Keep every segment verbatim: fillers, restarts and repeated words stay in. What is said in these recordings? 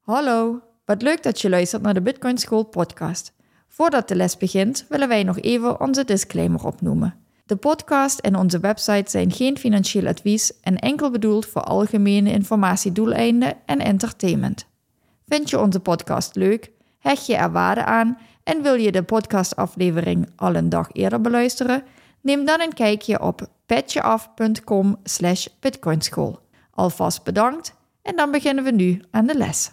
Hallo, wat leuk dat je luistert naar de Bitcoin School podcast. Voordat de les begint, willen wij nog even onze disclaimer opnoemen. De podcast en onze website zijn geen financieel advies en enkel bedoeld voor algemene informatiedoeleinden en entertainment. Vind je onze podcast leuk? Hecht je er waarde aan en wil je de podcastaflevering al een dag eerder beluisteren? Neem dan een kijkje op petjeaf.com slash bitcoinschool. Alvast bedankt en dan beginnen we nu aan de les.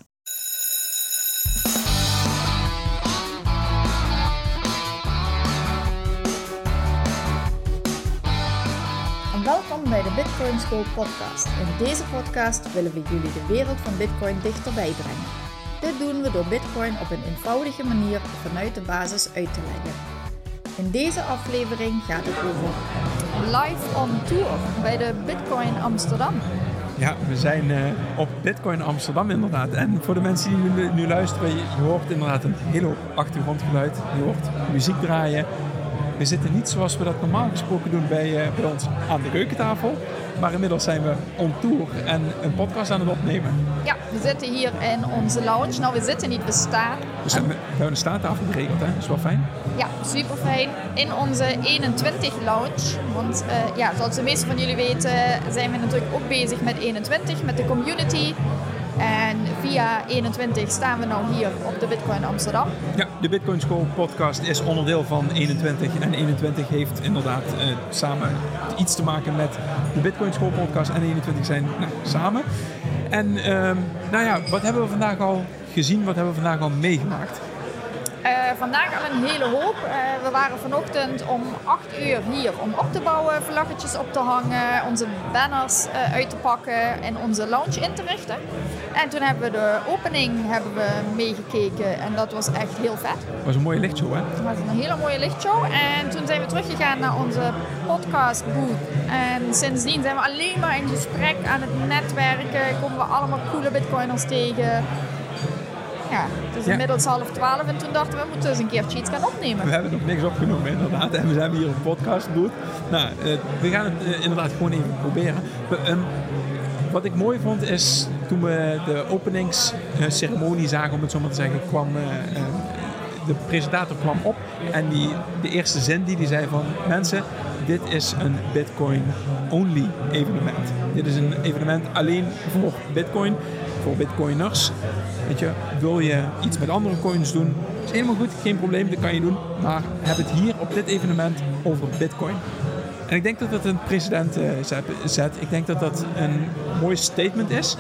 En welkom bij de Bitcoin School podcast. In deze podcast willen we jullie de wereld van Bitcoin dichterbij brengen. Dit doen we door Bitcoin op een eenvoudige manier vanuit de basis uit te leggen. In deze aflevering gaat het over live on tour bij de Bitcoin Amsterdam. Ja, we zijn uh, op Bitcoin Amsterdam inderdaad. En voor de mensen die nu, nu luisteren, je hoort inderdaad een hele hoop achtergrondgeluid. Je hoort muziek draaien. We zitten niet zoals we dat normaal gesproken doen bij, uh, bij ons aan de keukentafel. Maar inmiddels zijn we on tour en een podcast aan het opnemen. Ja, we zitten hier in onze lounge. Nou, we zitten niet, we staan. We, zijn, we hebben een staattafel geregeld, hè? Dat is wel fijn. Ja, super fijn. In onze eenentwintig lounge. Want uh, ja, zoals de meesten van jullie weten, zijn we natuurlijk ook bezig met eenentwintig, met de community. En via eenentwintig staan we nou hier op de Bitcoin Amsterdam. Ja, de Bitcoin School podcast is onderdeel van eenentwintig. En eenentwintig heeft inderdaad uh, samen iets te maken met de Bitcoin School podcast. En eenentwintig zijn nou, samen. En uh, nou ja, wat hebben we vandaag al gezien? Wat hebben we vandaag al meegemaakt? Uh, vandaag al een hele hoop. Uh, we waren vanochtend om acht uur hier om op te bouwen, vlaggetjes op te hangen, onze banners uh, uit te pakken en onze lounge in te richten. En toen hebben we de opening hebben we meegekeken en dat was echt heel vet. Het was een mooie lichtshow, hè? Het was een hele mooie lichtshow. En toen zijn we teruggegaan naar onze podcast booth. En sindsdien zijn we alleen maar in gesprek aan het netwerken. Komen we allemaal coole bitcoiners tegen. Ja, het is ja. inmiddels half twaalf en toen dachten we, we moeten eens een keertje iets gaan opnemen. We hebben nog niks opgenomen inderdaad en we zijn hier op een podcast booth. Nou, uh, we gaan het uh, inderdaad gewoon even proberen. We, um, wat ik mooi vond is, toen we de openingsceremonie zagen, om het zo maar te zeggen, kwam uh, uh, de presentator kwam op en die, de eerste zin die die zei van, mensen, dit is een Bitcoin-only evenement. Dit is een evenement alleen voor Bitcoin, voor Bitcoiners. Weet je, wil je iets met andere coins doen, is helemaal goed, geen probleem, dat kan je doen. Maar heb het hier op dit evenement over Bitcoin. En ik denk dat dat een precedent uh, zet. Ik denk dat dat een mooi statement is.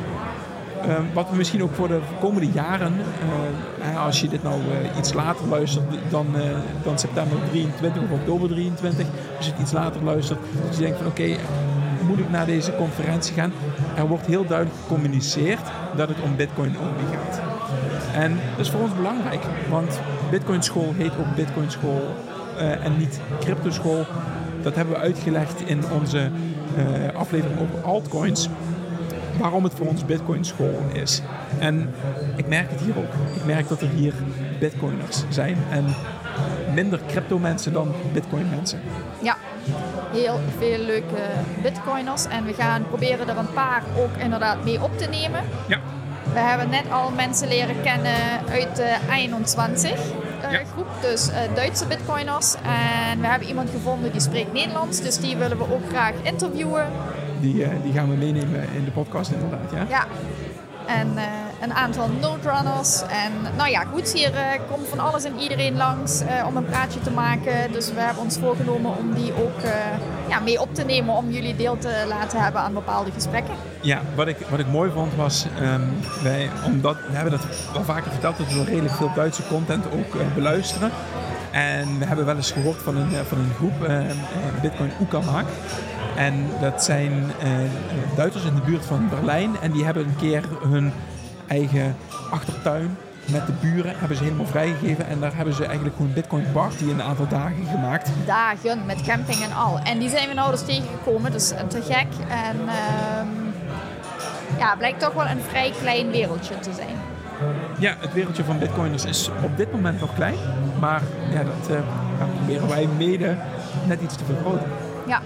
Uh, wat we misschien ook voor de komende jaren, uh, als je dit nou uh, iets later luistert dan, uh, dan september drieëntwintig of oktober drieëntwintig, als je het iets later luistert, dus je denkt van oké, okay, moet ik naar deze conferentie gaan? Er wordt heel duidelijk gecommuniceerd dat het om Bitcoin only gaat. En dat is voor ons belangrijk, want Bitcoin School heet ook Bitcoin School uh, en niet Crypto School. Dat hebben we uitgelegd in onze uh, aflevering over altcoins. Waarom het voor ons Bitcoin School is. En ik merk het hier ook. Ik merk dat er hier Bitcoiners zijn. En minder crypto mensen dan Bitcoin mensen. Ja, heel veel leuke Bitcoiners. En we gaan proberen er een paar ook inderdaad mee op te nemen. Ja. We hebben net al mensen leren kennen uit de eenentwintig uh, ja. groep. Dus uh, Duitse Bitcoiners. En we hebben iemand gevonden die spreekt Nederlands. Dus die willen we ook graag interviewen. Die, uh, die gaan we meenemen in de podcast inderdaad, ja? Ja, en uh, een aantal node-runners. En nou ja, goed, hier uh, komt van alles en iedereen langs uh, om een praatje te maken. Dus we hebben ons voorgenomen om die ook uh, ja, mee op te nemen om jullie deel te laten hebben aan bepaalde gesprekken. Ja, wat ik, wat ik mooi vond was, um, wij, omdat, we hebben dat wel vaker verteld, dat we redelijk veel Duitse content ook uh, beluisteren. En we hebben wel eens gehoord van een, van een groep, uh, Bitcoin Uckermark. En dat zijn uh, Duitsers in de buurt van Berlijn. En die hebben een keer hun eigen achtertuin met de buren hebben ze helemaal vrijgegeven. En daar hebben ze eigenlijk gewoon een Bitcoin party een aantal dagen gemaakt. Dagen, met camping en al. En die zijn we nou dus tegengekomen. Dus te gek. En uh, ja, blijkt toch wel een vrij klein wereldje te zijn. Ja, het wereldje van Bitcoiners is op dit moment nog klein. Maar ja, dat uh, ja, proberen wij mede net iets te vergroten. Ja.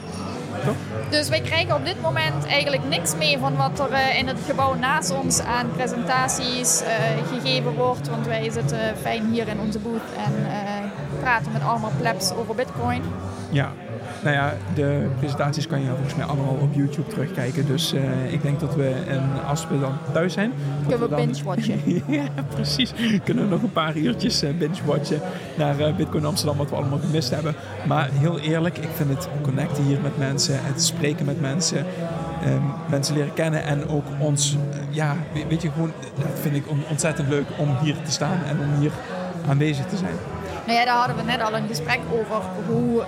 toch? Dus wij krijgen op dit moment eigenlijk niks mee van wat er uh, in het gebouw naast ons aan presentaties uh, gegeven wordt. Want wij zitten fijn hier in onze booth en uh, praten met allemaal plebs over Bitcoin. Ja. Nou ja, de presentaties kan je volgens mij allemaal op YouTube terugkijken. Dus uh, ik denk dat we, en als we dan thuis zijn... Kunnen we, we dan... binge-watchen. Ja, precies. Kunnen we nog een paar uurtjes uh, binge-watchen naar uh, Bitcoin Amsterdam, wat we allemaal gemist hebben. Maar heel eerlijk, ik vind het connecten hier met mensen, het spreken met mensen, um, mensen leren kennen en ook ons, uh, ja, weet je, gewoon, dat vind ik on- ontzettend leuk om hier te staan en om hier aanwezig te zijn. Nou ja, daar hadden we net al een gesprek over hoe...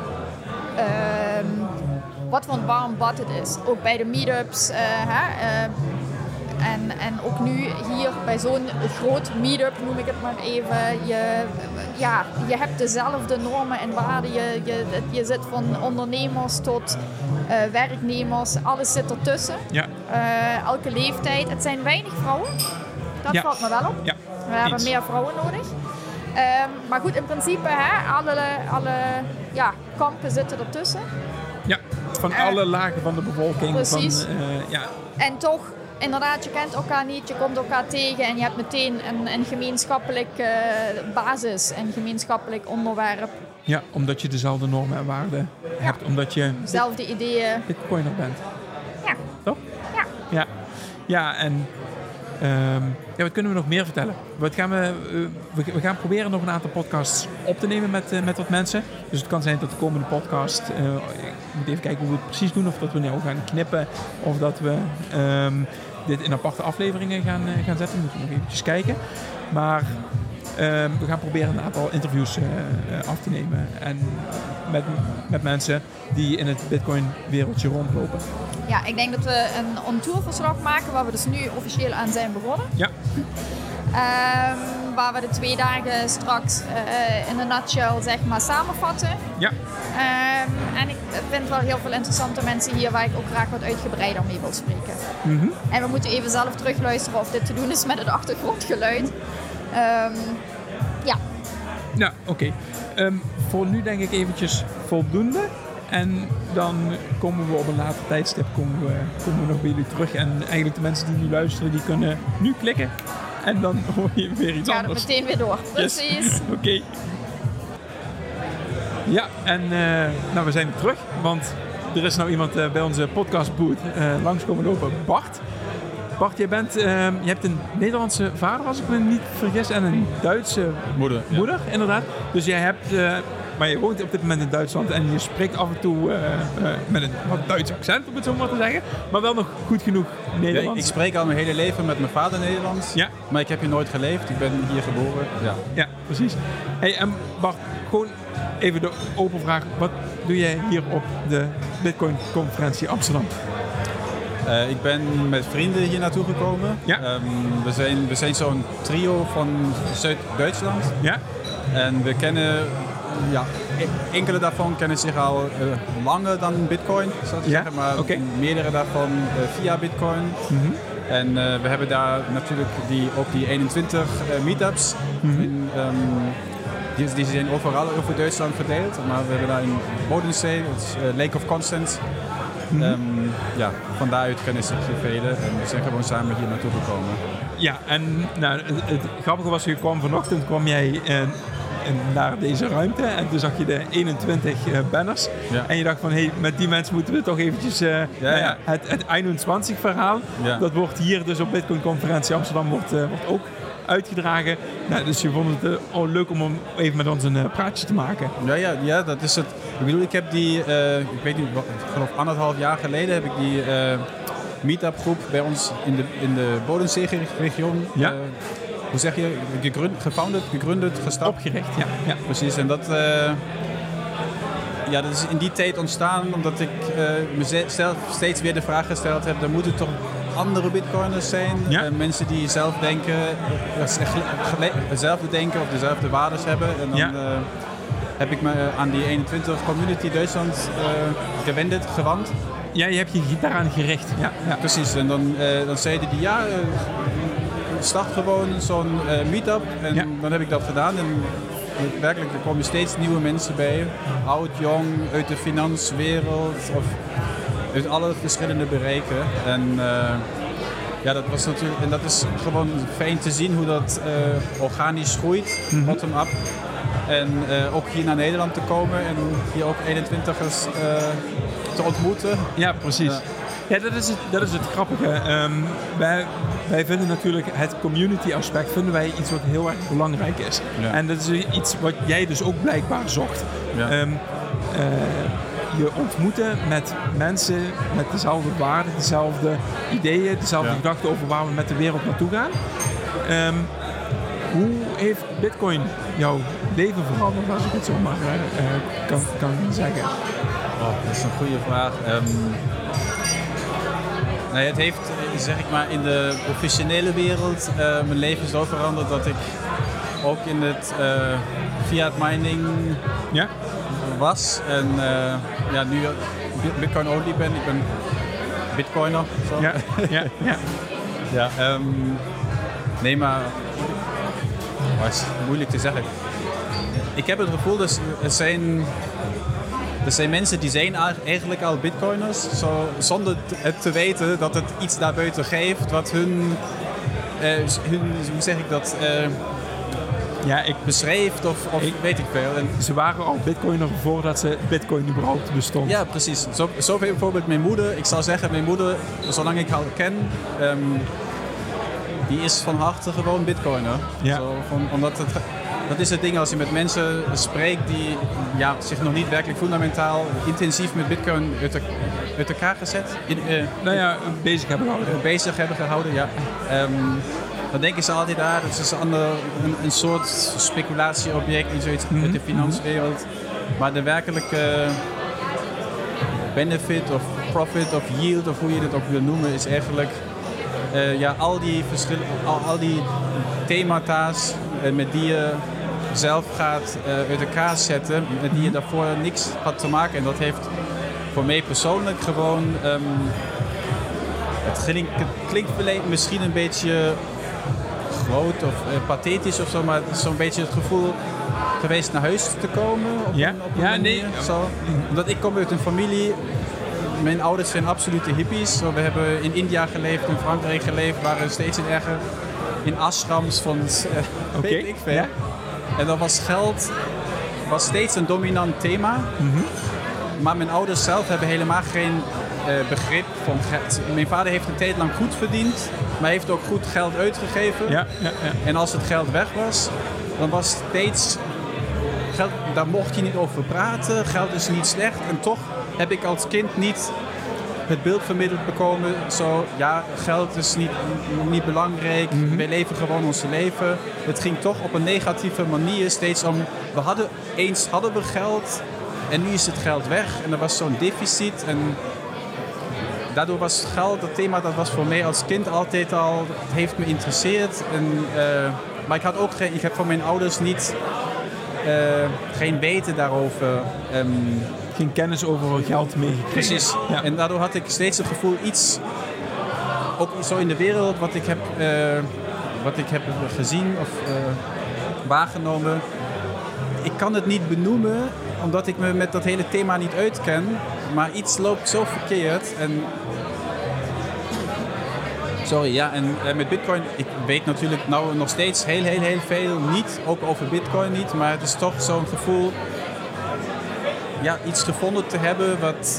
Um, wat voor een warm bad het is. Ook bij de meetups. Uh, hè, uh, en, en ook nu hier bij zo'n groot meetup, noem ik het maar even. Je, ja, je hebt dezelfde normen en waarden. Je, je, je zit van ondernemers tot uh, werknemers. Alles zit ertussen. Ja. Uh, elke leeftijd. Het zijn weinig vrouwen. Dat ja. valt me wel op. Ja. We hebben Iets. meer vrouwen nodig. Um, maar goed, in principe, hè, alle, alle ja, kampen zitten ertussen. Ja, van uh, alle lagen van de bevolking. Precies. Van, uh, ja. En toch, inderdaad, je kent elkaar niet, je komt elkaar tegen en je hebt meteen een, een gemeenschappelijk uh, basis, een gemeenschappelijk onderwerp. Ja, omdat je dezelfde normen en waarden ja. hebt, omdat je dezelfde ideeën. Bitcoiner bent. Ja. Toch? Ja. Ja, ja en... Um, ja, wat kunnen we nog meer vertellen? Wat gaan we, uh, we, we gaan proberen nog een aantal podcasts op te nemen met, uh, met wat mensen. Dus het kan zijn dat de komende podcast... Uh, ik moet even kijken hoe we het precies doen. Of dat we nou gaan knippen. Of dat we um, dit in aparte afleveringen gaan, uh, gaan zetten. Moeten we nog eventjes kijken. Maar um, we gaan proberen een aantal interviews uh, uh, af te nemen. En met, met mensen die in het Bitcoin-wereldje rondlopen. Ja, ik denk dat we een on-tour-verslag maken waar we dus nu officieel aan zijn begonnen. Ja. Um, waar we de twee dagen straks uh, in een nutshell zeg maar samenvatten. Ja. Um, en ik vind wel heel veel interessante mensen hier waar ik ook graag wat uitgebreider mee wil spreken. Mm-hmm. En we moeten even zelf terugluisteren of dit te doen is met het achtergrondgeluid. Um, ja. Nou, oké. Okay. Um, voor nu denk ik eventjes voldoende. En dan komen we op een later tijdstip komen we, komen we nog bij jullie terug. En eigenlijk de mensen die nu luisteren, die kunnen nu klikken. En dan hoor je weer iets Ga anders. Ga er meteen weer door. Precies. Yes. Oké. Okay. Ja, en uh, nou, we zijn er terug. Want er is nou iemand uh, bij onze podcastbooth uh, langskomen lopen. Bart. Bart, jij bent, uh, je hebt een Nederlandse vader, als ik me niet vergis. En een Duitse moeder. Moeder, ja. inderdaad. Dus jij hebt... Uh, Maar je woont op dit moment in Duitsland en je spreekt af en toe uh, uh, met een wat Duits accent, om het zo maar te zeggen. Maar wel nog goed genoeg Nederlands. Ja, ik spreek al mijn hele leven met mijn vader Nederlands. Ja. Maar ik heb hier nooit geleefd. Ik ben hier geboren. Ja, ja precies. Hey, en Bart, gewoon even de open vraag. Wat doe jij hier op de Bitcoin-conferentie Amsterdam? Uh, ik ben met vrienden hier naartoe gekomen. Ja. Um, we zijn, we zijn zo'n trio van Zuid-Duitsland. Ja. En we kennen... Ja, enkele daarvan kennen zich al uh, langer dan Bitcoin, zou ik ja? zeggen, maar okay. meerdere daarvan uh, via Bitcoin. Mm-hmm. En uh, we hebben daar natuurlijk die, ook die eenentwintig uh, meetups. Mm-hmm. In, um, die, die zijn overal over Duitsland verdeeld, maar we hebben daar in Bodensee, het is, uh, Lake of Constance. Mm-hmm. Um, ja, van daaruit kennen zich velen en we zijn gewoon samen hier naartoe gekomen. Ja, en nou, het, het grappige was, je kwam vanochtend, kwam jij... Uh, naar deze ruimte en toen zag je de eenentwintig uh, banners ja. en je dacht van, hé, hey, met die mensen moeten we toch eventjes uh, ja, nou ja, ja. het, het eenentwintig verhaal, ja. dat wordt hier dus op Bitcoin Conferentie Amsterdam wordt, uh, wordt ook uitgedragen. Nou, dus je vond het uh, oh, leuk om, om even met ons een uh, praatje te maken. Ja, ja, ja, dat is het. Ik bedoel, ik heb die, uh, ik weet niet, ik geloof anderhalf jaar geleden heb ik die uh, meetup groep bij ons in de, in de Bodensee-region ja. uh, hoe zeg je, gegrund, gefounded, gegründet, gestart. Opgericht, ja. ja. Precies, en dat, uh, ja, dat is in die tijd ontstaan omdat ik uh, mezelf steeds weer de vraag gesteld heb, er moeten toch andere bitcoiners zijn, ja. uh, mensen die zelf denken, hetzelfde denken of dezelfde waardes hebben. En dan ja. uh, heb ik me aan die eenentwintig community Duitsland uh, gewendet, gewand. Ja, je hebt je daaraan gericht. Ja, ja. Precies, en dan, uh, dan zeiden die ja... Uh, start gewoon zo'n uh, meetup en ja. dan heb ik dat gedaan en werkelijk, er komen steeds nieuwe mensen bij. Oud, jong, uit de financiënwereld of uit alle verschillende bereiken. En uh, ja, dat was natuurlijk, en dat is gewoon fijn te zien hoe dat uh, organisch groeit, mm-hmm. bottom-up. En uh, ook hier naar Nederland te komen en hier ook eenentwintigers uh, te ontmoeten. Ja, precies. Uh, Ja, dat is het, dat is het grappige. Um, wij, wij vinden natuurlijk het community aspect vinden wij iets wat heel erg belangrijk is. Ja. En dat is iets wat jij dus ook blijkbaar zocht. Ja. Um, uh, je ontmoeten met mensen met dezelfde waarden, dezelfde ideeën, dezelfde ja. gedachten over waar we met de wereld naartoe gaan. Um, hoe heeft Bitcoin jouw leven veranderd, als ik het zo maar uh, kan, kan zeggen? Oh, dat is een goede vraag. Um, Nee, het heeft, zeg ik maar, in de professionele wereld uh, mijn leven zo veranderd dat ik ook in het uh, fiat mining ja? was. En uh, ja, nu Bitcoin only ben. Ik ben Bitcoiner. Zo. Ja, ja, ja. ja um, nee, maar dat is moeilijk te zeggen. Ik heb het gevoel dat er zijn... Er zijn mensen die zijn eigenlijk al bitcoiners, zo, zonder het te weten dat het iets daarbuiten geeft wat hun, uh, hun hoe zeg ik dat, uh, ja, ik, beschrijft of, of ik, weet ik veel. En ze waren al bitcoiner voordat ze bitcoin überhaupt bestond. Ja, precies. Zo, zo bijvoorbeeld mijn moeder. Ik zou zeggen, mijn moeder, zolang ik haar ken, um, die is van harte gewoon bitcoiner. Ja. Zo, van, omdat het... Dat is het ding als je met mensen spreekt die ja, zich nog niet werkelijk fundamentaal intensief met Bitcoin uit, uit elkaar gezet. In, uh, nou ja, bezig hebben gehouden. Bezig hebben gehouden, ja. Um, dan denken ze altijd daar, dat is een, ander, een, een soort speculatieobject, iets uit, mm-hmm. uit de financiënwereld. Maar de werkelijke benefit of profit of yield of hoe je het ook wil noemen, is eigenlijk uh, ja, al die verschillen, al, al die themata's uh, met die je zelf gaat uh, uit elkaar zetten, met die je daarvoor niks had te maken. En dat heeft voor mij persoonlijk gewoon, um, het, klinkt, het klinkt misschien een beetje groot of uh, pathetisch of zo, maar het is zo'n beetje het gevoel geweest naar huis te komen op ja? een, op een ja, manier. Nee. Zo. Omdat ik kom uit een familie, mijn ouders zijn absolute hippies. Zo, we hebben in India geleefd, in Frankrijk geleefd, waren steeds in erger in ashrams van uh, okay. weet ik veel. Ja? En dan was geld was steeds een dominant thema. Mm-hmm. Maar mijn ouders zelf hebben helemaal geen uh, begrip van geld. Mijn vader heeft een tijd lang goed verdiend, maar heeft ook goed geld uitgegeven. Ja, ja, ja. En als het geld weg was, dan was steeds... Geld, daar mocht je niet over praten, geld is niet slecht. En toch heb ik als kind niet het beeld vermiddeld bekomen. Zo, ja, geld is niet, niet belangrijk, mm-hmm. wij leven gewoon ons leven. Het ging toch op een negatieve manier steeds om... We hadden, eens hadden we geld en nu is het geld weg. En er was zo'n deficit en... Daardoor was geld, dat thema, dat was voor mij als kind altijd al... Het heeft me geïnteresseerd. En, uh, maar ik had ook geen... Ik heb van mijn ouders niet... Uh, geen weten daarover. Um, geen kennis over geld meegekregen. Precies. Ja. En daardoor had ik steeds het gevoel iets... Ook zo in de wereld wat ik heb, uh, wat ik heb gezien of uh, waargenomen. Ik kan het niet benoemen, omdat ik me met dat hele thema niet uitken. Maar iets loopt zo verkeerd. En Sorry, ja, en uh, met Bitcoin, ik weet natuurlijk nou nog steeds heel, heel, heel veel niet, ook over Bitcoin niet, maar het is toch zo'n gevoel, ja, iets gevonden te hebben wat...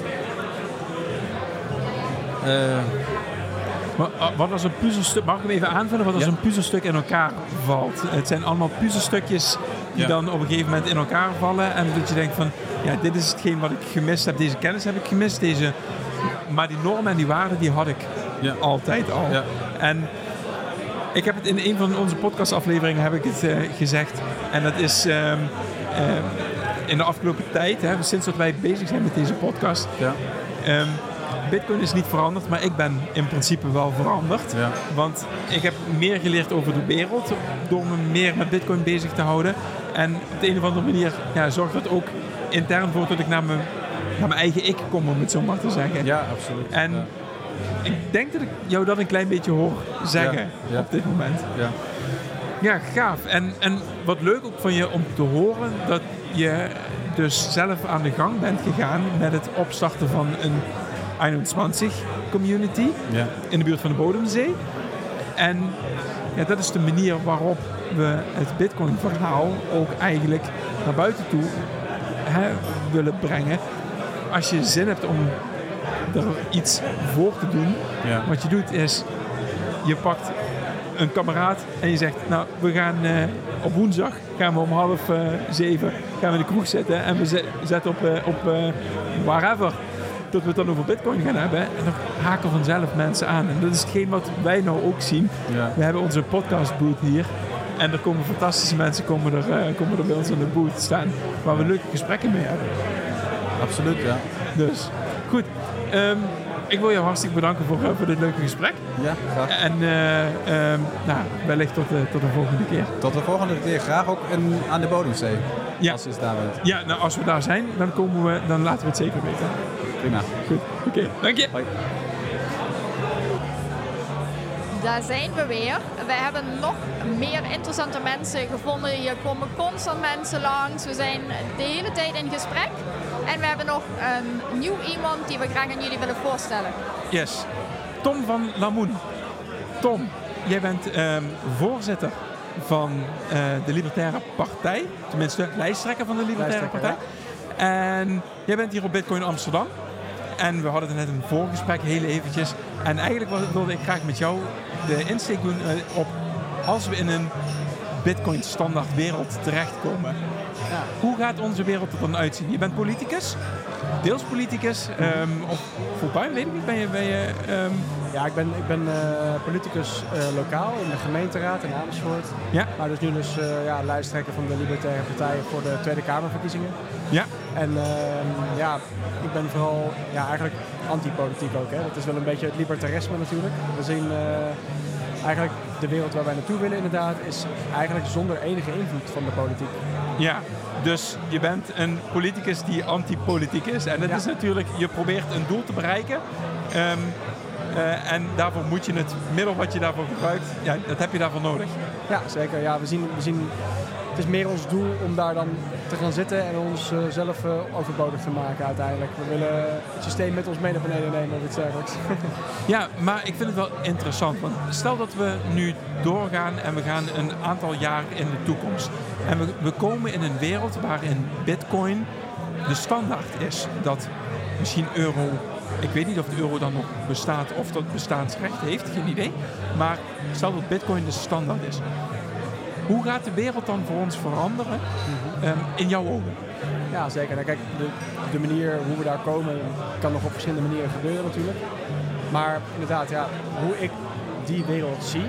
Uh, maar, wat als een puzzelstuk, mag ik hem even aanvullen, wat als ja. een puzzelstuk in elkaar valt? Het zijn allemaal puzzelstukjes die ja. dan op een gegeven moment in elkaar vallen en dat je denkt van, ja, dit is hetgeen wat ik gemist heb, deze kennis heb ik gemist, deze... Maar die normen en die waarden, die had ik ja. altijd al. Ja. En ik heb het in een van onze podcastafleveringen heb ik het uh, gezegd. En dat is um, uh, in de afgelopen tijd, hè, sinds dat wij bezig zijn met deze podcast. Ja. Um, Bitcoin is niet veranderd, maar ik ben in principe wel veranderd. Ja. Want ik heb meer geleerd over de wereld door me meer met Bitcoin bezig te houden. En op de een of andere manier ja, zorgt dat ook intern voor dat ik naar mijn... naar mijn eigen ik kom, om het zo maar te zeggen. Ja, absoluut. En ja. ik denk dat ik jou dat een klein beetje hoor zeggen ja, ja. op dit moment. Ja. Ja, gaaf. En, en wat leuk ook van je om te horen dat je dus zelf aan de gang bent gegaan met het opstarten van een eenentwintig community Ja. in de buurt van de Bodemzee. En ja, dat is de manier waarop we het Bitcoin verhaal ook eigenlijk naar buiten toe hè, willen brengen. Als je zin hebt om er iets voor te doen, Ja. wat je doet is, je pakt een kameraad en je zegt, nou, we gaan uh, op woensdag gaan we om half uh, zeven gaan we in de kroeg zitten en we zetten op, uh, op uh, wherever dat we het dan over Bitcoin gaan hebben. En dan haken vanzelf mensen aan. En dat is hetgeen wat wij nou ook zien. Ja. We hebben onze podcast booth hier. En er komen fantastische mensen komen er, uh, komen er bij ons aan de booth staan. Waar we leuke gesprekken mee hebben. Absoluut, ja. Dus, goed. Um, ik wil jou hartstikke bedanken voor, uh, voor dit leuke gesprek. Ja, graag. En uh, um, nou, wellicht tot, uh, tot de volgende keer. Tot de volgende keer. Graag ook in, aan de Bodemzee. Ja. Als je het daar bent. Ja, nou, als we daar zijn, dan, komen we, dan laten we het zeker weten. Prima. Goed, oké. Okay, dank je. Hoi. Daar zijn we weer. We hebben nog meer interessante mensen gevonden. Hier komen constant mensen langs. We zijn de hele tijd in gesprek. En we hebben nog een nieuw iemand die we graag aan jullie willen voorstellen. Yes. Tom van Lamoen. Tom, jij bent um, voorzitter van uh, de Libertaire Partij. Tenminste, lijsttrekker van de Libertaire Partij. Ja. En jij bent hier op Bitcoin Amsterdam. En we hadden net een voorgesprek, heel eventjes. En eigenlijk wilde ik graag met jou de insteek doen uh, op als we in een Bitcoin standaard wereld terechtkomen. Ja. Hoe gaat onze wereld er dan uitzien? Je bent politicus, deels politicus, um, of fulltime, weet ik niet, ben je... Ben je um... Ja, ik ben, ik ben uh, politicus uh, lokaal in de gemeenteraad in Amersfoort. Ja. Maar dus nu dus uh, ja, lijsttrekker van de Libertaire Partij voor de Tweede Kamerverkiezingen. Ja. En uh, ja, ik ben vooral ja, eigenlijk anti-politiek ook. Hè. Dat is wel een beetje het libertarisme natuurlijk. We zien uh, eigenlijk de wereld waar wij naartoe willen inderdaad, is eigenlijk zonder enige invloed van de politiek. Ja, dus je bent een politicus die anti-politiek is. En dat ja. is natuurlijk, je probeert een doel te bereiken. Um, uh, en daarvoor moet je het middel wat je daarvoor gebruikt, ja, dat heb je daarvoor nodig. Ja, zeker. Ja, we zien, we zien, het is meer ons doel om daar dan te gaan zitten en ons uh, zelf uh, overbodig te maken uiteindelijk. We willen het systeem met ons mee naar beneden nemen of iets dergelijks. Ja, maar ik vind het wel interessant. Want stel dat we nu doorgaan en we gaan een aantal jaar in de toekomst. En we, we komen in een wereld waarin Bitcoin de standaard is. Dat misschien euro, ik weet niet of de euro dan nog bestaat of dat bestaansrecht heeft, geen idee. Maar stel dat Bitcoin de standaard is. Hoe gaat de wereld dan voor ons veranderen um, in jouw ogen? Ja, zeker. Nou, kijk, de, de manier hoe we daar komen kan nog op verschillende manieren gebeuren natuurlijk. Maar inderdaad, ja, hoe ik die wereld zie,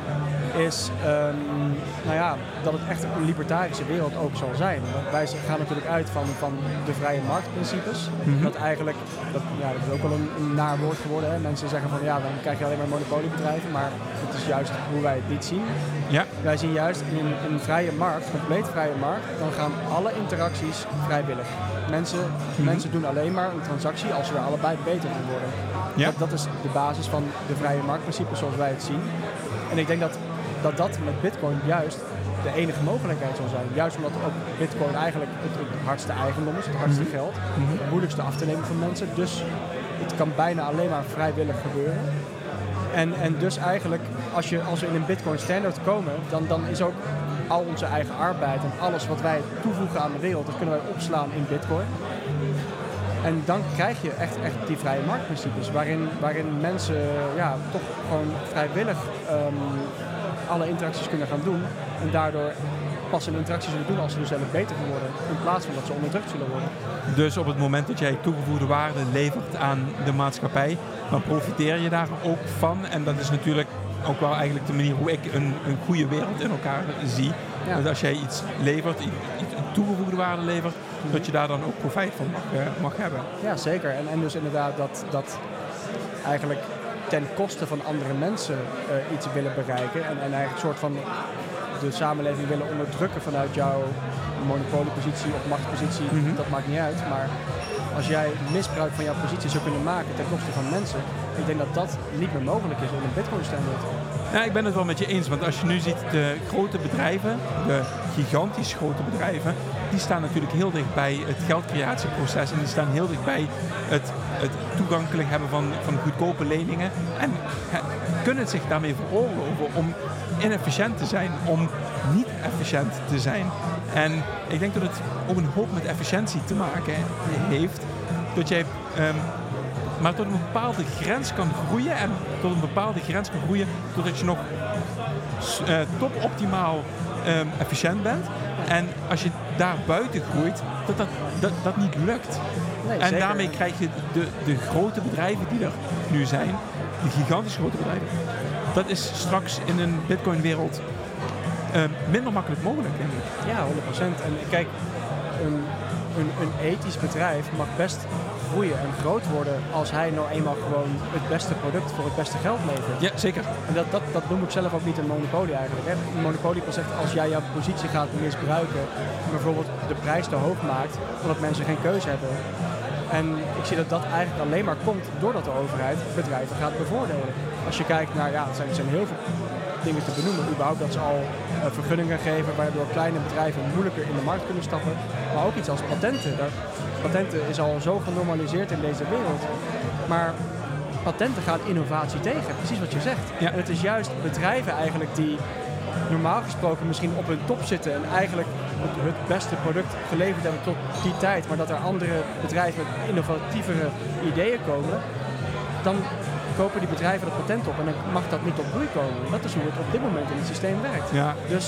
is um, nou ja, dat het echt een libertarische wereld ook zal zijn. Want wij gaan natuurlijk uit van, van de vrije marktprincipes. Mm-hmm. Dat eigenlijk, dat, ja, dat is ook wel een, een naar woord geworden. Hè? Mensen zeggen van ja, dan krijg je alleen maar monopoliebedrijven. Maar het is juist hoe wij het niet zien. Ja. Wij zien juist in een, in een vrije markt, compleet vrije markt, dan gaan alle interacties vrijwillig. Mensen, mm-hmm. mensen doen alleen maar een transactie als ze er allebei beter van worden. Ja. Dat, dat is de basis van de vrije marktprincipes zoals wij het zien. En ik denk dat dat dat met Bitcoin juist de enige mogelijkheid zal zijn. Juist omdat ook Bitcoin eigenlijk het, het hardste eigendom is, het hardste mm-hmm. geld. Mm-hmm. Het moeilijkste af te nemen van mensen. Dus het kan bijna alleen maar vrijwillig gebeuren. En, en dus eigenlijk, als, je, als we in een Bitcoin standaard komen, dan, dan is ook al onze eigen arbeid en alles wat wij toevoegen aan de wereld, dat kunnen wij opslaan in Bitcoin. En dan krijg je echt, echt die vrije marktprincipes, waarin, waarin mensen ja, toch gewoon vrijwillig um, alle interacties kunnen gaan doen. En daardoor pas een interactie zullen doen als ze er zelf beter van worden. In plaats van dat ze onderdrukt zullen worden. Dus op het moment dat jij toegevoegde waarde levert aan de maatschappij, dan profiteer je daar ook van. En dat is natuurlijk ook wel eigenlijk de manier hoe ik een, een goede wereld in elkaar zie. Ja. Dat als jij iets levert, iets, een toegevoegde waarde levert, mm-hmm. dat je daar dan ook profijt van mag, uh, mag hebben. Ja, zeker. En, en dus inderdaad dat, dat eigenlijk ten koste van andere mensen uh, iets willen bereiken. En, en eigenlijk een soort van de samenleving willen onderdrukken vanuit jouw monopoliepositie of machtspositie. Mm-hmm. Dat maakt niet uit. Maar als jij misbruik van jouw positie zou kunnen maken ten koste van mensen, ik denk dat dat niet meer mogelijk is in een Bitcoin standaard. Ja, ik ben het wel met je eens, want als je nu ziet de grote bedrijven, de gigantisch grote bedrijven, die staan natuurlijk heel dicht bij het geldcreatieproces en die staan heel dicht bij het, het toegankelijk hebben van, van goedkope leningen en he, kunnen het zich daarmee veroorloven om inefficiënt te zijn, om niet efficiënt te zijn. En ik denk dat het ook een hoop met efficiëntie te maken heeft, dat jij um, maar tot een bepaalde grens kan groeien en tot een bepaalde grens kan groeien totdat je nog uh, topoptimaal um, efficiënt bent. En als je daar buiten groeit, dat dat, dat, dat niet lukt. Nee, en zeker. daarmee krijg je de, de grote bedrijven die er nu zijn, de gigantisch grote bedrijven, dat is straks in een Bitcoin-wereld uh, minder makkelijk mogelijk, denk ik. Ja, honderd procent. En kijk, een, een, een ethisch bedrijf mag best groeien en groot worden als hij nou eenmaal gewoon het beste product voor het beste geld levert. Ja, zeker. En dat, dat, dat noem ik zelf ook niet een monopolie eigenlijk. Hè. Een monopolie pas echt als jij jouw positie gaat misbruiken en bijvoorbeeld de prijs te hoog maakt, omdat mensen geen keuze hebben. En ik zie dat dat eigenlijk alleen maar komt doordat de overheid bedrijven gaat bevoordelen. Als je kijkt naar, ja, er zijn, er zijn heel veel dingen te benoemen. Überhaupt dat ze al uh, vergunningen geven waardoor kleine bedrijven moeilijker in de markt kunnen stappen. Maar ook iets als patenten. Dat, patenten is al zo genormaliseerd in deze wereld. Maar patenten gaan innovatie tegen. Precies wat je zegt. Ja. En het is juist bedrijven eigenlijk die normaal gesproken misschien op hun top zitten en eigenlijk het, het beste product geleverd hebben tot die tijd, maar dat er andere bedrijven met innovatievere ideeën komen, dan kopen die bedrijven dat patent op en dan mag dat niet op groei komen. Dat is hoe het op dit moment in het systeem werkt. Ja. Dus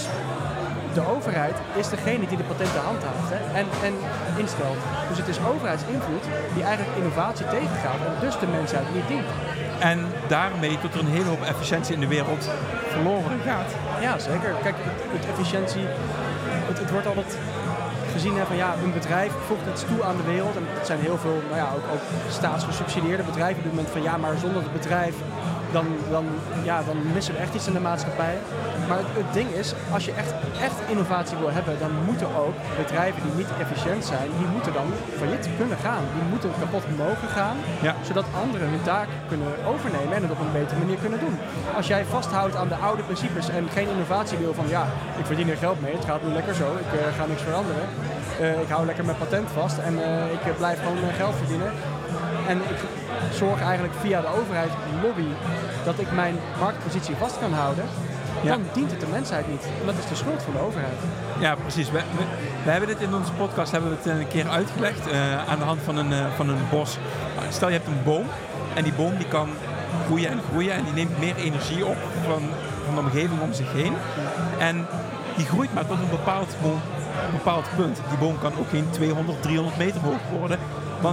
de overheid is degene die de patenten handhaaft hè, en, en instelt. Dus het is overheidsinvloed die eigenlijk innovatie tegengaat en dus de mensheid niet dient. En daarmee tot er een hele hoop efficiëntie in de wereld verloren gaat. Ja, zeker. Kijk, het, het efficiëntie, het, het wordt altijd gezien hè, van ja, een bedrijf voegt iets toe aan de wereld. En het zijn heel veel, nou ja, ook, ook staatsgesubsidieerde bedrijven. Op dit moment van ja, maar zonder het bedrijf, dan, dan, ja, dan missen we echt iets in de maatschappij. Maar het, het ding is, als je echt, echt innovatie wil hebben, dan moeten ook bedrijven die niet efficiënt zijn, die moeten dan failliet kunnen gaan. Die moeten kapot mogen gaan, Ja. zodat anderen hun taak kunnen overnemen en het op een betere manier kunnen doen. Als jij vasthoudt aan de oude principes en geen innovatie wil van ja, ik verdien er geld mee, het gaat nu lekker zo, ik uh, ga niks veranderen. Uh, ik hou lekker mijn patent vast en uh, ik uh, blijf gewoon uh, geld verdienen. En ik zorg eigenlijk via de overheid lobby dat ik mijn marktpositie vast kan houden. Ja. Dan dient het de mensheid niet. En dat is de schuld van de overheid. Ja, precies. We, we, we hebben dit in onze podcast hebben we het een keer uitgelegd uh, aan de hand van een, uh, van een bos. Stel je hebt een boom en die boom die kan groeien en groeien en die neemt meer energie op van, van de omgeving om zich heen. En die groeit maar tot een bepaald, boom, een bepaald punt. Die boom kan ook geen tweehonderd, driehonderd meter hoog worden. Want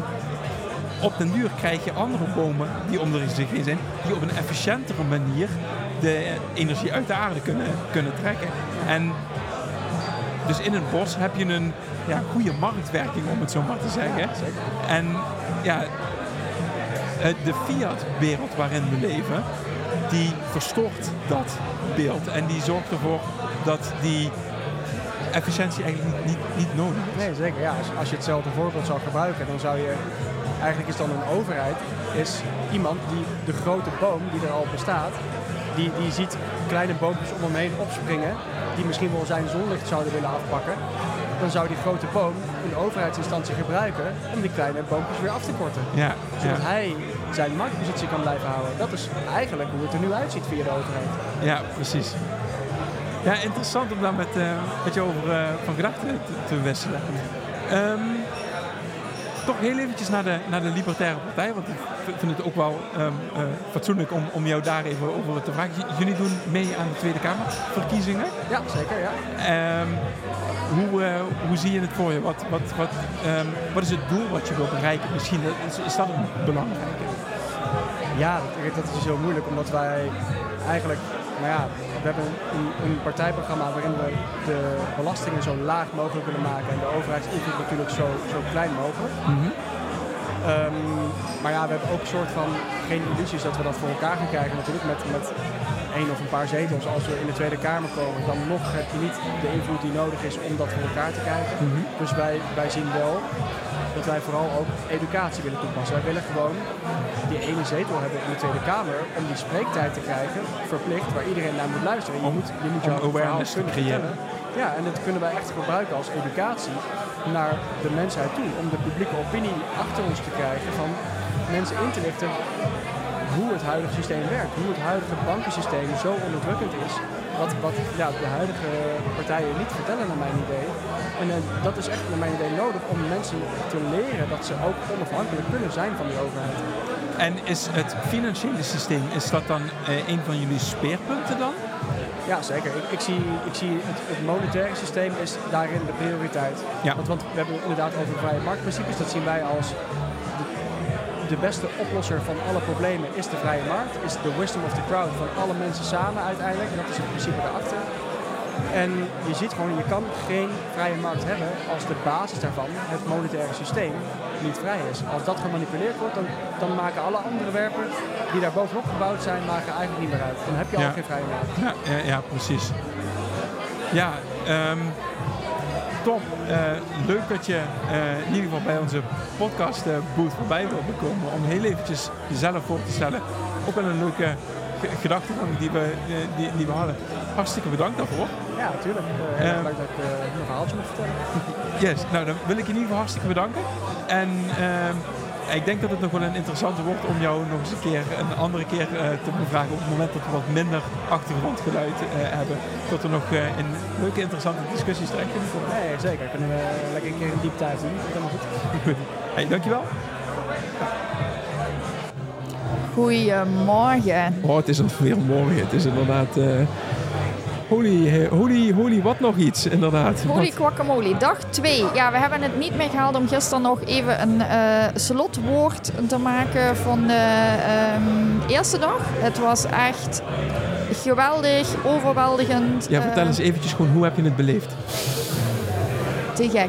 op den duur krijg je andere bomen die om zich heen zijn, die op een efficiëntere manier de energie uit de aarde kunnen, kunnen trekken. En dus in een bos heb je een ja, goede marktwerking, om het zo maar te zeggen. Ja, zeker. En ja, de fiat-wereld waarin we leven, die verstoort dat beeld. En die zorgt ervoor dat die efficiëntie eigenlijk niet, niet, niet nodig is. Nee, zeker. Ja, als, als je hetzelfde voorbeeld zou gebruiken, dan zou je... Eigenlijk is dan een overheid, is iemand die de grote boom die er al bestaat, die, die ziet kleine boompjes om hem heen opspringen, die misschien wel zijn zonlicht zouden willen afpakken. Dan zou die grote boom een overheidsinstantie gebruiken om die kleine boompjes weer af te korten. Ja, Zodat ja. hij zijn marktpositie kan blijven houden. Dat is eigenlijk hoe het er nu uitziet via de overheid. Ja, precies. Ja, interessant om daar met, uh, met je over uh, van gedachten te, te wisselen. Um, toch heel eventjes naar de, naar de Libertaire Partij, want ik vind het ook wel um, uh, fatsoenlijk om, om jou daar even over te vragen. J- jullie doen mee aan de Tweede Kamerverkiezingen. Ja, zeker, ja. Um, hoe, uh, hoe zie je het voor je? Wat, wat, wat, um, wat is het doel wat je wilt bereiken? Misschien is, is dat een belangrijke? Ja, dat, dat is heel moeilijk, omdat wij eigenlijk... Nou ja, we hebben een, een partijprogramma waarin we de belastingen zo laag mogelijk willen maken en de overheidsinvloed natuurlijk zo, zo klein mogelijk. Mm-hmm. Um, maar ja, we hebben ook een soort van geen illusies dat we dat voor elkaar gaan krijgen natuurlijk met, met één of een paar zetels. Als we in de Tweede Kamer komen, dan nog heb je niet de invloed die nodig is om dat voor elkaar te krijgen. Mm-hmm. Dus wij, wij zien wel dat wij vooral ook educatie willen toepassen. Wij willen gewoon die ene zetel hebben in de Tweede Kamer om die spreektijd te krijgen, verplicht, waar iedereen naar moet luisteren. Je moet, je moet jouw verhaal kunnen vertellen. Ja, en dat kunnen wij echt gebruiken als educatie naar de mensheid toe. Om de publieke opinie achter ons te krijgen van mensen in te lichten hoe het huidige systeem werkt. Hoe het huidige bankensysteem zo onderdrukkend is. Wat, wat ja, de huidige partijen niet vertellen naar mijn idee. En uh, dat is echt naar mijn idee nodig om mensen te leren dat ze ook onafhankelijk kunnen zijn van die overheid. En is het financiële systeem, is dat dan uh, een van jullie speerpunten dan? Ja, zeker. Ik, ik zie, ik zie het, het monetaire systeem is daarin de prioriteit. Ja. Want, want we hebben het inderdaad over vrije marktprincipes. Dat zien wij als de, de beste oplosser van alle problemen is de vrije markt. Is de wisdom of the crowd van alle mensen samen uiteindelijk. En dat is het principe daarachter. En je ziet gewoon, je kan geen vrije markt hebben als de basis daarvan, het monetaire systeem, niet vrij is. Als dat gemanipuleerd wordt, dan, dan maken alle andere werpen die daar bovenop gebouwd zijn, maken eigenlijk niet meer uit. Dan heb je al ja. geen vrije markt. Ja, ja, ja precies. Ja, um, Tom, uh, leuk dat je uh, in ieder geval bij onze podcast uh, booth voorbij wilde komen om heel eventjes jezelf voor te stellen. Ook wel een leuke gedachtegang die we, die, die we hadden. Hartstikke bedankt daarvoor. Ja, natuurlijk. Uh, heel uh, leuk dat ik uh, een verhaaltje moet vertellen. Yes, nou dan wil ik je in ieder geval hartstikke bedanken. En uh, ik denk dat het nog wel een interessante wordt om jou nog eens een keer, een andere keer uh, te bevragen op het moment dat we wat minder achtergrondgeluid uh, hebben. Dat we nog uh, in leuke, interessante discussies terecht kunnen komen. Nee, zeker. Kunnen we uh, lekker een keer een diep tijd doen. Helemaal goed. Hey, dankjewel. Goedemorgen. Oh, het is weer morgen. Het is inderdaad... Uh, holy, holy, holy, wat nog iets, inderdaad. Holy guacamole, dag twee. Ja, we hebben het niet meer gehaald om gisteren nog even een uh, slotwoord te maken van de um, eerste dag. Het was echt geweldig, overweldigend. Ja, vertel uh, eens eventjes gewoon, hoe heb je het beleefd? Te gek.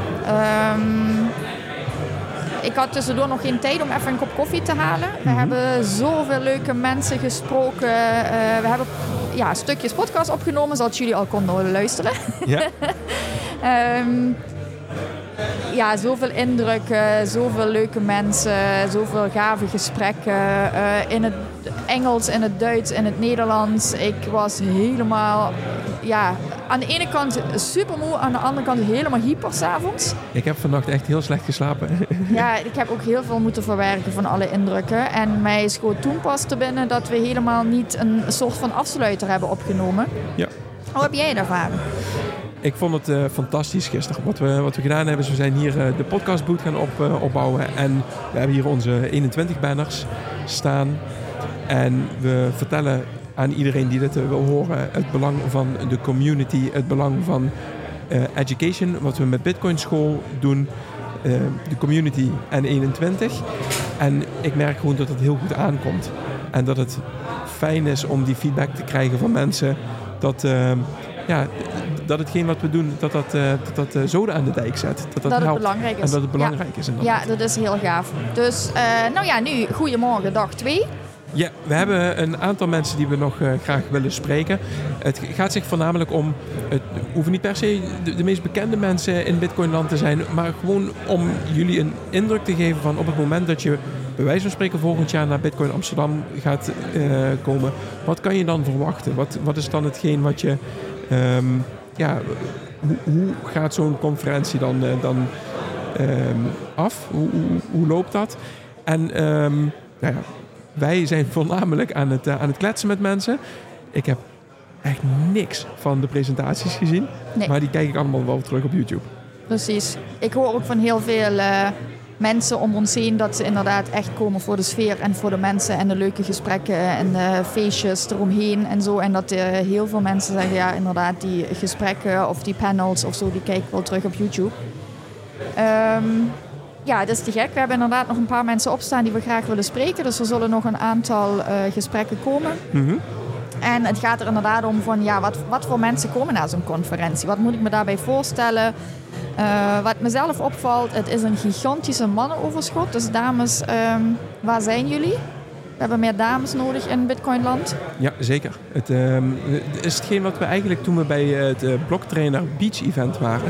Um, Ik had tussendoor nog geen tijd om even een kop koffie te halen. We mm-hmm. hebben zoveel leuke mensen gesproken. Uh, we hebben ja, stukjes podcast opgenomen, zodat jullie al konden luisteren. Ja, um, ja zoveel indrukken, zoveel leuke mensen, zoveel gave gesprekken. Uh, in het Engels, in het Duits, in het Nederlands. Ik was helemaal... Ja, aan de ene kant super moe, aan de andere kant helemaal hyper 's avonds. Ik heb vannacht echt heel slecht geslapen. Ja, ik heb ook heel veel moeten verwerken van alle indrukken. En mij schoot toen pas te binnen dat we helemaal niet een soort van afsluiter hebben opgenomen. Ja. Hoe heb jij het ervaren? Ik vond het uh, fantastisch gisteren. Wat we, wat we gedaan hebben is, we zijn hier uh, de podcastboot gaan op, uh, opbouwen. En we hebben hier onze eenentwintig banners staan. En we vertellen aan iedereen die dit uh, wil horen het belang van de community, het belang van uh, education, wat we met Bitcoin School doen, uh, de community en eenentwintig. En ik merk gewoon dat het heel goed aankomt. En dat het fijn is om die feedback te krijgen van mensen, dat, uh, ja, dat hetgeen wat we doen, dat dat, uh, dat, dat uh, zoden aan de dijk zet. Dat, dat, dat helpt. het belangrijk is. En dat het belangrijk ja. is. Inderdaad. Ja, dat is heel gaaf. Dus, uh, nou ja, nu, goedemorgen, dag twee. Ja, we hebben een aantal mensen die we nog uh, graag willen spreken. Het gaat zich voornamelijk om, het hoeven niet per se de, de meest bekende mensen in Bitcoinland te zijn, maar gewoon om jullie een indruk te geven van op het moment dat je bij wijze van spreken volgend jaar naar Bitcoin Amsterdam gaat uh, komen. Wat kan je dan verwachten? Wat, wat is dan hetgeen wat je... Um, ja, hoe, hoe gaat zo'n conferentie dan, uh, dan um, af? Hoe, hoe, hoe loopt dat? En um, nou ja, wij zijn voornamelijk aan het, uh, aan het kletsen met mensen. Ik heb echt niks van de presentaties gezien. Nee. Maar die kijk ik allemaal wel terug op YouTube. Precies. Ik hoor ook van heel veel uh, mensen om ons heen dat ze inderdaad echt komen voor de sfeer en voor de mensen en de leuke gesprekken en de feestjes eromheen en zo. En dat uh, heel veel mensen zeggen, ja inderdaad, die gesprekken of die panels of zo, die kijk ik wel terug op YouTube. Um, Ja, dat is te gek. We hebben inderdaad nog een paar mensen opstaan die we graag willen spreken. Dus er zullen nog een aantal uh, gesprekken komen. Mm-hmm. En het gaat er inderdaad om van, ja, wat, wat voor mensen komen naar zo'n conferentie? Wat moet ik me daarbij voorstellen? Uh, wat mezelf opvalt, het is een gigantische mannenoverschot. Dus dames, um, waar zijn jullie? We hebben meer dames nodig in Bitcoinland. Ja, zeker. Het um, is hetgeen wat we eigenlijk toen we bij het uh, Blocktrainer Beach Event waren.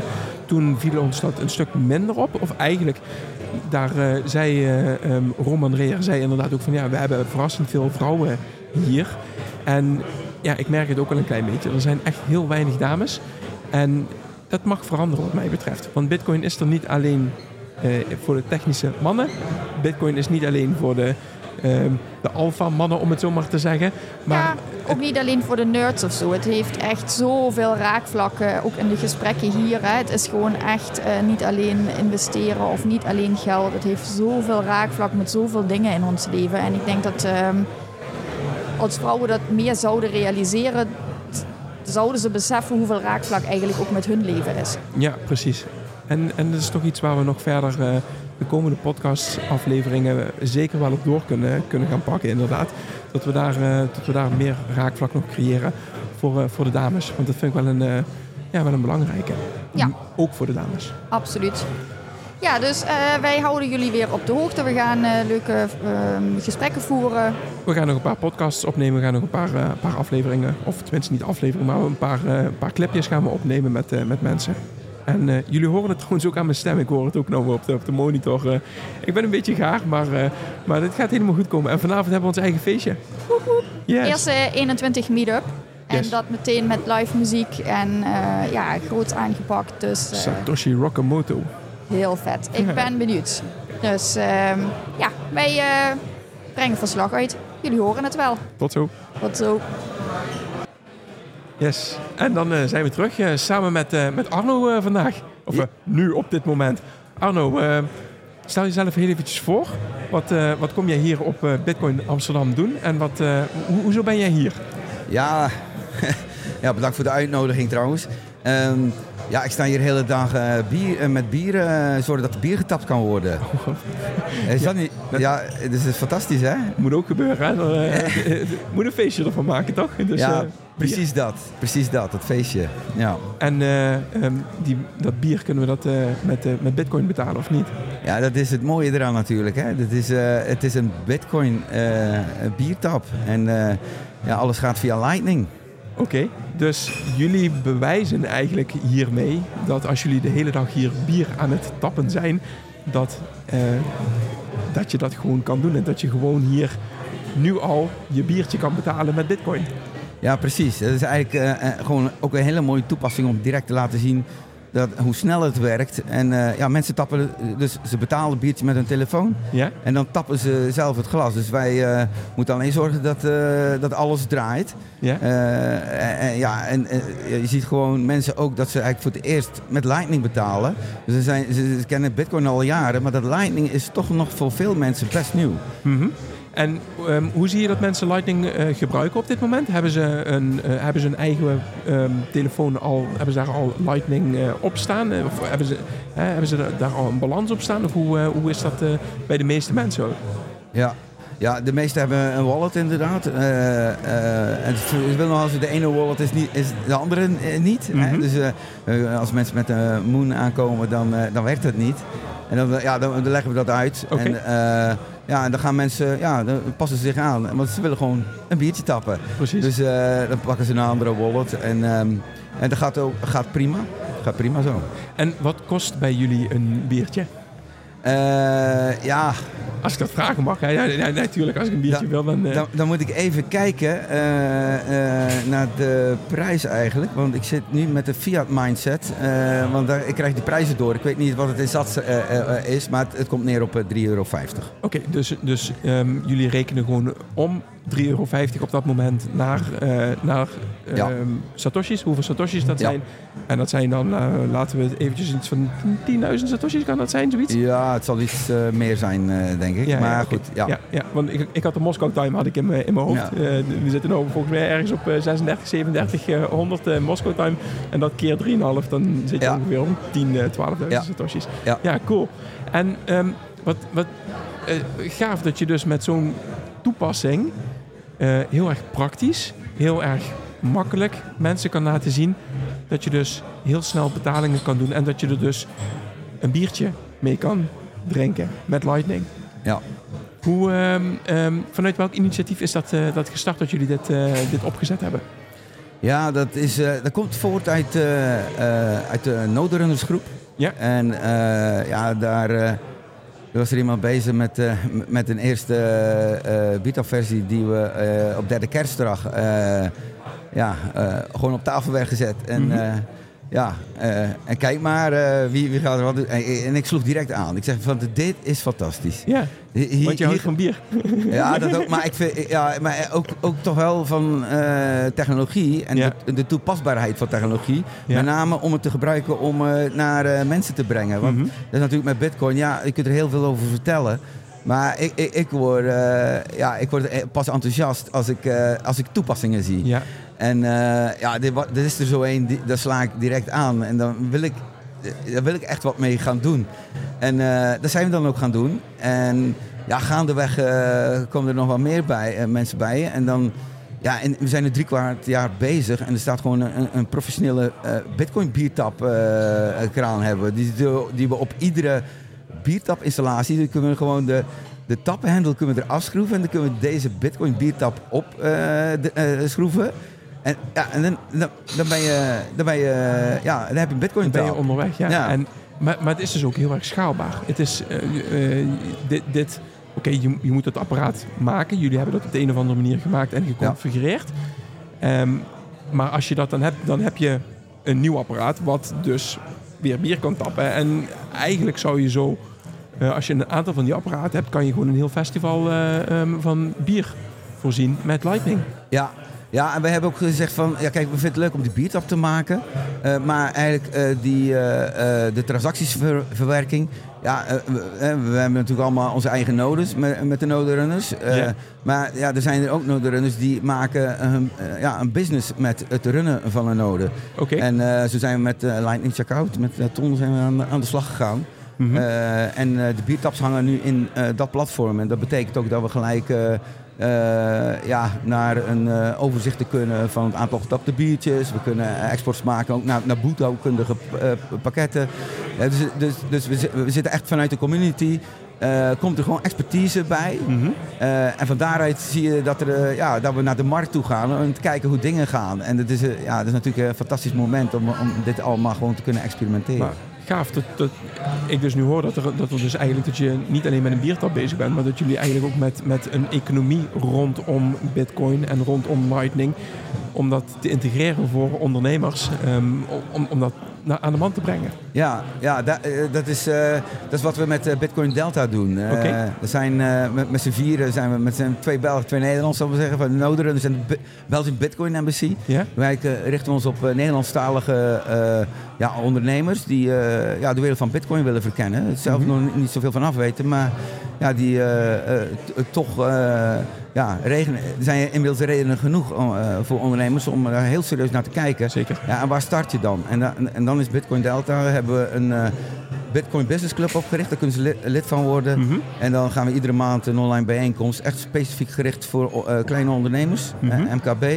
toen viel ons dat een stuk minder op. Of eigenlijk, daar uh, zei uh, um, Roman Reer zei inderdaad ook van ja, we hebben verrassend veel vrouwen hier. En ja, ik merk het ook wel een klein beetje. Er zijn echt heel weinig dames. En dat mag veranderen wat mij betreft. Want Bitcoin is er niet alleen uh, voor de technische mannen. Bitcoin is niet alleen voor de, uh, de alpha-mannen, om het zo maar te zeggen. Maar ja, ook niet alleen voor de nerds of zo. Het heeft echt zoveel raakvlakken, ook in de gesprekken hier. Hè. Het is gewoon echt uh, niet alleen investeren of niet alleen geld. Het heeft zoveel raakvlakken met zoveel dingen in ons leven. En ik denk dat uh, als vrouwen dat meer zouden realiseren, zouden ze beseffen hoeveel raakvlak eigenlijk ook met hun leven is. Ja, precies. En, en dat is toch iets waar we nog verder uh, de komende podcastafleveringen zeker wel op door kunnen, kunnen gaan pakken, inderdaad. Dat we daar, uh, dat we daar meer raakvlak nog creëren voor, uh, voor de dames. Want dat vind ik wel een, uh, ja, wel een belangrijke. Ja. Ook voor de dames. Absoluut. Ja, dus uh, wij houden jullie weer op de hoogte. We gaan uh, leuke uh, gesprekken voeren. We gaan nog een paar podcasts opnemen. We gaan nog een paar, uh, paar afleveringen, of tenminste niet afleveringen, maar een paar, uh, een paar clipjes gaan we opnemen met, uh, met mensen. En uh, jullie horen het trouwens ook aan mijn stem. Ik hoor het ook nog op de, op de monitor. Uh, ik ben een beetje gaar, maar, uh, maar dit gaat helemaal goed komen. En vanavond hebben we ons eigen feestje. Yes. Eerste eenentwintig meetup. En Yes. dat meteen met live muziek en uh, ja, groots aangepakt. Dus, uh, Satoshi Nakamoto. Heel vet. Ik ben benieuwd. Dus uh, ja, wij uh, brengen verslag uit. Jullie horen het wel. Tot zo. Tot zo. Yes. En dan uh, zijn we terug uh, samen met, uh, met Arno uh, vandaag. Of uh, nu op dit moment. Arno, uh, stel jezelf heel eventjes voor. Wat, uh, wat kom jij hier op uh, Bitcoin Amsterdam doen? En wat, uh, ho- hoezo ben jij hier? Ja, ja, bedankt voor de uitnodiging trouwens. Um, ja, ik sta hier de hele dag uh, bier, uh, met bier, uh, zorgen dat er bier getapt kan worden. Is dat niet? Ja, dat is fantastisch, hè? Moet ook gebeuren, hè? Er, uh, moet een feestje ervan maken, toch? Dus, ja, uh, precies dat. Precies dat, dat feestje. Ja. En uh, um, die, dat bier, kunnen we dat uh, met, uh, met Bitcoin betalen of niet? Ja, dat is het mooie eraan natuurlijk, hè? Dat is, uh, het is een Bitcoin uh, biertap. En uh, ja, alles gaat via Lightning. Oké, okay, dus jullie bewijzen eigenlijk hiermee dat als jullie de hele dag hier bier aan het tappen zijn, dat, uh, dat je dat gewoon kan doen en dat je gewoon hier nu al je biertje kan betalen met Bitcoin. Ja, precies. Dat is eigenlijk uh, gewoon ook een hele mooie toepassing om direct te laten zien dat, hoe snel het werkt. En uh, ja, mensen tappen, dus ze betalen een biertje met hun telefoon. Ja? En dan tappen ze zelf het glas. Dus wij uh, moeten alleen zorgen dat, uh, dat alles draait. Ja? Uh, en, ja, en uh, je ziet gewoon mensen ook dat ze eigenlijk voor het eerst met Lightning betalen. Dus ze, zijn, ze, ze kennen Bitcoin al jaren, maar dat Lightning is toch nog voor veel mensen best nieuw. Mm-hmm. En um, hoe zie je dat mensen Lightning uh, gebruiken op dit moment? Hebben ze een, uh, hebben ze een eigen um, telefoon al, hebben ze daar al Lightning uh, op staan? Uh, of hebben ze, uh, hebben ze daar al een balans op staan? Of hoe, uh, hoe is dat uh, bij de meeste mensen? Ja. Ja, de meesten hebben een wallet inderdaad. Uh, uh, en het wil nog als de ene wallet is, niet, is de andere uh, niet. Mm-hmm. Hè? Dus uh, uh, als mensen met een Moon aankomen, dan, uh, dan werkt het niet. En dan, ja, dan, dan leggen we dat uit. Okay. En, uh, ja, en dan gaan mensen, ja, dan passen ze zich aan. Want ze willen gewoon een biertje tappen. Precies. Dus uh, dan pakken ze een andere wallet. En, um, en dat gaat, ook, gaat prima. Gaat prima zo. En wat kost bij jullie een biertje? Uh, ja... Als ik dat vragen mag. Ja, ja, ja, natuurlijk, als ik een biertje dan, wil, dan... Uh... dan... Dan moet ik even kijken uh, uh, naar de prijs eigenlijk. Want ik zit nu met de fiat mindset. Uh, want daar, ik krijg die prijzen door. Ik weet niet wat het in sats uh, uh, is, maar het, het komt neer op uh, drie euro vijftig. Oké, okay, dus, dus um, jullie rekenen gewoon om drie euro vijftig op dat moment naar, uh, naar uh, ja. satoshis. Hoeveel satoshis dat ja. zijn. En dat zijn dan, uh, laten we het eventjes iets van tienduizend satoshis, kan dat zijn, zoiets? Ja, het zal iets uh, meer zijn, uh, denk ik. Ja, maar ja, okay. goed, ja. ja, ja. Want ik, ik had de Moskou Time had ik in mijn hoofd. Ja. Uh, we zitten nu volgens mij ergens op uh, zesendertig, zevenendertig, uh, honderd uh, Moskou Time. En dat keer drie komma vijf, dan zit je ja. ongeveer om tien, twaalfduizend ja. satoshis. Ja. ja, cool. En um, wat, wat uh, gaaf dat je dus met zo'n toepassing uh, heel erg praktisch, heel erg makkelijk mensen kan laten zien dat je dus heel snel betalingen kan doen en dat je er dus een biertje mee kan drinken met Lightning. Ja. Hoe, um, um, vanuit welk initiatief is dat, uh, dat gestart dat jullie dit, uh, dit opgezet hebben? Ja, dat, is, uh, dat komt voort uit, uh, uh, uit de noodrunnersgroep. Ja. En uh, ja, daar uh, was er iemand bezig met, uh, met een eerste uh, beta-versie die we uh, op derde kerstdag uh, ja, uh, gewoon op tafel werd gezet. En, mm-hmm. uh, ja, uh, en kijk maar, uh, wie, wie gaat er wat doen. En, en ik sloeg direct aan. Ik zeg van, dit is fantastisch. Ja, hier, want je houdt van bier. Ja, dat ook, maar, ik vind, ja, maar ook, ook toch wel van uh, technologie en ja. de, de toepasbaarheid van technologie. Ja. Met name om het te gebruiken om uh, naar uh, mensen te brengen. Want mm-hmm. dat is natuurlijk met Bitcoin, ja, je kunt er heel veel over vertellen. Maar ik, ik, ik, word, uh, ja, ik word pas enthousiast als ik, uh, als ik toepassingen zie. Ja. En uh, ja, dit, dit is er zo een, die, daar sla ik direct aan. En dan wil ik, daar wil ik echt wat mee gaan doen. En uh, dat zijn we dan ook gaan doen. En ja, gaandeweg uh, komen er nog wat meer bij, uh, mensen bij. En dan, ja, en we zijn nu drie kwart jaar bezig. En er staat gewoon een, een professionele uh, Bitcoin biertap uh, kraan hebben. Die, die we op iedere biertap installatie, dan kunnen we gewoon de... De tappenhendel kunnen we er afschroeven en dan kunnen we deze Bitcoin biertap op uh, de, uh, schroeven. En, ja, en dan, dan, dan ben je, dan ben je, ja, dan heb je een Bitcoin tap. Dan ben je onderweg, ja. ja. En, maar, maar het is dus ook heel erg schaalbaar. Het is uh, uh, dit, dit oké, okay, je, je moet het apparaat maken. Jullie hebben dat op de een of andere manier gemaakt en geconfigureerd. Ja. Um, maar als je dat dan hebt, dan heb je een nieuw apparaat wat dus weer bier kan tappen. En eigenlijk zou je zo... Uh, als je een aantal van die apparaten hebt, kan je gewoon een heel festival uh, um, van bier voorzien met Lightning. Ja, ja, en we hebben ook gezegd van, ja kijk, we vinden het leuk om die biertap te maken. Uh, maar eigenlijk uh, die, uh, uh, de transactiesverwerking, ja, uh, we, uh, we hebben natuurlijk allemaal onze eigen nodes met, met de noderunners. Uh, ja. Maar ja, er zijn er ook noderunners die maken een, uh, ja, een business met het runnen van een node. Okay. En uh, zo zijn we met uh, Lightning Checkout, met uh, Ton zijn we aan, aan de slag gegaan. Mm-hmm. Uh, en uh, de biertaps hangen nu in uh, dat platform. En dat betekent ook dat we gelijk uh, uh, ja, naar een uh, overzicht te kunnen van het aantal getapte biertjes. We kunnen uh, exports maken ook naar, naar boekhoudkundige uh, pakketten. Uh, dus dus, dus we, we zitten echt vanuit de community. Uh, komt er gewoon expertise bij. Mm-hmm. Uh, en van daaruit zie je dat, er, uh, ja, dat we naar de markt toe gaan en te kijken hoe dingen gaan. En dat is, uh, ja, dat is natuurlijk een fantastisch moment om, om dit allemaal gewoon te kunnen experimenteren. Maar gaaf dat, dat ik dus nu hoor dat er, dat er dus eigenlijk dat je niet alleen met een biertap bezig bent, maar dat jullie eigenlijk ook met, met een economie rondom Bitcoin en rondom Lightning, om dat te integreren voor ondernemers, um, om, om dat aan de man te brengen. Ja, ja dat, dat, is, uh, dat is wat we met uh, Bitcoin Delta doen. Uh, okay. We zijn uh, met, met z'n vieren, zijn we met z'n twee Belgen, twee Nederlanders, zullen we zeggen, van de Noderen. We zijn de Belgian Bitcoin Embassy. Yeah. Wij uh, richten ons op uh, Nederlandstalige uh, ja, ondernemers die uh, ja, de wereld van Bitcoin willen verkennen. Het zelf mm-hmm. nog niet zoveel van af weten, maar ja, die uh, uh, t- toch... Uh, Ja, regen, er zijn inmiddels redenen genoeg uh, voor ondernemers om daar heel serieus naar te kijken. Zeker. Ja, en waar start je dan? En, da- en dan is Bitcoin Delta, hebben we een uh, Bitcoin Business Club opgericht. Daar kunnen ze lid, lid van worden. Mm-hmm. En dan gaan we iedere maand een online bijeenkomst, echt specifiek gericht voor uh, kleine ondernemers, mm-hmm. uh, M K B.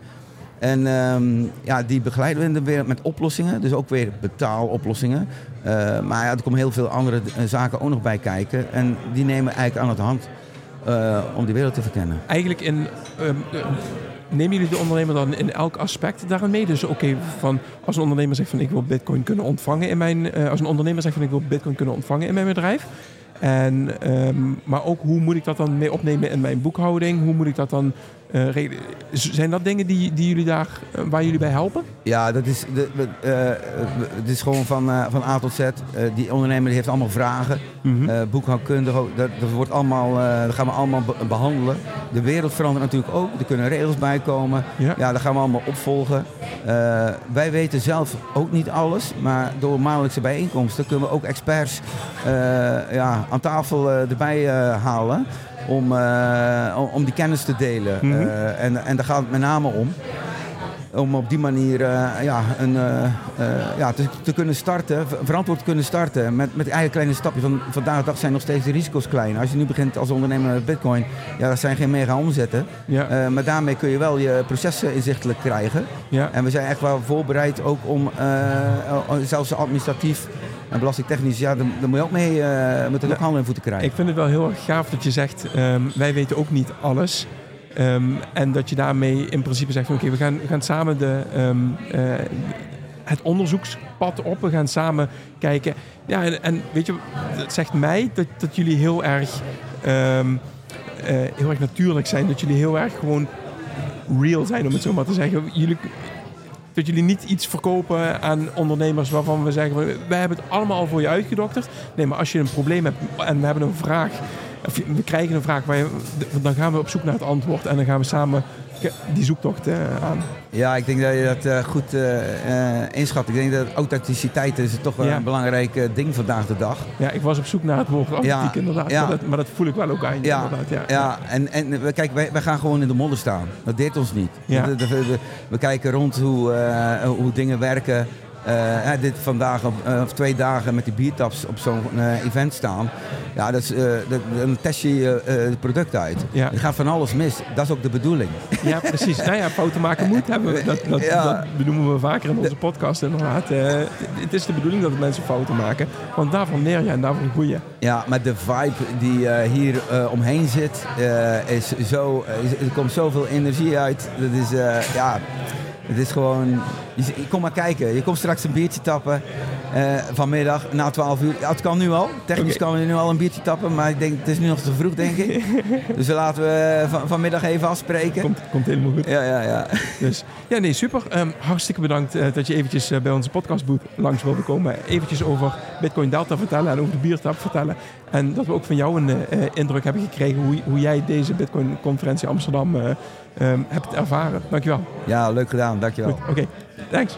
En um, ja, die begeleiden we in de wereld met oplossingen, dus ook weer betaaloplossingen. Uh, maar ja, er komen heel veel andere uh, zaken ook nog bij kijken. En die nemen eigenlijk aan het hand. Uh, om die wereld te verkennen. Eigenlijk in, um, uh, nemen jullie de ondernemer dan in elk aspect daarin mee? Dus oké, okay, van als een ondernemer zegt van ik wil Bitcoin kunnen ontvangen in mijn, uh, als een ondernemer zegt van ik wil Bitcoin kunnen ontvangen in mijn bedrijf. En, um, maar ook hoe moet ik dat dan mee opnemen in mijn boekhouding? Hoe moet ik dat dan uh, regelen? Zijn dat dingen die, die jullie daar, uh, waar jullie bij helpen? Ja, dat is, de, uh, het is gewoon van, uh, van A tot Z. Uh, die ondernemer die heeft allemaal vragen. Mm-hmm. Uh, boekhoudkundig, dat, dat, wordt allemaal, uh, dat gaan we allemaal be- behandelen. De wereld verandert natuurlijk ook. Er kunnen regels bij komen. Ja, ja dat gaan we allemaal opvolgen. Uh, wij weten zelf ook niet alles. Maar door maandelijkse bijeenkomsten kunnen we ook experts uh, ja, aan tafel uh, erbij uh, halen. Om, uh, om die kennis te delen. Mm-hmm. Uh, en, en daar gaat het met name om. Om op die manier uh, ja, een, uh, uh, ja, te, te kunnen starten, verantwoord te kunnen starten met, met eigen kleine stapjes. Van, vandaag de dag zijn nog steeds de risico's klein. Als je nu begint als ondernemer met Bitcoin, ja, dat zijn geen mega omzetten. Ja. Uh, maar daarmee kun je wel je processen inzichtelijk krijgen. Ja. En we zijn echt wel voorbereid ook om uh, zelfs administratief en belastingtechnisch, ja, daar, daar moet je ook mee uh, met de ja. handen in voeten krijgen. Ik vind het wel heel erg gaaf dat je zegt, um, wij weten ook niet alles. Um, en dat je daarmee in principe zegt van oké, okay, we, gaan, we gaan samen de, um, uh, het onderzoekspad op. We gaan samen kijken. Ja, en, en weet je, het zegt mij dat, dat jullie heel erg, um, uh, heel erg natuurlijk zijn. Dat jullie heel erg gewoon real zijn, om het zo maar te zeggen. Jullie, dat jullie niet iets verkopen aan ondernemers waarvan we zeggen, wij hebben het allemaal al voor je uitgedokterd. Nee, maar als je een probleem hebt en we hebben een vraag, of we krijgen een vraag, waar je, dan gaan we op zoek naar het antwoord en dan gaan we samen die zoektocht uh, aan. Ja, ik denk dat je dat uh, goed uh, uh, inschat. Ik denk dat authenticiteit is toch wel ja. een belangrijk uh, ding vandaag de dag. Ja, ik was op zoek naar het woord authentiek ja, inderdaad. Ja. Maar, dat, maar dat voel ik wel ook aan je ja, inderdaad. Ja, ja. en, en kijk, wij, wij gaan gewoon in de modder staan. Dat deert ons niet. Ja. We, we, we kijken rond hoe, uh, hoe dingen werken. Uh, dit vandaag op uh, twee dagen met die biertaps op zo'n uh, event staan. Ja, dat is, uh, dat, dan test je uh, het product uit. Ja. Er gaat van alles mis. Dat is ook de bedoeling. Ja, precies. Nou ja, fouten maken moet. Hebben we. Dat, dat, ja. dat benoemen we vaker in onze podcast inderdaad. Uh, het is de bedoeling dat mensen fouten maken. Want daarvan leer je en daarvan groei je. Ja, maar de vibe die uh, hier uh, omheen zit, uh, is zo, uh, er komt zoveel energie uit. Dat is, uh, ja... Het is gewoon, je, je kom maar kijken. Je komt straks een biertje tappen uh, vanmiddag na twaalf uur. Ja, het kan nu al. Technisch okay. kan we nu al een biertje tappen, maar ik denk, het is nu nog te vroeg, denk ik. Dus laten we van, vanmiddag even afspreken. Komt, komt helemaal goed. Ja, ja, ja. Dus, ja, nee, super. Um, hartstikke bedankt uh, dat je eventjes uh, bij onze podcastboot langs wilde komen. Eventjes over Bitcoin Delta vertellen en over de biertap vertellen. En dat we ook van jou een uh, indruk hebben gekregen hoe, hoe jij deze Bitcoin-conferentie Amsterdam uh, um, hebt ervaren. Dankjewel. Ja, leuk gedaan. Dankjewel. Oké, okay. Thanks.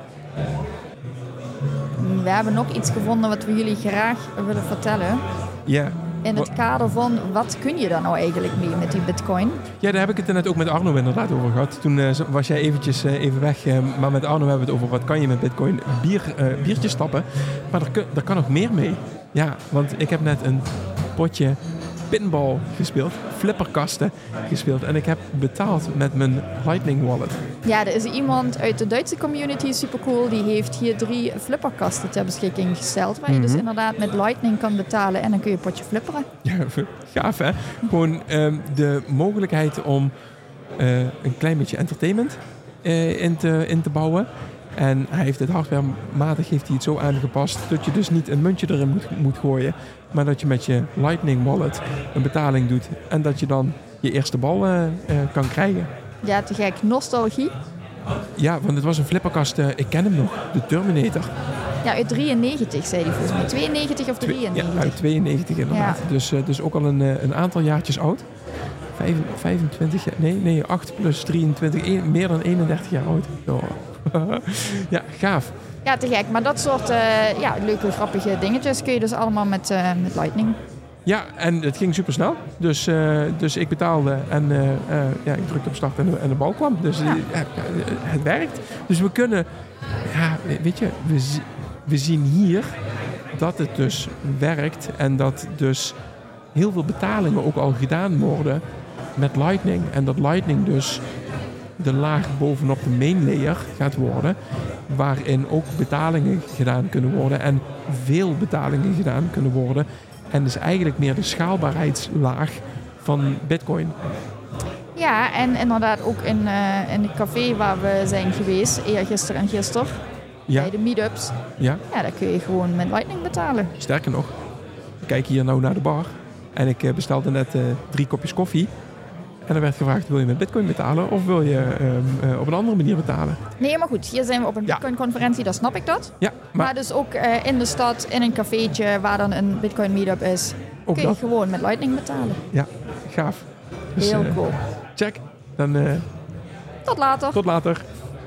We hebben nog iets gevonden wat we jullie graag willen vertellen. Ja. Yeah. In het kader van, wat kun je daar nou eigenlijk mee met die bitcoin? Ja, daar heb ik het er net ook met Arno inderdaad over gehad. Toen uh, was jij eventjes uh, even weg. Uh, maar met Arno hebben we het over, wat kan je met bitcoin? Bier, uh, biertjes stappen. Maar er, er kan nog meer mee. Ja, want ik heb net een potje pinball gespeeld. Flipperkasten gespeeld. En ik heb betaald met mijn Lightning Wallet. Ja, er is iemand uit de Duitse community, supercool. Die heeft hier drie flipperkasten ter beschikking gesteld. Waar je mm-hmm. dus inderdaad met Lightning kan betalen. En dan kun je een potje flipperen. Ja, gaaf hè? Gewoon um, de mogelijkheid om uh, een klein beetje entertainment uh, in, te, in te bouwen. En hij heeft het hardwarematig heeft hij het zo aangepast dat je dus niet een muntje erin moet, moet gooien, maar dat je met je Lightning Wallet een betaling doet en dat je dan je eerste bal uh, uh, kan krijgen. Ja, te gek. Nostalgie. Ja, want het was een flipperkast, uh, ik ken hem nog, de Terminator. Ja, uit drieënnegentig zei hij volgens mij. tweeënnegentig of drieënnegentig? Ja, uit tweeënnegentig inderdaad. Ja. Dus, uh, dus ook al een, uh, een aantal jaartjes oud. Vijf, vijfentwintig jaar, nee, nee, acht plus drieëntwintig, een, meer dan eenendertig jaar oud. Oh. Ja, gaaf. Ja, te gek. Maar dat soort uh, ja, leuke, grappige dingetjes kun je dus allemaal met, uh, met Lightning. Ja, en het ging super snel. Dus, uh, dus ik betaalde en uh, uh, ja, ik drukte op start en de, en de bal kwam. Dus ja. Uh, het werkt. Dus we kunnen, ja, weet je, we, we zien hier dat het dus werkt en dat dus heel veel betalingen ook al gedaan worden met Lightning. En dat Lightning dus de laag bovenop de main layer gaat worden, waarin ook betalingen gedaan kunnen worden en veel betalingen gedaan kunnen worden. En dus eigenlijk meer de schaalbaarheidslaag van Bitcoin. Ja, en inderdaad ook in, uh, in het café waar we zijn geweest, eergisteren en gisteren, ja. bij de meetups. Ja. Ja, daar kun je gewoon met Lightning betalen. Sterker nog, ik kijk hier nou naar de bar en ik bestelde net uh, drie kopjes koffie. En er werd gevraagd, wil je met Bitcoin betalen of wil je um, uh, op een andere manier betalen? Nee, maar goed, hier zijn we op een ja. Bitcoin-conferentie, dan snap ik dat. Ja, maar... maar dus ook uh, in de stad, in een cafeetje waar dan een Bitcoin-meetup is, ook kun je dat. gewoon met Lightning betalen. Ja, gaaf. Dus, heel uh, cool. Check. Dan, uh, tot later. Tot later.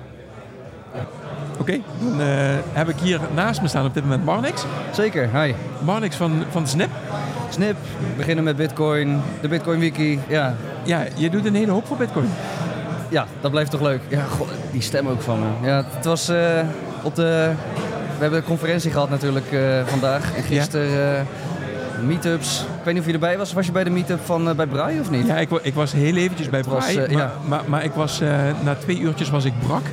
Oké, okay, dan uh, heb ik hier naast me staan op dit moment Marnix. Zeker, hi. Marnix van, van Snip. Snip, we beginnen met Bitcoin, de Bitcoin Wiki, ja. Ja, je doet een hele hoop voor Bitcoin. Ja, dat blijft toch leuk. Ja, god, die stem ook van me. Ja, het was uh, op de... We hebben een conferentie gehad natuurlijk uh, vandaag en gisteren. Ja. Uh, meetups. Ik weet niet of je erbij was. Was je bij de meetup van uh, bij Braai of niet? Ja, ik, ik was heel eventjes bij Braai. Uh, maar, ja. maar, maar ik was uh, na twee uurtjes was ik brak.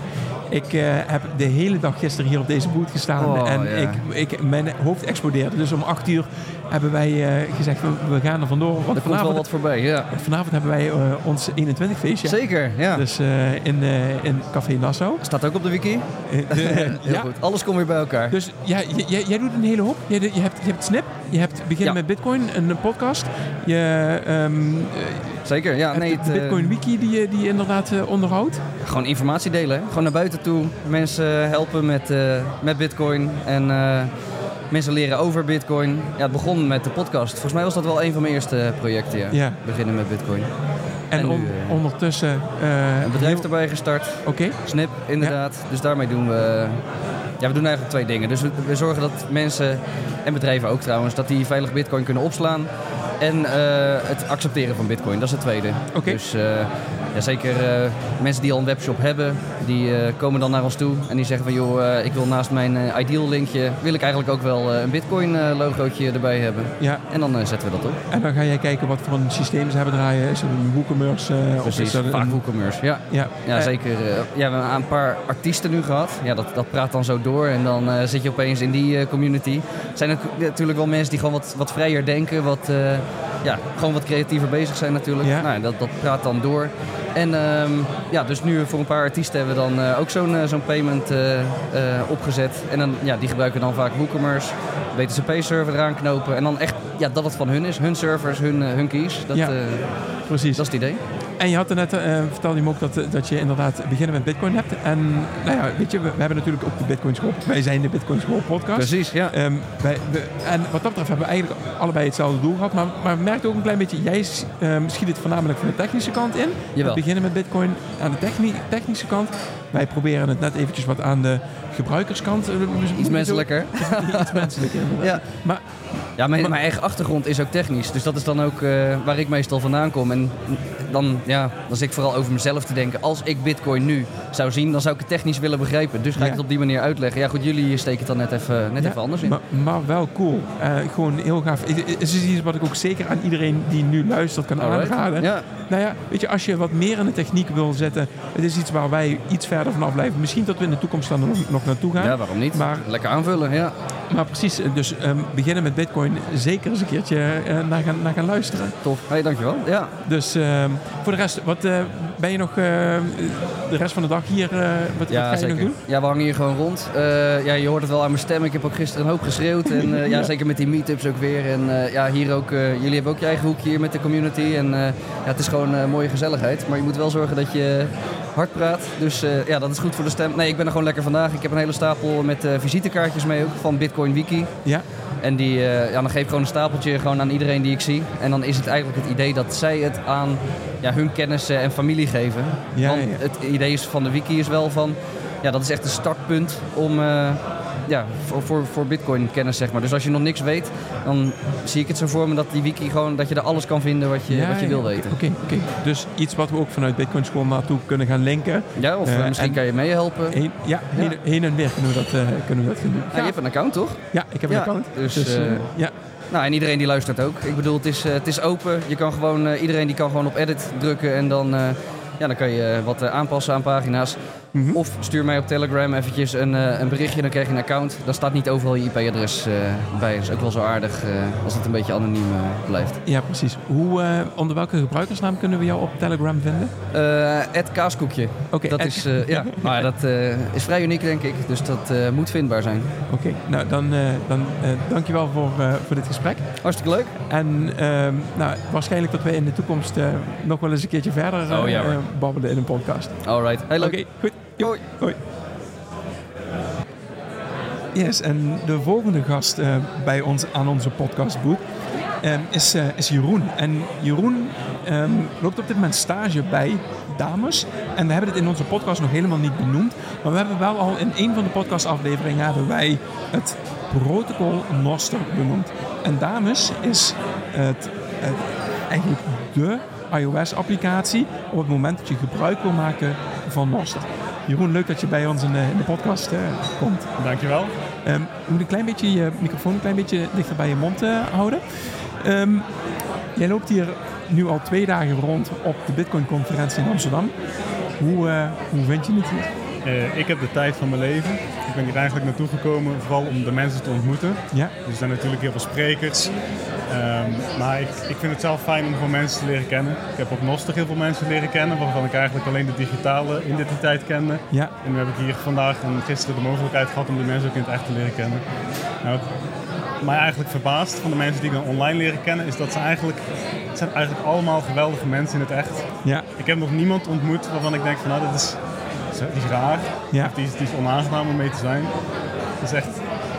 Ik uh, heb de hele dag gisteren hier op deze boot gestaan Oh, en ja. ik, ik, mijn hoofd explodeerde. Dus om acht uur hebben wij uh, gezegd, we, we gaan er vandoor. Want Er komt vanavond, wel wat voorbij, ja. vanavond hebben wij uh, ons eenentwintig feestje. Zeker, ja. Dus uh, in, uh, in Café Nassau. Staat ook op de wiki. Uh, de, Heel ja. goed. Alles komt weer bij elkaar. Dus ja, jij, jij doet een hele hoop. Je, je, hebt, je hebt Snip, je hebt Begin Ja. met Bitcoin, een podcast. Je um, Zeker, ja. hebt Nee, de het, Bitcoin Wiki die je, die je inderdaad uh, onderhoudt. Gewoon informatie delen. Hè? Gewoon naar buiten toe. Mensen helpen met, uh, met Bitcoin. En uh, mensen leren over Bitcoin. Ja, het begon met de podcast. Volgens mij was dat wel een van mijn eerste projecten. Ja. Ja. Beginnen met Bitcoin. En, En nu, on, uh, ondertussen... Uh, Een bedrijf heel- erbij gestart. Oké. Snip, inderdaad. Dus daarmee doen we... Ja, we doen eigenlijk twee dingen. Dus we, we zorgen dat mensen, en bedrijven ook trouwens, dat die veilig Bitcoin kunnen opslaan. En uh, het accepteren van Bitcoin, dat is het tweede. Oké. Dus uh, ja, zeker uh, mensen die al een webshop hebben, die uh, komen dan naar ons toe. En die zeggen van, joh, uh, ik wil naast mijn uh, Ideal linkje, wil ik eigenlijk ook wel uh, een Bitcoin uh, logootje erbij hebben. Ja. En dan uh, zetten we dat op. En dan ga jij kijken wat voor een systeem ze hebben draaien. Is het een WooCommerce? Uh, of Precies, is dat een- vaak WooCommerce, ja. Ja, Ja, Eh, zeker. Uh, ja, we hebben een paar artiesten nu gehad. Ja, dat, dat praat dan zo door en dan uh, zit je opeens in die uh, community. Er zijn ook natuurlijk wel mensen die gewoon wat, wat vrijer denken, wat, uh, ja, gewoon wat creatiever bezig zijn natuurlijk. Ja. Nou, dat, dat praat dan door. En um, ja, dus nu voor een paar artiesten hebben we dan uh, ook zo'n, uh, zo'n payment uh, uh, opgezet. En dan, ja, die gebruiken dan vaak WooCommerce, B T C P-server eraan knopen. En dan echt ja, dat het van hun is, hun servers, hun, uh, hun keys. Dat, Ja. uh, precies. dat is het idee. En je had er net, uh, vertelde je me ook dat, dat je inderdaad beginnen met Bitcoin hebt. En nou ja, weet je, we, we hebben natuurlijk ook de Bitcoin School. Wij zijn de Bitcoin School podcast. Precies, ja. Um, wij, we, en wat dat betreft hebben we eigenlijk allebei hetzelfde doel gehad. Maar, maar we merkten ook een klein beetje, jij um, schiet het voornamelijk van de technische kant in. Jawel. We beginnen met Bitcoin aan de techni- technische kant. Wij proberen het net eventjes wat aan de gebruikerskant. Uh, Iets menselijker. Iets menselijker, inderdaad. Ja. Maar Ja, mijn, Maar- mijn eigen achtergrond is ook technisch. Dus dat is dan ook uh, waar ik meestal vandaan kom. En dan, ja, dan zit ik vooral over mezelf te denken. Als ik Bitcoin nu zou zien, dan zou ik het technisch willen begrijpen. Dus ga ik Ja. het op die manier uitleggen. Ja goed, jullie steken het dan net even, net Ja, even anders in. Maar, maar wel cool. Uh, gewoon heel gaaf. Het is iets wat ik ook zeker aan iedereen die nu luistert kan Alright. aanraden. Ja. Nou ja, weet je, als je wat meer in de techniek wil zetten, het is iets waar wij iets verder vanaf blijven. Misschien dat we in de toekomst dan nog, nog naartoe gaan. ja, waarom niet? Maar- Lekker aanvullen, ja. Maar precies, dus um, beginnen met Bitcoin, zeker eens een keertje uh, naar, gaan, naar gaan luisteren. Tof. Hey, dankjewel. Ja. Dus um, voor de rest, wat uh, ben je nog uh, de rest van de dag hier? Uh, wat, Ja, wat ga je zeker. nog doen? Ja, we hangen hier gewoon rond. Uh, ja, je hoort het wel aan mijn stem. Ik heb ook gisteren een hoop geschreeuwd. En uh, ja, Ja. zeker met die meetups ook weer. En uh, ja, hier ook, uh, jullie hebben ook je eigen hoekje hier met de community. En uh, ja, het is gewoon uh, mooie gezelligheid. Maar je moet wel zorgen dat je hard praat. Dus uh, ja, dat is goed voor de stem. Nee, ik ben er gewoon lekker vandaag. Ik heb een hele stapel met uh, visitekaartjes mee ook van Bitcoin Wiki. Ja, En die, uh, ja, dan geef ik gewoon een stapeltje gewoon aan iedereen die ik zie. En dan is het eigenlijk het idee dat zij het aan ja, hun kennis uh, en familie geven. Ja, Want ja, ja. het idee is van de wiki is wel van, ja, dat is echt een startpunt om, uh, ja, voor, voor, voor Bitcoin kennis, zeg maar. Dus als je nog niks weet, dan zie ik het zo voor me dat die wiki gewoon, dat je er alles kan vinden wat je, ja, wat je ja. wil weten. Oké, oké. Dus iets wat we ook vanuit Bitcoin School naartoe kunnen gaan linken. Ja, of uh, Uh, misschien en- kan je meehelpen. Heen, ja, Ja. Heen, heen en weer kunnen we dat, uh, kunnen we dat gaan doen. Ja, je hebt een account, toch? Ja, ik heb een Ja, account. dus, Dus, uh, uh, ja. Nou, en iedereen die luistert ook. Ik bedoel, het is, uh, het is open. Je kan gewoon, uh, iedereen die kan gewoon op edit drukken en dan, uh, ja, dan kan je uh, wat uh, aanpassen aan pagina's. Mhm. Of stuur mij op Telegram eventjes een, uh, een berichtje, dan krijg je een account. Dan staat niet overal je I P-adres uh, bij. Dat is ook wel zo aardig uh, als het een beetje anoniem uh, blijft. Ja, precies. Hoe, uh, onder welke gebruikersnaam kunnen we jou op Telegram vinden? Uh, Ed Kaaskoekje. Oké, dat Ed- is, uh, ja, nou ja, dat uh, is vrij uniek, denk ik. Dus dat uh, moet vindbaar zijn. Oké, nou dan, uh, dan uh, dankjewel voor, uh, voor dit gesprek. Hartstikke leuk. En um, nou, waarschijnlijk dat we in de toekomst uh, nog wel eens een keertje verder uh, Oh, ja, hoor. uh, babbelen in een podcast. Alright. Heel Oké, leuk. goed. Jo, Hoi. hoi. Yes, en de volgende gast uh, bij ons aan onze podcastboot um, is, uh, is Jeroen. En Jeroen um, loopt op dit moment stage bij Dames. En we hebben het in onze podcast nog helemaal niet benoemd. Maar we hebben wel al in een van de podcastafleveringen hebben wij het protocol Nostr benoemd. En Dames is het, het, eigenlijk de iOS-applicatie op het moment dat je gebruik wil maken van Nostr. Jeroen, leuk dat je bij ons in de, in de podcast uh, komt. Dankjewel. Um, je moet een klein beetje je microfoon een klein beetje dichter bij je mond uh, houden. Um, jij loopt hier nu al twee dagen rond op de Bitcoin-conferentie in Amsterdam. Hoe, uh, hoe vind je het hier? Uh, ik heb de tijd van mijn leven. Ik ben hier eigenlijk naartoe gekomen vooral om de mensen te ontmoeten. Ja. Dus er zijn natuurlijk heel veel sprekers. Um, maar ik, ik vind het zelf fijn om gewoon mensen te leren kennen. Ik heb op Nostr heel veel mensen leren kennen, waarvan ik eigenlijk alleen de digitale identiteit kende. Ja. En nu heb ik hier vandaag en gisteren de mogelijkheid gehad om die mensen ook in het echt te leren kennen. Nou, mij eigenlijk verbaasd van de mensen die ik dan online leren kennen, is dat ze eigenlijk, het zijn eigenlijk allemaal geweldige mensen in het echt. Ja. Ik heb nog niemand ontmoet waarvan ik denk van nou, dat is, die is raar. Ja. Of die is, die is onaangenaam om mee te zijn. Dat is echt...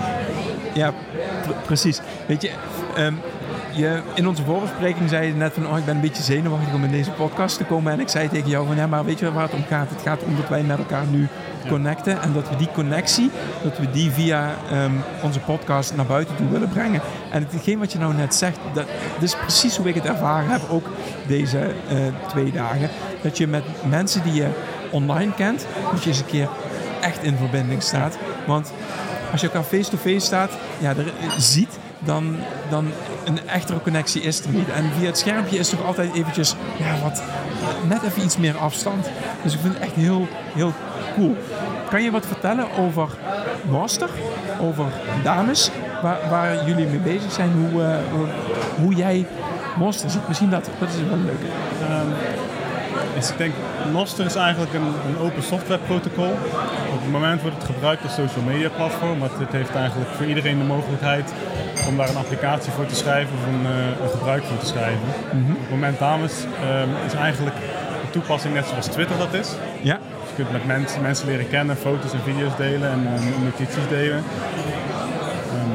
Ja, pr- precies. Weet je, um, je, in onze voorbespreking zei je net van, oh, ik ben een beetje zenuwachtig om in deze podcast te komen. En ik zei tegen jou van, ja, maar weet je waar het om gaat? Het gaat om dat wij met elkaar nu ja. connecten. En dat we die connectie, dat we die via um, onze podcast naar buiten toe willen brengen. En hetgeen wat je nou net zegt, dat, dat is precies hoe ik het ervaren heb, ook deze uh, twee dagen. Dat je met mensen die je online kent, dat je eens een keer echt in verbinding staat. Want als je elkaar face-to-face staat, ja, er, ziet, dan, dan een echtere connectie is er niet. En via het schermpje is toch altijd eventjes, ja, wat, net even iets meer afstand. Dus ik vind het echt heel, heel cool. Kan je wat vertellen over Nostr, over dames, waar, waar jullie mee bezig zijn, hoe, uh, hoe jij Nostr ziet? Misschien dat, dat is wel leuk. Um, dus ik denk, Nostr is eigenlijk een, een open software protocol. Op het moment wordt het gebruikt als social media platform, maar het heeft eigenlijk voor iedereen de mogelijkheid om daar een applicatie voor te schrijven of een, uh, een gebruik voor te schrijven. Mm-hmm. Op het moment dames um, is eigenlijk een toepassing net zoals Twitter dat is. Ja. Dus je kunt met mensen, mensen leren kennen, foto's en video's delen en uh, notities delen. Um,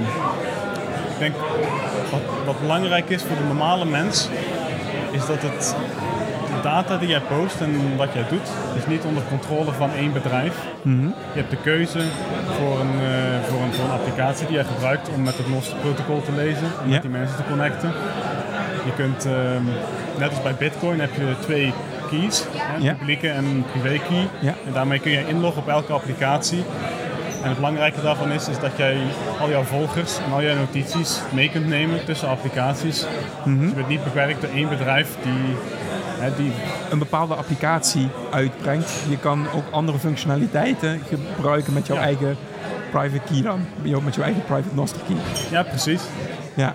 ik denk, wat, wat belangrijk is voor de normale mens, is dat het... De data die jij post en wat jij doet, is niet onder controle van één bedrijf. Mm-hmm. Je hebt de keuze voor een, uh, voor, een, voor een applicatie die jij gebruikt om met het Nostr-protocol te lezen en ja. met die mensen te connecten. Je kunt, uh, net als bij Bitcoin, heb je twee keys, hè, ja. publieke en een privé key. Ja. En daarmee kun je inloggen op elke applicatie. En het belangrijke daarvan is, is dat jij al jouw volgers en al jouw notities mee kunt nemen tussen applicaties. Mm-hmm. Dus je bent niet beperkt door één bedrijf die... He, die een bepaalde applicatie uitbrengt. Je kan ook andere functionaliteiten gebruiken met jouw ja. eigen private key dan. Met jouw eigen private Nostr key. Ja, precies. Ja.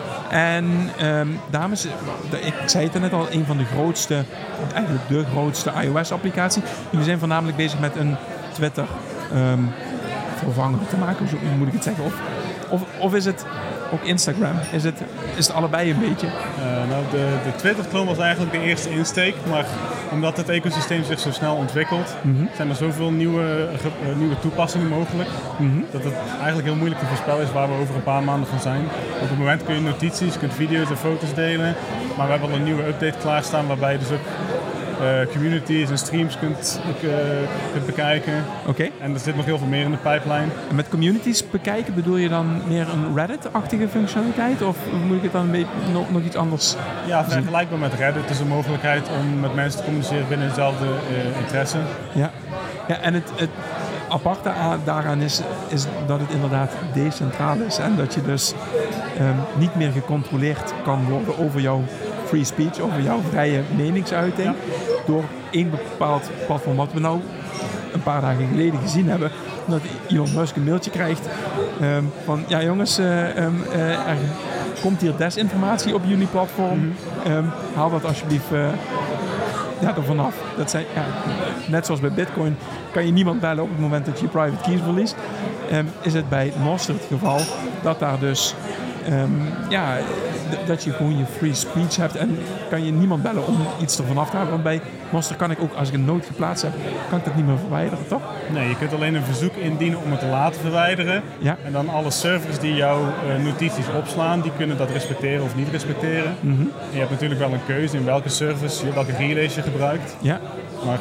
En um, dames, ik zei het net al, een van de grootste, eigenlijk de grootste iOS-applicatie. Jullie zijn voornamelijk bezig met een Twitter um, vervanger te maken, zo moet ik het zeggen. Of, of, of is het ook Instagram? Is het, is het allebei een beetje? Uh, nou, de, de Twitter-kloon was eigenlijk de eerste insteek, maar omdat het ecosysteem zich zo snel ontwikkelt, mm-hmm. zijn er zoveel nieuwe, uh, nieuwe toepassingen mogelijk, mm-hmm. dat het eigenlijk heel moeilijk te voorspellen is waar we over een paar maanden van zijn. Op het moment kun je notities, je kunt video's en foto's delen, maar we hebben al een nieuwe update klaarstaan waarbij je dus ook Uh, communities en streams kunt, uh, kunt bekijken. Oké. Okay. En er zit nog heel veel meer in de pipeline. En met communities bekijken bedoel je dan meer een Reddit-achtige functionaliteit? Of moet ik het dan een beetje nog, nog iets anders Ja, vergelijkbaar met Reddit. Het is een mogelijkheid om met mensen te communiceren binnen dezelfde uh, interesse. Ja, ja en het, het aparte daaraan is, is dat het inderdaad decentraal is. En dat je dus um, niet meer gecontroleerd kan worden over jouw free speech, over jouw vrije meningsuiting, ja. door één bepaald platform. Wat we nou een paar dagen geleden gezien hebben, dat Elon Musk een mailtje krijgt um, van, ja jongens, uh, um, uh, er komt hier desinformatie op jullie platform, mm-hmm. um, haal dat alsjeblieft uh, ja, er vanaf. Dat zijn, ja, net zoals bij Bitcoin kan je niemand bellen op het moment dat je je private keys verliest. Um, is het bij Nostr het geval dat daar dus um, ja, d- dat je gewoon je free speech hebt en kan je niemand bellen om iets ervan af te halen. Want bij Nostr kan ik ook, als ik een noot geplaatst heb, kan ik dat niet meer verwijderen, toch? Nee, je kunt alleen een verzoek indienen om het te laten verwijderen. Ja. En dan alle servers die jouw uh, notities opslaan, die kunnen dat respecteren of niet respecteren. Mm-hmm. En je hebt natuurlijk wel een keuze in welke service, welke relays je gebruikt. Ja. Maar...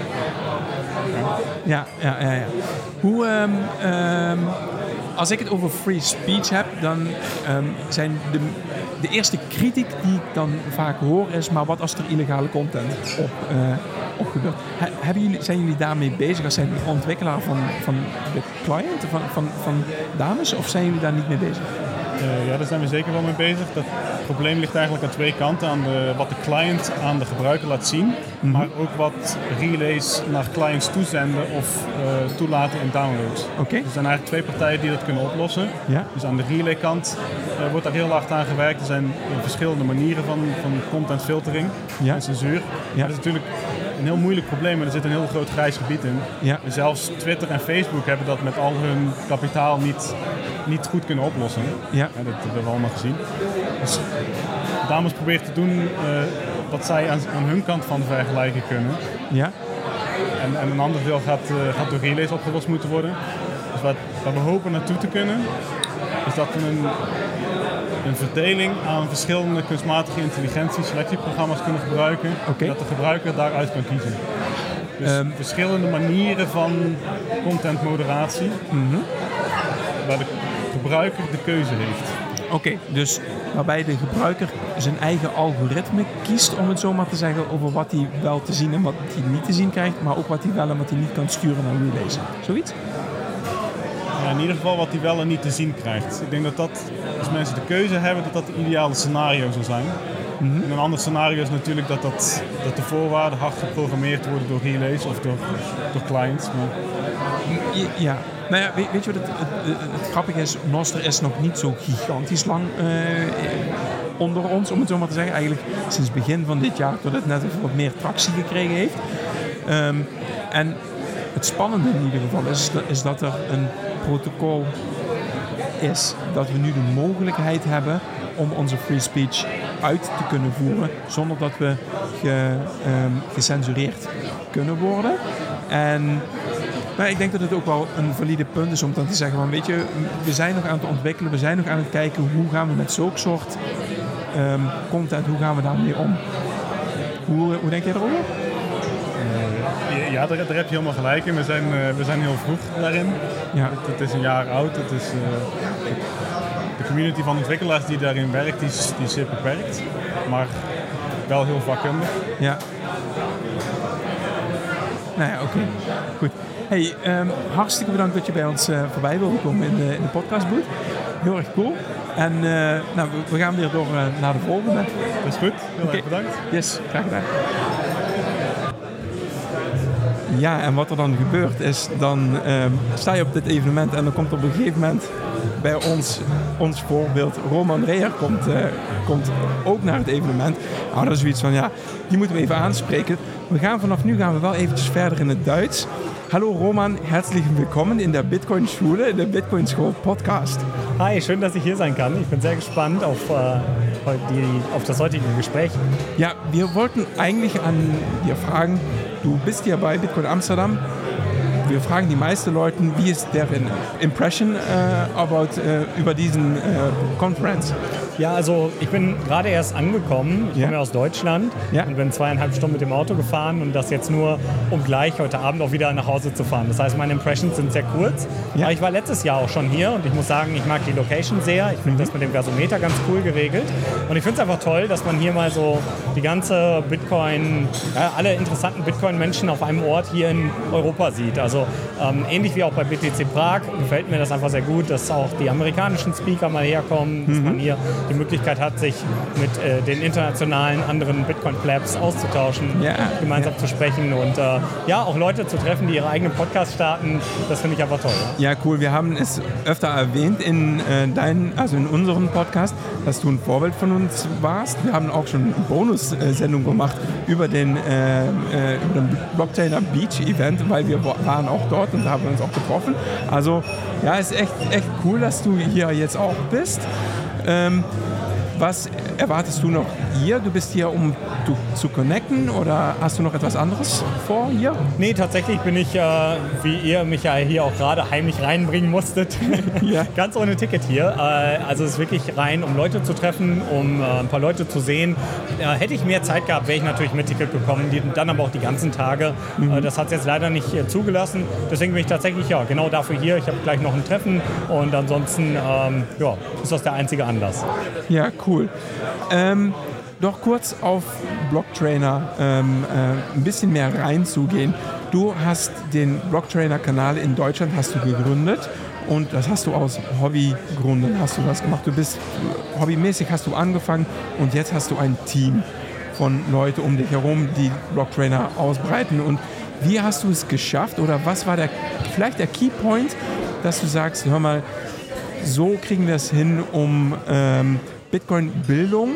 Ja, ja, ja, ja. Hoe, um, um, als ik het over free speech heb, dan um, zijn de, de eerste kritiek die ik dan vaak hoor is, maar wat als er illegale content op, uh, op gebeurt? He, hebben jullie, zijn jullie daarmee bezig? Als zijn jullie ontwikkelaar van, van de client, van, van, van dames, of zijn jullie daar niet mee bezig? Uh, ja, daar zijn we zeker wel mee bezig. Dat probleem ligt eigenlijk aan twee kanten. Aan de, wat de client aan de gebruiker laat zien. Mm-hmm. Maar ook wat relays naar clients toezenden of uh, toelaten in downloads. Okay. Er zijn eigenlijk twee partijen die dat kunnen oplossen. Ja. Dus aan de relay kant uh, wordt daar heel hard aan gewerkt. Er zijn uh, verschillende manieren van, van content filtering ja. en censuur. Ja. Dat is natuurlijk een heel moeilijk probleem en er zit een heel groot grijs gebied in. Ja. En zelfs Twitter en Facebook hebben dat met al hun kapitaal niet, niet goed kunnen oplossen. Ja. Ja, dat hebben we allemaal gezien. Dus Dames probeert te doen uh, wat zij aan, aan hun kant van de vergelijking kunnen. Ja. En, en een ander deel gaat, uh, gaat door relays opgelost moeten worden. Dus wat, wat we hopen naartoe te kunnen, is dat we een, een verdeling aan verschillende kunstmatige intelligentie selectieprogramma's kunnen gebruiken. Okay. Dat de gebruiker daaruit kan kiezen. Dus um, verschillende manieren van contentmoderatie, mm-hmm. waar de gebruiker de keuze heeft. Oké, okay, dus waarbij de gebruiker zijn eigen algoritme kiest, om het zo maar te zeggen, over wat hij wel te zien en wat hij niet te zien krijgt, maar ook wat hij wel en wat hij niet kan sturen naar relays. Zoiets? Ja, in ieder geval wat hij wel en niet te zien krijgt. Ik denk dat dat, als mensen de keuze hebben, dat dat het ideale scenario zou zijn. Mm-hmm. En een ander scenario is natuurlijk dat, dat, dat de voorwaarden hard geprogrammeerd worden door relays of door, door clients. Maar... Ja, nou ja, weet, weet je wat het, het, het, het grappige is? Nostr is nog niet zo gigantisch lang uh, onder ons, om het zo maar te zeggen. Eigenlijk sinds het begin van dit jaar, tot het net even wat meer tractie gekregen heeft. Um, en het spannende in ieder geval is, is dat er een protocol is. Dat we nu de mogelijkheid hebben om onze free speech uit te kunnen voeren zonder dat we ge, um, gecensureerd kunnen worden. En nou, ik denk dat het ook wel een valide punt is om dan te zeggen van, weet je, we zijn nog aan het ontwikkelen, we zijn nog aan het kijken hoe gaan we met zulk soort um, content, hoe gaan we daarmee om? Hoe, hoe denk jij erover? Uh, ja, daar, daar heb je helemaal gelijk in. We zijn, uh, we zijn heel vroeg daarin. Ja. Het, het is een jaar oud. Het is, uh, de community van ontwikkelaars die daarin werkt, die is, die is zeer beperkt. Maar wel heel vakkundig. Ja. Nou ja, oké. Okay. Goed. Hey, um, hartstikke bedankt dat je bij ons uh, voorbij wilde komen in de, in de podcastbooth. Heel erg cool. En uh, nou, we, we gaan weer door uh, naar de volgende. Dat is goed. Heel okay. erg bedankt. Yes, graag gedaan. Ja, en wat er dan gebeurt is, dan uh, sta je op dit evenement en dan komt op een gegeven moment bij ons, ons voorbeeld, Roman Reher komt, uh, komt ook naar het evenement. Nou, dat is zoiets van, ja, die moeten we even aanspreken. We gaan vanaf nu gaan we wel eventjes verder in het Duits. Hallo Roman, herzlich willkommen in der Bitcoin-Schule, in der Bitcoin-School-Podcast. Hi, schön, dass ich hier sein kann. Ich bin sehr gespannt auf, äh, die, auf das heutige Gespräch. Ja, wir wollten eigentlich an dir fragen, du bist ja bei Bitcoin Amsterdam. Wir fragen die meisten Leute, wie ist deren Impression äh, about, äh, über diesen äh, Conference? Ja, also ich bin gerade erst angekommen. Ich ja. komme aus Deutschland ja. und bin zweieinhalb Stunden mit dem Auto gefahren und das jetzt nur, um gleich heute Abend auch wieder nach Hause zu fahren. Das heißt, meine Impressions sind sehr kurz. Ja. Aber ich war letztes Jahr auch schon hier und ich muss sagen, ich mag die Location sehr. Ich finde mhm. das mit dem Gasometer ganz cool geregelt. Und ich finde es einfach toll, dass man hier mal so die ganze Bitcoin, ja, alle interessanten Bitcoin-Menschen auf einem Ort hier in Europa sieht. Also ähm, ähnlich wie auch bei B T C Prag gefällt mir das einfach sehr gut, dass auch die amerikanischen Speaker mal herkommen, dass mhm. man hier die Möglichkeit hat, sich mit äh, den internationalen anderen Bitcoin-Plebs auszutauschen, ja, gemeinsam ja. zu sprechen und äh, ja, auch Leute zu treffen, die ihre eigenen Podcasts starten. Das finde ich einfach toll. Ja, cool. Wir haben es öfter erwähnt in, äh, dein, also in unserem Podcast, dass du ein Vorbild von uns warst. Wir haben auch schon eine Bonus-Sendung gemacht über den, äh, äh, über den Blockchainer Beach Event, weil wir waren auch dort und da haben wir uns auch getroffen. Also ja, es ist echt, echt cool, dass du hier jetzt auch bist. Ähm, was erwartest du noch hier? Du bist hier, um du, zu connecten oder hast du noch etwas anderes vor hier? Nee, tatsächlich bin ich, äh, wie ihr mich ja hier auch gerade heimlich reinbringen musstet, ja. ganz ohne Ticket hier. Äh, also es ist wirklich rein, um Leute zu treffen, um äh, ein paar Leute zu sehen. Äh, hätte ich mehr Zeit gehabt, wäre ich natürlich mit Ticket gekommen, die, dann aber auch die ganzen Tage. Mhm. Äh, das hat es jetzt leider nicht äh, zugelassen. Deswegen bin ich tatsächlich ja genau dafür hier. Ich habe gleich noch ein Treffen und ansonsten ähm, ja, ist das der einzige Anlass. Ja, cool. Ähm, doch kurz auf Blocktrainer ähm, äh, ein bisschen mehr reinzugehen. Du hast den Blocktrainer-Kanal in Deutschland hast du gegründet Und das hast du aus Hobbygründen hast du das gemacht. Du bist hobbymäßig hast du angefangen und jetzt hast du ein Team von Leuten um dich herum, die Blocktrainer ausbreiten. Und wie hast du es geschafft oder was war der, vielleicht der Keypoint, dass du sagst, hör mal, so kriegen wir es hin, um ähm, Bitcoin-Bildung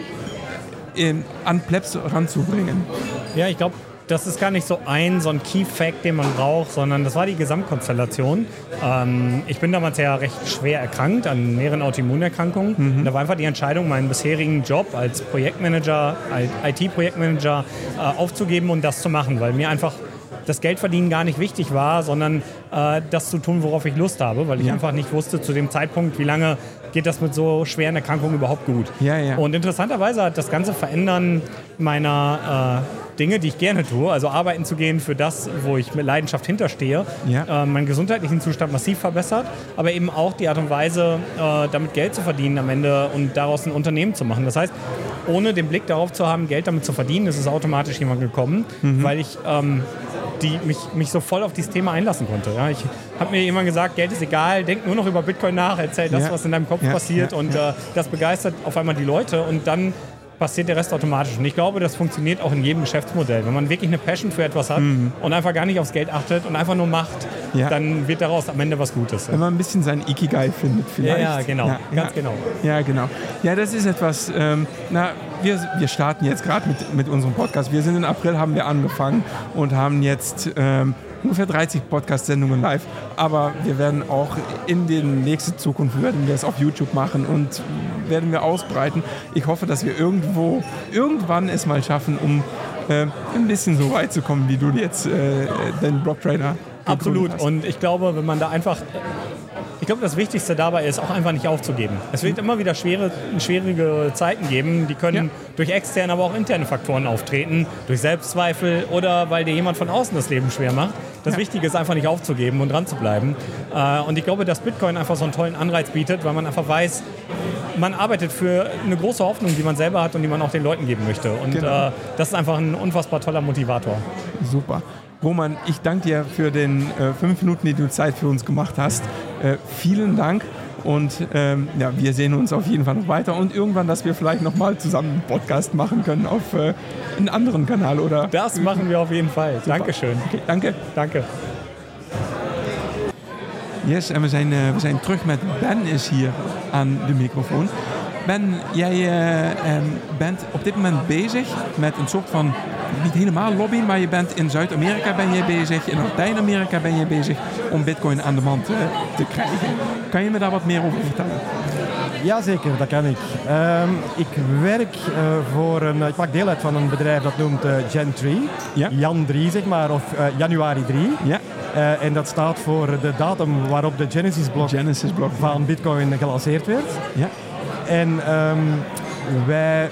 in, an Plebs ranzubringen? Ja, ich glaube, das ist gar nicht so ein, so ein Key-Fact, den man braucht, sondern das war die Gesamtkonstellation. Ähm, ich bin damals ja recht schwer erkrankt an mehreren Autoimmunerkrankungen. Mhm. Und da war einfach die Entscheidung, meinen bisherigen Job als Projektmanager, I T-Projektmanager äh, aufzugeben und das zu machen, weil mir einfach das Geldverdienen gar nicht wichtig war, sondern äh, das zu tun, worauf ich Lust habe, weil ich ja. einfach nicht wusste zu dem Zeitpunkt, wie lange geht das mit so schweren Erkrankungen überhaupt gut. Ja, ja. Und interessanterweise hat das ganze Verändern meiner äh, Dinge, die ich gerne tue, also arbeiten zu gehen für das, wo ich mit Leidenschaft hinterstehe, ja. äh, meinen gesundheitlichen Zustand massiv verbessert, aber eben auch die Art und Weise, äh, damit Geld zu verdienen am Ende und daraus ein Unternehmen zu machen. Das heißt, ohne den Blick darauf zu haben, Geld damit zu verdienen, ist es automatisch jemand gekommen, mhm. weil ich ähm, die mich, mich so voll auf dieses Thema einlassen konnte. Ja, ich habe mir jemand gesagt, Geld ist egal, denk nur noch über Bitcoin nach, erzähl das, ja. was in deinem Kopf ja. passiert ja. und ja. Äh, das begeistert auf einmal die Leute und dann passiert der Rest automatisch. Und ich glaube, das funktioniert auch in jedem Geschäftsmodell. Wenn man wirklich eine Passion für etwas hat mhm. und einfach gar nicht aufs Geld achtet und einfach nur macht, ja. dann wird daraus am Ende was Gutes. Wenn man ein bisschen sein Ikigai findet vielleicht. Ja, ja genau. Ja, ganz ja. genau. Ja, genau. Ja, das ist etwas, ähm, na, wir, wir starten jetzt gerade mit, mit unserem Podcast. Wir sind im April, haben wir angefangen und haben jetzt ähm, ungefähr dreißig Podcast-Sendungen live. Aber wir werden auch in der nächsten Zukunft werden wir es auf YouTube machen und werden wir ausbreiten. Ich hoffe, dass wir irgendwo, irgendwann es mal schaffen, um äh, ein bisschen so weit zu kommen, wie du jetzt äh, den Blocktrainer Absolut. Hast. Und ich glaube, wenn man da einfach... Ich glaube, das Wichtigste dabei ist, auch einfach nicht aufzugeben. Es wird immer wieder schwere, schwierige Zeiten geben, die können ja. durch externe, aber auch interne Faktoren auftreten, durch Selbstzweifel oder weil dir jemand von außen das Leben schwer macht. Das ja. Wichtige ist einfach nicht aufzugeben und dran zu bleiben. Und ich glaube, dass Bitcoin einfach so einen tollen Anreiz bietet, weil man einfach weiß, man arbeitet für eine große Hoffnung, die man selber hat und die man auch den Leuten geben möchte. Und genau. das ist einfach ein unfassbar toller Motivator. Super. Roman, ich danke dir für den äh, fünf Minuten, die du Zeit für uns gemacht hast. Äh, vielen Dank und ähm, ja, wir sehen uns auf jeden Fall noch weiter und irgendwann, dass wir vielleicht nochmal zusammen einen Podcast machen können auf äh, einen anderen Kanal, oder? Das machen wir auf jeden Fall. Super. Dankeschön. Okay, danke. Danke. Yes, en we zijn, uh, we zijn terug met Ben is hier aan de microfoon. Ben, jij uh, um, bent op dit moment bezig met een soort van, niet helemaal lobby, maar je bent in Zuid-Amerika ben je bezig, in Latijns-Amerika ben je bezig om Bitcoin aan de man te, te krijgen. Kan je me daar wat meer over vertellen? Jazeker, dat kan ik. Um, ik werk uh, voor een, ik maak deel uit van een bedrijf dat noemt uh, Gen drie, ja. Jan drie zeg maar, of uh, januari drie. Ja. Uh, en dat staat voor de datum waarop de Genesis-blok, Genesis-blok van Bitcoin gelanceerd werd. Ja. En um, wij,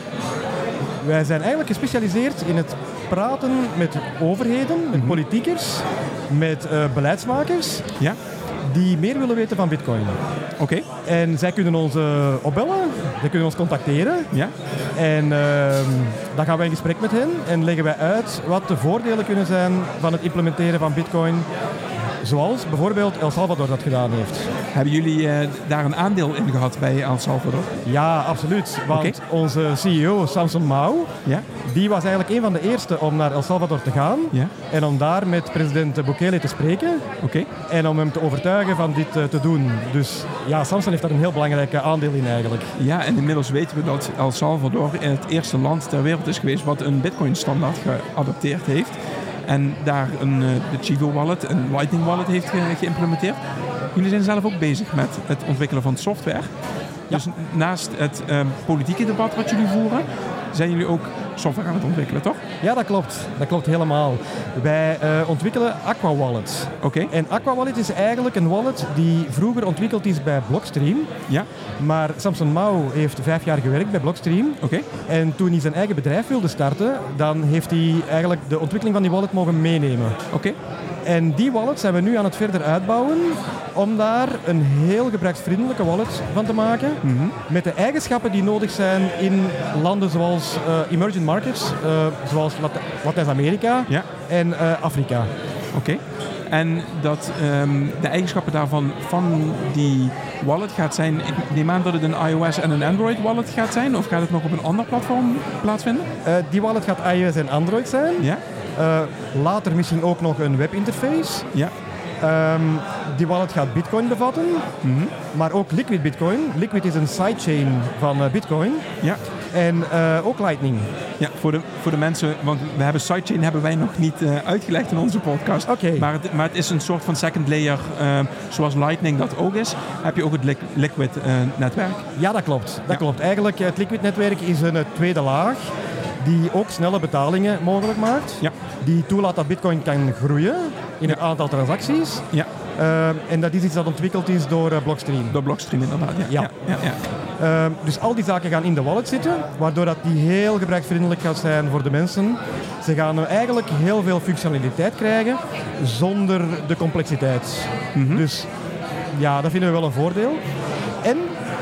wij zijn eigenlijk gespecialiseerd in het praten met overheden, met mm-hmm. politiekers, met uh, beleidsmakers. Ja. Die meer willen weten van Bitcoin. Oké. Okay. En zij kunnen ons uh, opbellen, zij kunnen ons contacteren. Ja. En uh, dan gaan wij in gesprek met hen en leggen wij uit wat de voordelen kunnen zijn van het implementeren van Bitcoin. Zoals bijvoorbeeld El Salvador dat gedaan heeft. Hebben jullie uh, daar een aandeel in gehad bij El Salvador? Ja, absoluut. Want okay. onze C E O, Samson Mow, ja. die was eigenlijk een van de eerste om naar El Salvador te gaan. Ja. En om daar met president Bukele te spreken. Okay. En om hem te overtuigen van dit uh, te doen. Dus ja, Samson heeft daar een heel belangrijk aandeel in eigenlijk. Ja, en inmiddels weten we dat El Salvador het eerste land ter wereld is geweest wat een Bitcoin-standaard geadopteerd heeft. En daar een, de Chivo Wallet, een Lightning Wallet heeft ge, geïmplementeerd. Jullie zijn zelf ook bezig met het ontwikkelen van software. Ja. Dus naast het um, politieke debat wat jullie voeren, zijn jullie ook software aan het ontwikkelen, toch? Ja, dat klopt. Dat klopt helemaal. Wij uh, ontwikkelen Aqua Wallet. Oké. Okay. En Aqua Wallet is eigenlijk een wallet die vroeger ontwikkeld is bij Blockstream. Ja. Maar Samson Mow heeft vijf jaar gewerkt bij Blockstream. Oké. Okay. En toen hij zijn eigen bedrijf wilde starten, dan heeft hij eigenlijk de ontwikkeling van die wallet mogen meenemen. Oké. Okay. En die wallet zijn we nu aan het verder uitbouwen om daar een heel gebruiksvriendelijke wallet van te maken. Mm-hmm. Met de eigenschappen die nodig zijn in landen zoals uh, emerging markets, uh, zoals Lat- Latijns-Amerika ja. en uh, Afrika. Oké. Okay. En dat um, de eigenschappen daarvan van die wallet gaat zijn... Ik neem aan dat het een iOS en een Android wallet gaat zijn? Of gaat het nog op een ander platform plaatsvinden? Uh, die wallet gaat iOS en Android zijn. Ja. Uh, later misschien ook nog een webinterface. Ja. Um, die wallet gaat Bitcoin bevatten, mm-hmm. maar ook Liquid Bitcoin. Liquid is een sidechain van uh, Bitcoin. Ja. En uh, ook Lightning. Ja, voor de, voor de mensen, want we hebben sidechain hebben wij nog niet uh, uitgelegd in onze podcast. Okay. Maar, het, maar het is een soort van second layer, uh, zoals Lightning dat ook is. Heb je ook het li- Liquid uh, netwerk? Ja, dat klopt. Dat ja. klopt. Eigenlijk, het Liquid netwerk is een tweede laag die ook snelle betalingen mogelijk maakt. Ja. Die toelaat dat Bitcoin kan groeien in een aantal transacties. Ja. Uh, en dat is iets dat ontwikkeld is door uh, Blockstream. Door Blockstream inderdaad, ja. ja. ja, ja, ja. Uh, dus al die zaken gaan in de wallet zitten, waardoor dat die heel gebruiksvriendelijk gaat zijn voor de mensen. Ze gaan uh, eigenlijk heel veel functionaliteit krijgen zonder de complexiteit. Mm-hmm. Dus ja, dat vinden we wel een voordeel. En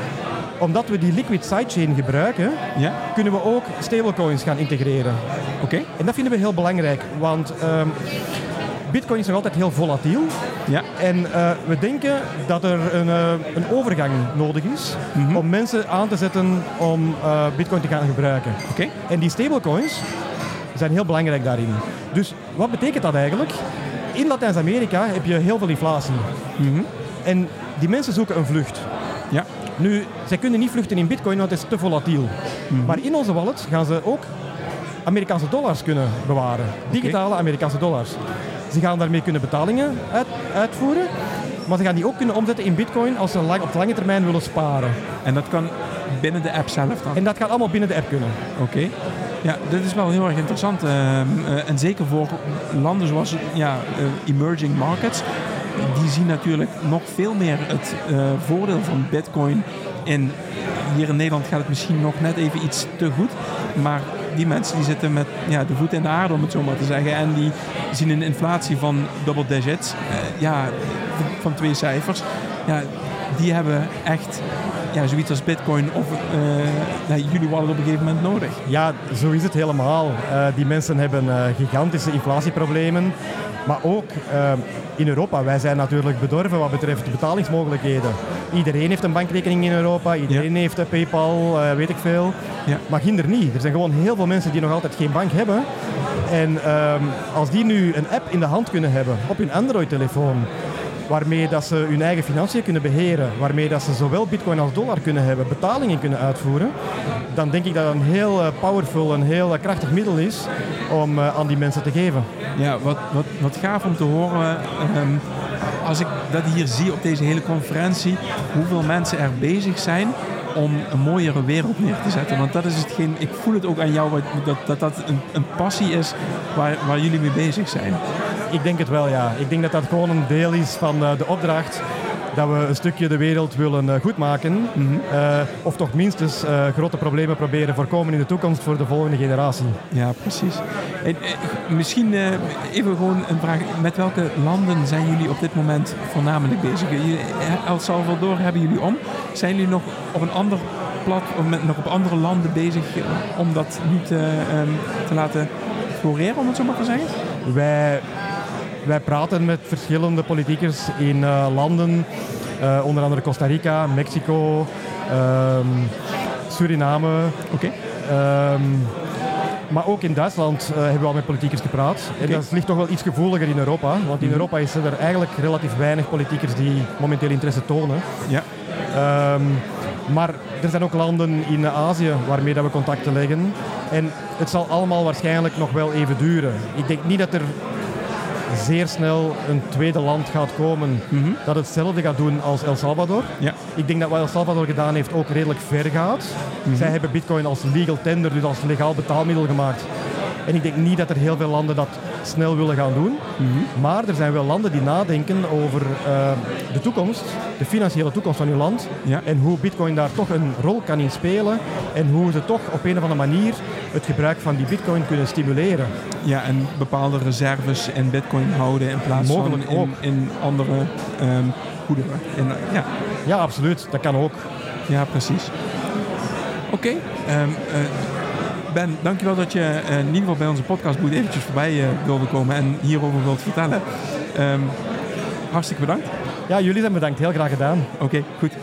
omdat we die Liquid sidechain gebruiken, ja. kunnen we ook stablecoins gaan integreren. Oké. Okay. En dat vinden we heel belangrijk, want um, Bitcoin is nog altijd heel volatiel. Ja. En uh, we denken dat er een, uh, een overgang nodig is mm-hmm. om mensen aan te zetten om uh, Bitcoin te gaan gebruiken. Okay. En die stablecoins zijn heel belangrijk daarin. Dus wat betekent dat eigenlijk? In Latijns-Amerika heb je heel veel inflatie. Mm-hmm. En die mensen zoeken een vlucht. Ja. Nu, zij kunnen niet vluchten in Bitcoin, want het is te volatiel. Mm-hmm. Maar in onze wallet gaan ze ook Amerikaanse dollars kunnen bewaren. Digitale okay. Amerikaanse dollars. Ze gaan daarmee kunnen betalingen uit, uitvoeren, maar ze gaan die ook kunnen omzetten in Bitcoin als ze lang, op lange termijn willen sparen. En dat kan binnen de app zelf dan? En dat gaat allemaal binnen de app kunnen. Oké. Okay. Ja, dit is wel heel erg interessant. Uh, uh, en zeker voor landen zoals ja, uh, emerging markets. Die zien natuurlijk nog veel meer het uh, voordeel van Bitcoin in. Hier in Nederland gaat het misschien nog net even iets te goed. Maar die mensen die zitten met ja, de voet in de aarde, om het zo maar te zeggen. En die zien een inflatie van double digits. Uh, ja, van twee cijfers. Ja, die hebben echt ja, zoiets als Bitcoin of uh, ja, jullie wallet op een gegeven moment nodig. Ja, zo is het helemaal. Uh, die mensen hebben uh, gigantische inflatieproblemen. Maar ook uh, in Europa, wij zijn natuurlijk bedorven wat betreft betalingsmogelijkheden. Iedereen heeft een bankrekening in Europa, iedereen ja. heeft uh, PayPal, uh, weet ik veel. Ja. Maar ginder niet. Er zijn gewoon heel veel mensen die nog altijd geen bank hebben. En uh, als die nu een app in de hand kunnen hebben op hun Android-telefoon, waarmee dat ze hun eigen financiën kunnen beheren, waarmee dat ze zowel bitcoin als dollar kunnen hebben, betalingen kunnen uitvoeren, dan denk ik dat het een heel uh, powerful, een heel uh, krachtig middel is om uh, aan die mensen te geven. Ja, wat, wat, wat gaaf om te horen. Um, als ik dat hier zie op deze hele conferentie, hoeveel mensen er bezig zijn om een mooiere wereld neer te zetten. Want dat is hetgeen, ik voel het ook aan jou, dat dat, dat een, een passie is waar, waar jullie mee bezig zijn. Ik denk het wel, ja. Ik denk dat dat gewoon een deel is van uh, de opdracht dat we een stukje de wereld willen uh, goedmaken. Mm-hmm. Uh, of toch minstens uh, grote problemen proberen voorkomen in de toekomst voor de volgende generatie. Ja, precies. En, uh, misschien uh, even gewoon een vraag. Met welke landen zijn jullie op dit moment voornamelijk bezig? El Salvador hebben jullie om. Zijn jullie nog op een ander plat, of met, nog op andere landen bezig om dat niet uh, um, te laten floreren, om het zo maar te zeggen? Wij... Wij praten met verschillende politiekers in uh, landen, uh, onder andere Costa Rica, Mexico, um, Suriname. Okay. Um, maar ook in Duitsland uh, hebben we al met politiekers gepraat. Okay. En dat ligt toch wel iets gevoeliger in Europa, want in mm-hmm. Europa is er eigenlijk relatief weinig politiekers die momenteel interesse tonen. Ja. Um, maar er zijn ook landen in Azië waarmee dat we contacten leggen. En het zal allemaal waarschijnlijk nog wel even duren. Ik denk niet dat er zeer snel een tweede land gaat komen mm-hmm. dat hetzelfde gaat doen als El Salvador. Ja. Ik denk dat wat El Salvador gedaan heeft ook redelijk ver gaat. Mm-hmm. Zij hebben bitcoin als legal tender, dus als legaal betaalmiddel gemaakt. En ik denk niet dat er heel veel landen dat snel willen gaan doen. Mm-hmm. Maar er zijn wel landen die nadenken over uh, de toekomst, de financiële toekomst van hun land. Ja. En hoe bitcoin daar toch een rol kan in spelen. En hoe ze toch op een of andere manier het gebruik van die bitcoin kunnen stimuleren. Ja, en bepaalde reserves in bitcoin houden in plaats Mogelijk van in, in andere um, goederen. In, ja. ja, absoluut. Dat kan ook. Ja, precies. Oké. Okay. Um, uh, Ben, dankjewel dat je uh, in ieder geval bij onze podcastboot eventjes voorbij uh, wilde komen en hierover wilt vertellen. Um, hartstikke bedankt. Ja, jullie zijn bedankt. Heel graag gedaan. Oké, okay, goed.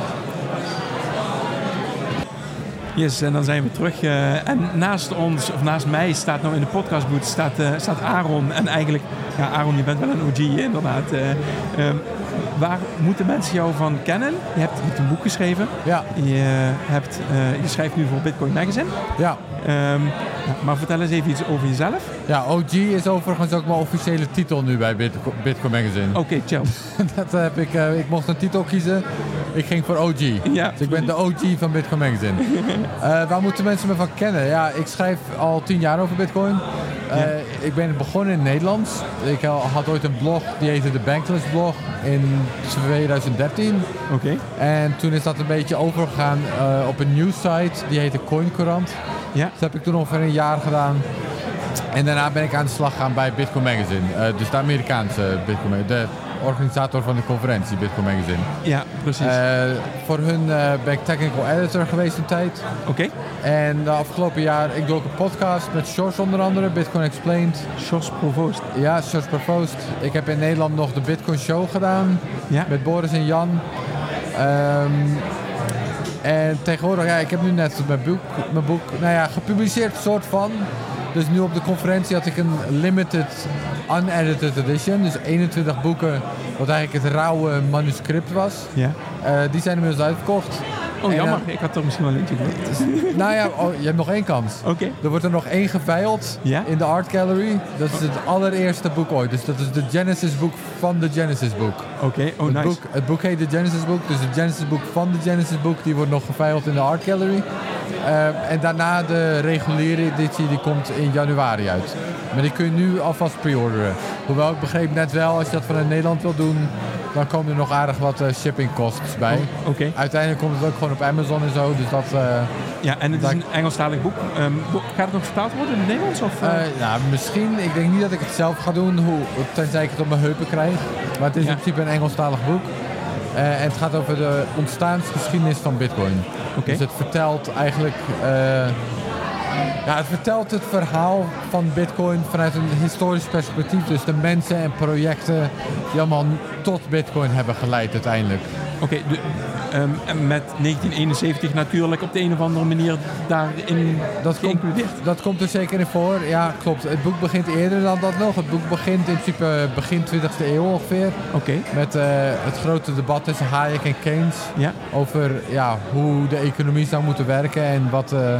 Yes, en dan zijn we terug. Uh, en naast ons, of naast mij, staat nou in de podcastboot staat, uh, staat Aaron. En eigenlijk, ja, Aaron, je bent wel een O G, inderdaad. Uh, um, waar moeten mensen jou van kennen? Je hebt, je hebt een boek geschreven. Ja. Je, hebt, uh, je schrijft nu voor Bitcoin Magazine. Ja. Um, maar vertel eens even iets over jezelf. Ja, O G is overigens ook mijn officiële titel nu bij Bitcoin, Bitcoin Magazine. Oké, okay, chill. Dat heb ik, uh, ik mocht een titel kiezen. Ik ging voor O G. Ja, dus ik ben de O G van Bitcoin Magazine. uh, waar moeten mensen me van kennen? Ja, ik schrijf al tien jaar over Bitcoin. Uh, ja. Ik ben begonnen in het Nederlands. Ik had ooit een blog, die heette de Bankless blog in twintig dertien. Oké. Okay. En toen is dat een beetje overgegaan uh, op een nieuwssite, die heette Coincourant. Ja. Dat heb ik toen ongeveer een jaar gedaan. En daarna ben ik aan de slag gegaan bij Bitcoin Magazine. Uh, dus de Amerikaanse Bitcoin Magazine. De organisator van de conferentie Bitcoin Magazine. Ja, precies. Uh, voor hun uh, ben ik technical editor geweest een tijd. Oké. Okay. En de afgelopen jaar, ik doe ook een podcast met Sjors onder andere, Bitcoin Explained. Sjors Provoost. Ja, Sjors Provoost. Ik heb in Nederland nog de Bitcoin Show gedaan. Ja. Met Boris en Jan. Um, en tegenwoordig, ja, ik heb nu net mijn boek, mijn boek nou ja, gepubliceerd, soort van. Dus nu op de conferentie had ik een limited unedited edition. Dus eenentwintig boeken, wat eigenlijk het rauwe manuscript was. Ja. Uh, die zijn inmiddels uitverkocht. Oh, en, jammer. Uh, ik had toch misschien wel eentje gehad. Nou ja, oh, je hebt nog één kans. Oké. Okay. Er wordt er nog één geveild ja? in de Art Gallery. Dat is het allereerste boek ooit. Dus dat is de Genesis boek van de Genesis boek. Oké, okay. oh het nice. Boek, het boek heet de Genesis boek. Dus het Genesis boek van de Genesis boek, die wordt nog geveild in de Art Gallery. Uh, en daarna de reguliere editie, die komt in januari uit. Maar die kun je nu alvast pre-orderen. Hoewel ik begreep net wel, als je dat vanuit Nederland wil doen, dan komen er nog aardig wat uh, shipping costs bij. Oh, okay. Uiteindelijk komt het ook gewoon op Amazon en zo. Dus dat, uh, ja, en het is een Engelstalig boek. Um, gaat het nog vertaald worden in het Nederlands? Of, uh? Uh, ja, misschien. Ik denk niet dat ik het zelf ga doen, hoe, tenzij ik het op mijn heupen krijg. Maar het is ja. in principe een Engelstalig boek. Uh, en het gaat over de ontstaansgeschiedenis van Bitcoin. Okay. Dus het vertelt eigenlijk... Uh, ja, het vertelt het verhaal van Bitcoin vanuit een historisch perspectief. Dus de mensen en projecten die allemaal tot Bitcoin hebben geleid uiteindelijk. Oké, okay, um, met negentien eenenzeventig natuurlijk op de een of andere manier daarin dat geïncludeerd. Komt, dat komt er zeker in voor, ja klopt. Het boek begint eerder dan dat nog. Het boek begint in principe begin twintigste eeuw ongeveer. Oké. Okay. Met uh, het grote debat tussen Hayek en Keynes. Ja. Over ja, hoe de economie zou moeten werken en wat uh, uh,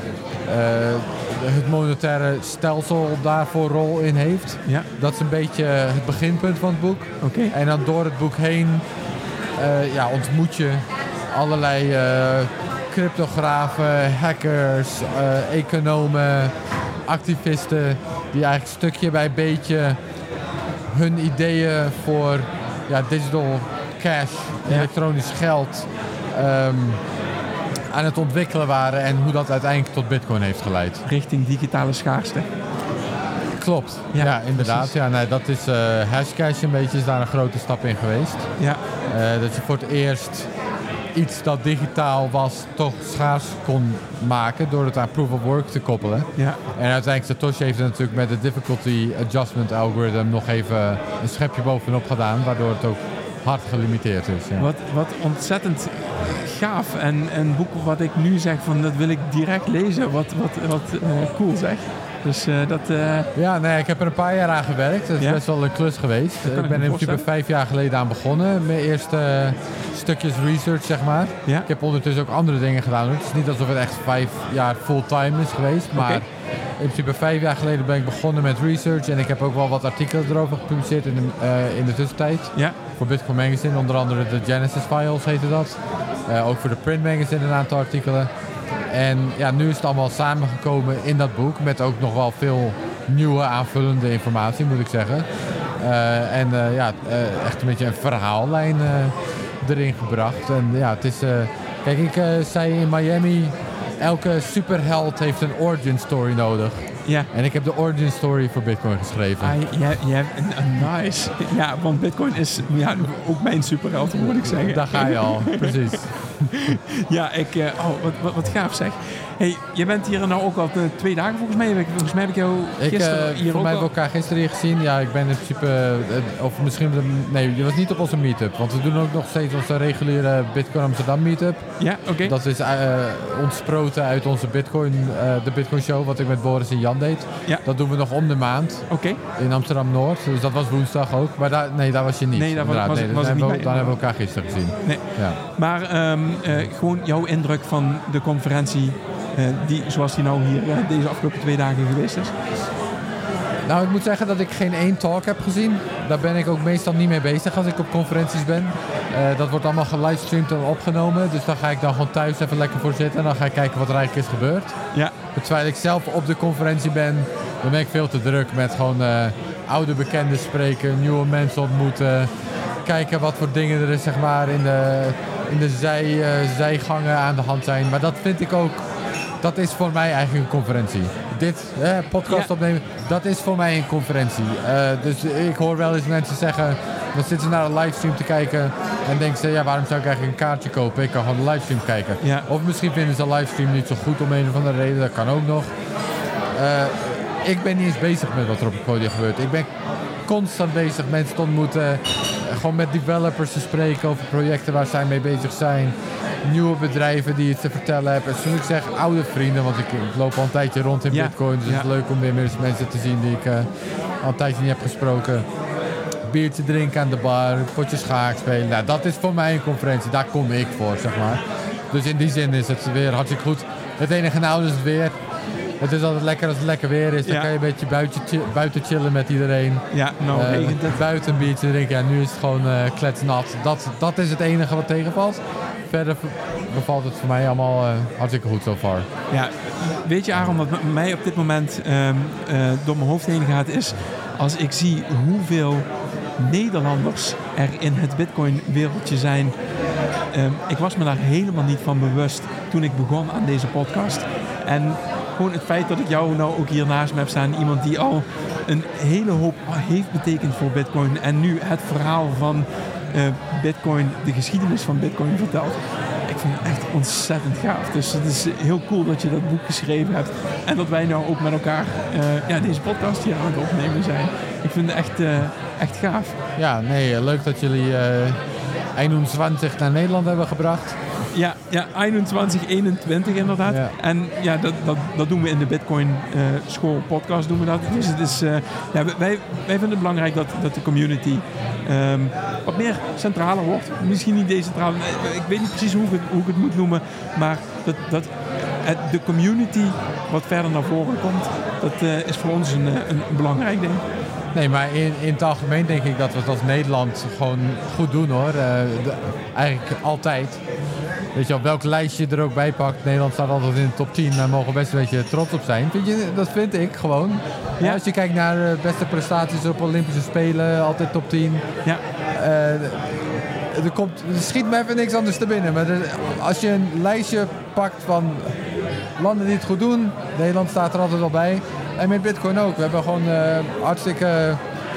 het monetaire stelsel daarvoor rol in heeft. Ja. Dat is een beetje het beginpunt van het boek. Oké. Okay. En dan door het boek heen Uh, ja, ontmoet je allerlei uh, cryptografen, hackers, uh, economen, activisten die eigenlijk stukje bij beetje hun ideeën voor ja, digital cash, ja. elektronisch geld um, aan het ontwikkelen waren en hoe dat uiteindelijk tot Bitcoin heeft geleid. Richting digitale schaarste. Klopt, ja, ja inderdaad. Ja, nee, dat is uh, hashcash een beetje, is daar een grote stap in geweest. Ja. Uh, dat je voor het eerst iets dat digitaal was toch schaars kon maken door het aan proof of work te koppelen. Ja. En uiteindelijk Satoshi heeft er natuurlijk met de difficulty adjustment algorithm nog even een schepje bovenop gedaan, waardoor het ook hard gelimiteerd is. Ja. Wat, wat ontzettend gaaf en een boek wat ik nu zeg van dat wil ik direct lezen. Wat, wat, wat uh, cool zeg. Dus uh, dat... Uh... Ja, nee, ik heb er een paar jaar aan gewerkt. Het is ja? best wel een klus geweest. Ik ben er in principe vijf jaar geleden aan begonnen. Mijn eerste uh, stukjes research, zeg maar. Ja? Ik heb ondertussen ook andere dingen gedaan. Het is niet alsof het echt vijf jaar fulltime is geweest. Maar okay. in principe vijf jaar geleden ben ik begonnen met research. En ik heb ook wel wat artikelen erover gepubliceerd in de, uh, in de tussentijd. Ja? Voor Bitcoin Magazine, onder andere de Genesis Files heette dat. Uh, ook voor de Print Magazine een aantal artikelen. En ja, nu is het allemaal samengekomen in dat boek met ook nog wel veel nieuwe aanvullende informatie, moet ik zeggen. Uh, en uh, ja, uh, echt een beetje een verhaallijn uh, erin gebracht. En ja, het is... Uh, kijk, ik uh, zei in Miami, elke superheld heeft een origin story nodig. Ja. En ik heb de origin story voor Bitcoin geschreven. Ah, ja, ja, nice. Ja, want Bitcoin is ja, ook mijn superheld, moet ik zeggen. Daar ga je al, precies. Ja, ik... Uh, oh, wat, wat, wat gaaf zeg. Hey, je bent hier nou ook al twee dagen volgens mij. Volgens mij heb ik jou gisteren ik, uh, hier voor ook mij al... hebben we elkaar gisteren hier gezien. Ja, ik ben in principe... Uh, of misschien... Nee, je was niet op onze meetup. Want we doen ook nog steeds onze reguliere Bitcoin Amsterdam meetup. Ja, oké. Okay. Dat is uh, ontsproten uit onze Bitcoin... Uh, de Bitcoin show, wat ik met Boris en Jan deed. Ja. Dat doen we nog om de maand. Oké. Okay. In Amsterdam-Noord. Dus dat was woensdag ook. Maar daar, nee, daar was je niet. Nee, daar was, was, nee, was daar ik niet we, bij. Daar hebben we elkaar gisteren gezien. Nee. Ja. Maar um, uh, gewoon jouw indruk van de conferentie... Uh, die, zoals die nou hier uh, deze afgelopen twee dagen geweest is? Nou, ik moet zeggen dat ik geen één talk heb gezien. Daar ben ik ook meestal niet mee bezig als ik op conferenties ben. Uh, dat wordt allemaal gelivestreamd en opgenomen. Dus dan ga ik dan gewoon thuis even lekker voor zitten. En dan ga ik kijken wat er eigenlijk is gebeurd. Ja. Terwijl ik zelf op de conferentie ben, dan ben ik veel te druk met gewoon uh, oude bekenden spreken, nieuwe mensen ontmoeten. Kijken wat voor dingen er is, zeg maar, in de, in de zij, uh, zijgangen aan de hand zijn. Maar dat vind ik ook... Dat is voor mij eigenlijk een conferentie. Dit, eh, podcast ja. opnemen, dat is voor mij een conferentie. Uh, dus ik hoor wel eens mensen zeggen, dan zitten ze naar een livestream te kijken en denken ze, ja, waarom zou ik eigenlijk een kaartje kopen? Ik kan gewoon een livestream kijken. Ja. Of misschien vinden ze een livestream niet zo goed om een of andere reden, dat kan ook nog. Uh, ik ben niet eens bezig met wat er op het podium gebeurt. Ik ben constant bezig mensen te ontmoeten, gewoon met developers te spreken over projecten waar zij mee bezig zijn. Nieuwe bedrijven die iets te vertellen hebben. En zoals ik zeg, oude vrienden, want ik, ik loop al een tijdje rond in ja. Bitcoin. Dus ja. het is leuk om weer mensen te zien die ik uh, al een tijdje niet heb gesproken. Biertje drinken aan de bar, potje schaak spelen. Nou, dat is voor mij een conferentie, daar kom ik voor, zeg maar. Dus in die zin is het weer hartstikke goed. Het enige nou is het weer. Het is altijd lekker als het lekker weer is. Dan ja. kan je een beetje buiten, buiten chillen met iedereen. Ja, nou, uh, regent het. Buiten een biertje drinken. Ja, nu is het gewoon uh, kletsnat. Dat, dat is het enige wat tegenvalt. Verder bevalt het voor mij allemaal uh, hartstikke goed zo far. Ja, weet je Aaron, wat mij op dit moment um, uh, door mijn hoofd heen gaat is... als ik zie hoeveel Nederlanders er in het Bitcoin-wereldje zijn... Um, ik was me daar helemaal niet van bewust toen ik begon aan deze podcast. En gewoon het feit dat ik jou nou ook hier naast me heb staan... iemand die al een hele hoop heeft betekend voor Bitcoin... en nu het verhaal van... Uh, Bitcoin, de geschiedenis van Bitcoin vertelt. Ik vind het echt ontzettend gaaf. Dus het is heel cool dat je dat boek geschreven hebt. En dat wij nou ook met elkaar uh, ja, deze podcast hier aan het opnemen zijn. Ik vind het echt, uh, echt gaaf. Ja, nee, leuk dat jullie uh, eenentwintig naar Nederland hebben gebracht. Ja, ja, eenentwintig eenentwintig inderdaad. Ja. En ja, dat, dat, dat doen we in de Bitcoin uh, School podcast doen we dat. Dus het is, uh, ja, wij, wij vinden het belangrijk dat, dat de community um, wat meer centraler wordt. Misschien niet decentraal. Ik weet niet precies hoe ik het, hoe ik het moet noemen. Maar dat, dat het, de community wat verder naar voren komt, dat uh, is voor ons een, een belangrijk ding. Nee, maar in, in het algemeen denk ik dat we het als Nederland gewoon goed doen hoor. Uh, de, eigenlijk altijd. Weet je, op welk lijstje je er ook bij pakt. Nederland staat altijd in de top tien. Daar mogen we best een beetje trots op zijn. Vind je, dat vind ik gewoon. Ja. Ja, als je kijkt naar de beste prestaties op Olympische Spelen. Altijd top tien. Ja. Uh, er, komt, er schiet me even niks anders te binnen. Maar er, als je een lijstje pakt van landen die het goed doen. Nederland staat er altijd al bij. En met Bitcoin ook. We hebben gewoon uh, hartstikke...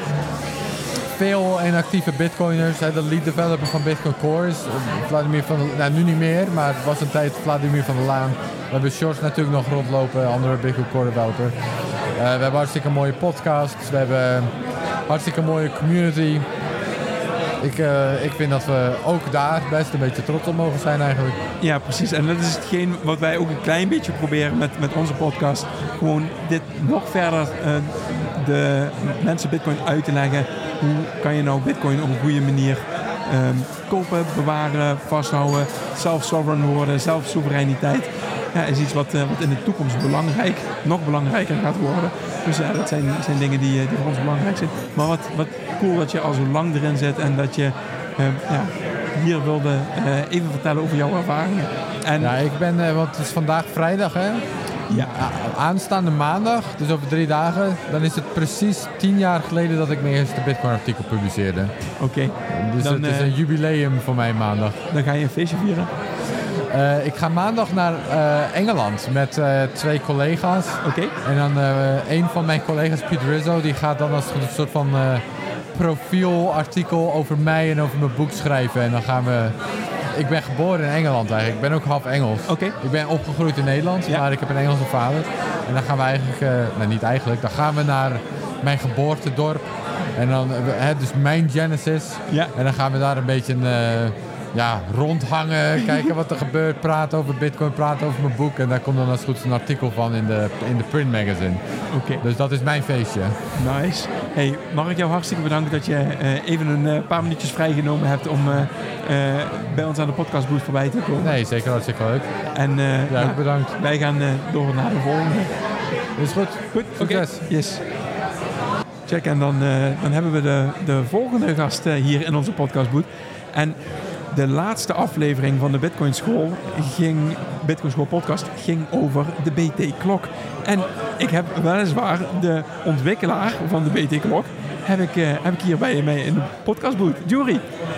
veel en actieve bitcoiners. Hè. De lead developer van Bitcoin Core is Vladimir van der Laan. Nou, nu niet meer, maar het was een tijd Vladimir van der Laan. We hebben Shorts natuurlijk nog rondlopen, andere Bitcoin Core developer. Uh, we hebben hartstikke mooie podcasts. We hebben hartstikke mooie community. Ik, uh, ik vind dat we ook daar best een beetje trots op mogen zijn eigenlijk. Ja, precies. En dat is hetgeen wat wij ook een klein beetje proberen met, met onze podcast. Gewoon dit nog verder uh, de mensen Bitcoin uit te leggen. Hoe kan je nou Bitcoin op een goede manier um, kopen, bewaren, vasthouden, zelf-sovereign worden, zelfsoevereiniteit. Ja, is iets wat, uh, wat in de toekomst belangrijk, nog belangrijker gaat worden. Dus ja, dat zijn, zijn dingen die, die voor ons belangrijk zijn. Maar wat, wat cool dat je al zo lang erin zit en dat je uh, ja, hier wilde uh, even vertellen over jouw ervaringen. En ja, ik ben, uh, want het is vandaag vrijdag hè. Ja. Aanstaande maandag, dus over drie dagen, dan is het precies tien jaar geleden dat ik mijn eerste Bitcoin-artikel publiceerde. Oké. Okay. Dus dan, het is een uh, jubileum voor mij maandag. Dan ga je een feestje vieren? Uh, ik ga maandag naar uh, Engeland met uh, twee collega's. Oké. Okay. En dan uh, een van mijn collega's, Piet Rizzo, die gaat dan als een soort van uh, profielartikel over mij en over mijn boek schrijven. En dan gaan we... Ik ben geboren in Engeland eigenlijk. Ik ben ook half Engels. Oké. Okay. Ik ben opgegroeid in Nederland, ja. maar ik heb een Engelse vader. En dan gaan we eigenlijk... Uh, nou, niet eigenlijk. Dan gaan we naar mijn geboortedorp. En dan... Uh, dus mijn Genesis. Ja. En dan gaan we daar een beetje... Uh, Ja, rondhangen, kijken wat er gebeurt, praten over Bitcoin, praten over mijn boek. En daar komt dan als het goed is een artikel van in de, in de print magazine. Oké. Okay. Dus dat is mijn feestje. Nice. Hey, mag ik jou hartstikke bedanken dat je uh, even een uh, paar minuutjes vrijgenomen hebt om uh, uh, bij ons aan de podcastbooth voorbij te komen. Nee, zeker hartstikke leuk. En uh, ja, nou, bedankt. Wij gaan uh, door naar de volgende. Is goed. Goed, succes. Okay. Yes. Check, en dan, uh, dan hebben we de, de volgende gast uh, hier in onze podcastbooth. En de laatste aflevering van de Bitcoin School ging, Bitcoin School podcast, ging over de B T-klok. En ik heb weliswaar de ontwikkelaar van de B T-klok, heb ik, uh, heb ik hier bij mij in de podcastbooth. Jury.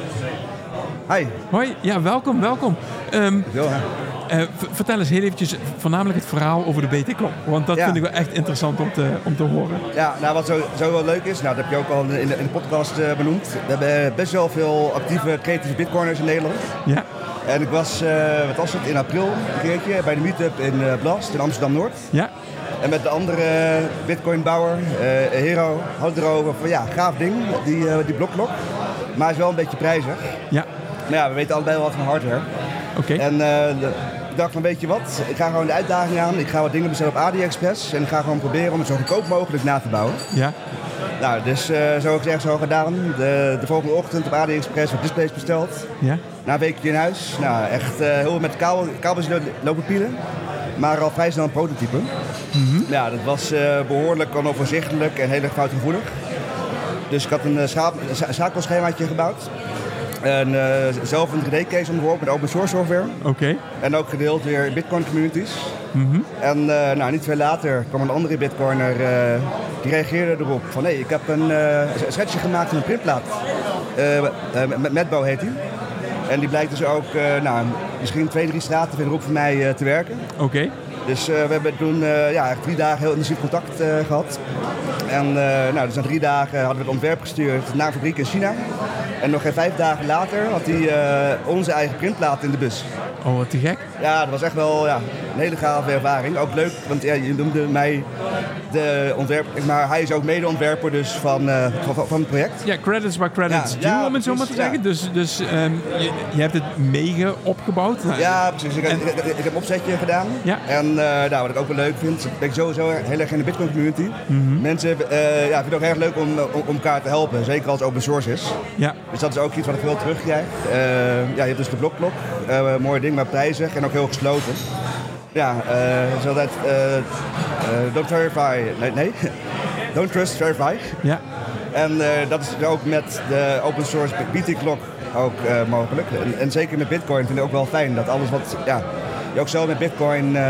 Hi. Hoi, ja, welkom, welkom. Um, Heel, hè? Uh, v- vertel eens heel eventjes voornamelijk het verhaal over de B T-klok. Want dat ja. vind ik wel echt interessant om te, om te horen. Ja, nou wat zo, zo wel leuk is, nou, dat heb je ook al in de, in de podcast uh, benoemd. We hebben best wel veel actieve creatieve bitcoiners in Nederland. Ja. En ik was, uh, wat was het, in april een keertje bij de meetup in uh, Blast in Amsterdam-Noord. Ja. En met de andere bitcoinbouwer, uh, Hero, hadden we erover van ja, gaaf ding, die, uh, die blokklok. Maar is wel een beetje prijzig. Ja. Maar ja, we weten allebei wel wat van hardware. Oké. Okay. En uh, de, ik dacht van weet je wat, ik ga gewoon de uitdaging aan. Ik ga wat dingen bestellen op AliExpress. En ik ga gewoon proberen om het zo goedkoop mogelijk na te bouwen. Ja. Nou, dus uh, zo gezegd, zo gedaan. De, de volgende ochtend op AliExpress wat displays besteld. Ja. Na een weekje in huis. Nou, echt uh, heel met kabel, kabels lopen pielen. Maar al vrij snel een prototype. Mm-hmm. Ja, dat was uh, behoorlijk onoverzichtelijk en heel erg foutgevoelig. Dus ik had een uh, scha- schakelschemaatje gebouwd. En uh, zelf een drie D-case ontworpen met open source software. Oké. Okay. En ook gedeeld weer in Bitcoin communities. Mm-hmm. En uh, nou, niet veel later kwam een andere Bitcoiner, uh, die reageerde erop van hé, hey, ik heb een uh, schetsje gemaakt van een printplaat. Uh, uh, met Medbo heet hij. En die blijkt dus ook, uh, nou, misschien twee, drie straten verderop van mij uh, te werken. Oké. Okay. Dus uh, we hebben toen uh, ja, echt drie dagen heel intensief contact uh, gehad. En uh, nou, dus na drie dagen hadden we het ontwerp gestuurd naar een fabriek in China. En nog geen vijf dagen later had hij uh, onze eigen printplaat in de bus. Oh, wat te gek. Ja, dat was echt wel ja, een hele gave ervaring. Ook leuk, want ja, je noemde mij de ontwerper, maar hij is ook medeontwerper dus van, uh, van, van het project. Ja, credits waar credits ja, due, ja, om het zo maar te ja. zeggen. Dus, dus um, je, je hebt het mega opgebouwd. Nou, ja, precies. Ik, en... ik, ik, ik heb een opzetje gedaan. Ja. En uh, nou, wat ik ook wel leuk vind, ben ik sowieso heel erg in de Bitcoin community. Mm-hmm. Mensen uh, ja, vinden het ook erg leuk om, om, om elkaar te helpen, zeker als het open source is. Ja. Dus dat is ook iets wat ik veel terugkrijg. Uh, ja, je hebt dus de blokklok, uh, mooi ding, maar prijzig en ook heel gesloten. Ja, uh, zo dat uh, uh, don't verify, nee, nee. don't trust, verify. Ja. En uh, dat is ook met de open source B T-klok ook uh, mogelijk. En, en zeker met Bitcoin vind ik ook wel fijn dat alles wat ja, je ook zelf met Bitcoin uh,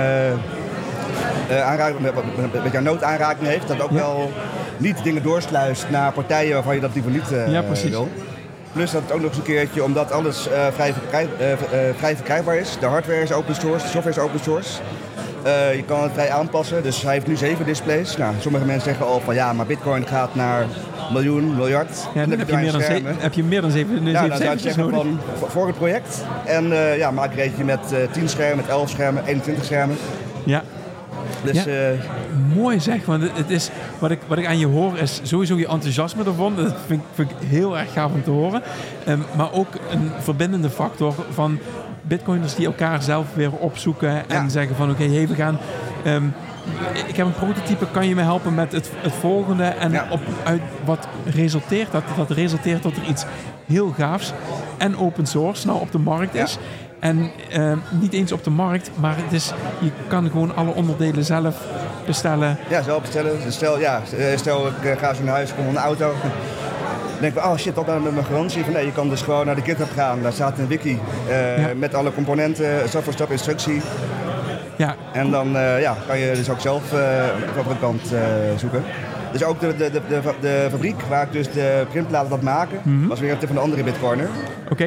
uh, aanraking, met, met, met jouw noodaanraking heeft, dat ook ja. wel niet dingen doorsluist naar partijen waarvan je dat liever niet uh, ja, precies. wil. Plus dat het ook nog eens een keertje, omdat alles uh, vrij, verkrij, uh, uh, vrij verkrijgbaar is. De hardware is open source, de software is open source. Uh, je kan het vrij aanpassen, dus hij heeft nu zeven displays. Nou, sommige mensen zeggen al van ja, maar Bitcoin gaat naar miljoen, miljard. Ja, dan, dan heb, je meer dan ze- heb je meer dan zeven, ja, zeven cijfertjes nodig. Van, voor het project. En uh, ja, maak een reetje met uh, tien schermen, met elf schermen, eenentwintig schermen. Ja. Dus, ja, uh, mooi zeg, want het is, wat, ik, wat ik aan je hoor is sowieso je enthousiasme ervan. Dat vind, vind ik heel erg gaaf om te horen. Um, maar ook een verbindende factor van bitcoiners die elkaar zelf weer opzoeken en ja. zeggen van oké, okay, hey, we gaan... Um, ik heb een prototype, kan je me helpen met het, het volgende? En ja. op, uit wat resulteert dat? Dat resulteert tot er iets heel gaafs en open source nou op de markt is. Ja. En uh, niet eens op de markt, maar het is, je kan gewoon alle onderdelen zelf bestellen. Ja, zelf bestellen. Dus stel, ja, stel ik uh, ga zo naar huis, kom van een auto. Dan denk ik, oh shit, dat nou met mijn garantie. Van, nee, je kan dus gewoon naar de GitHub gaan. Daar staat een wiki uh, ja. met alle componenten, stap voor stap instructie. Ja. En dan uh, ja, kan je dus ook zelf uh, de fabrikant uh, zoeken. Dus ook de, de, de, de, de fabriek waar ik dus de printplaten had maken, mm-hmm. was weer een tip van de andere bitcoiner. Oké. Okay.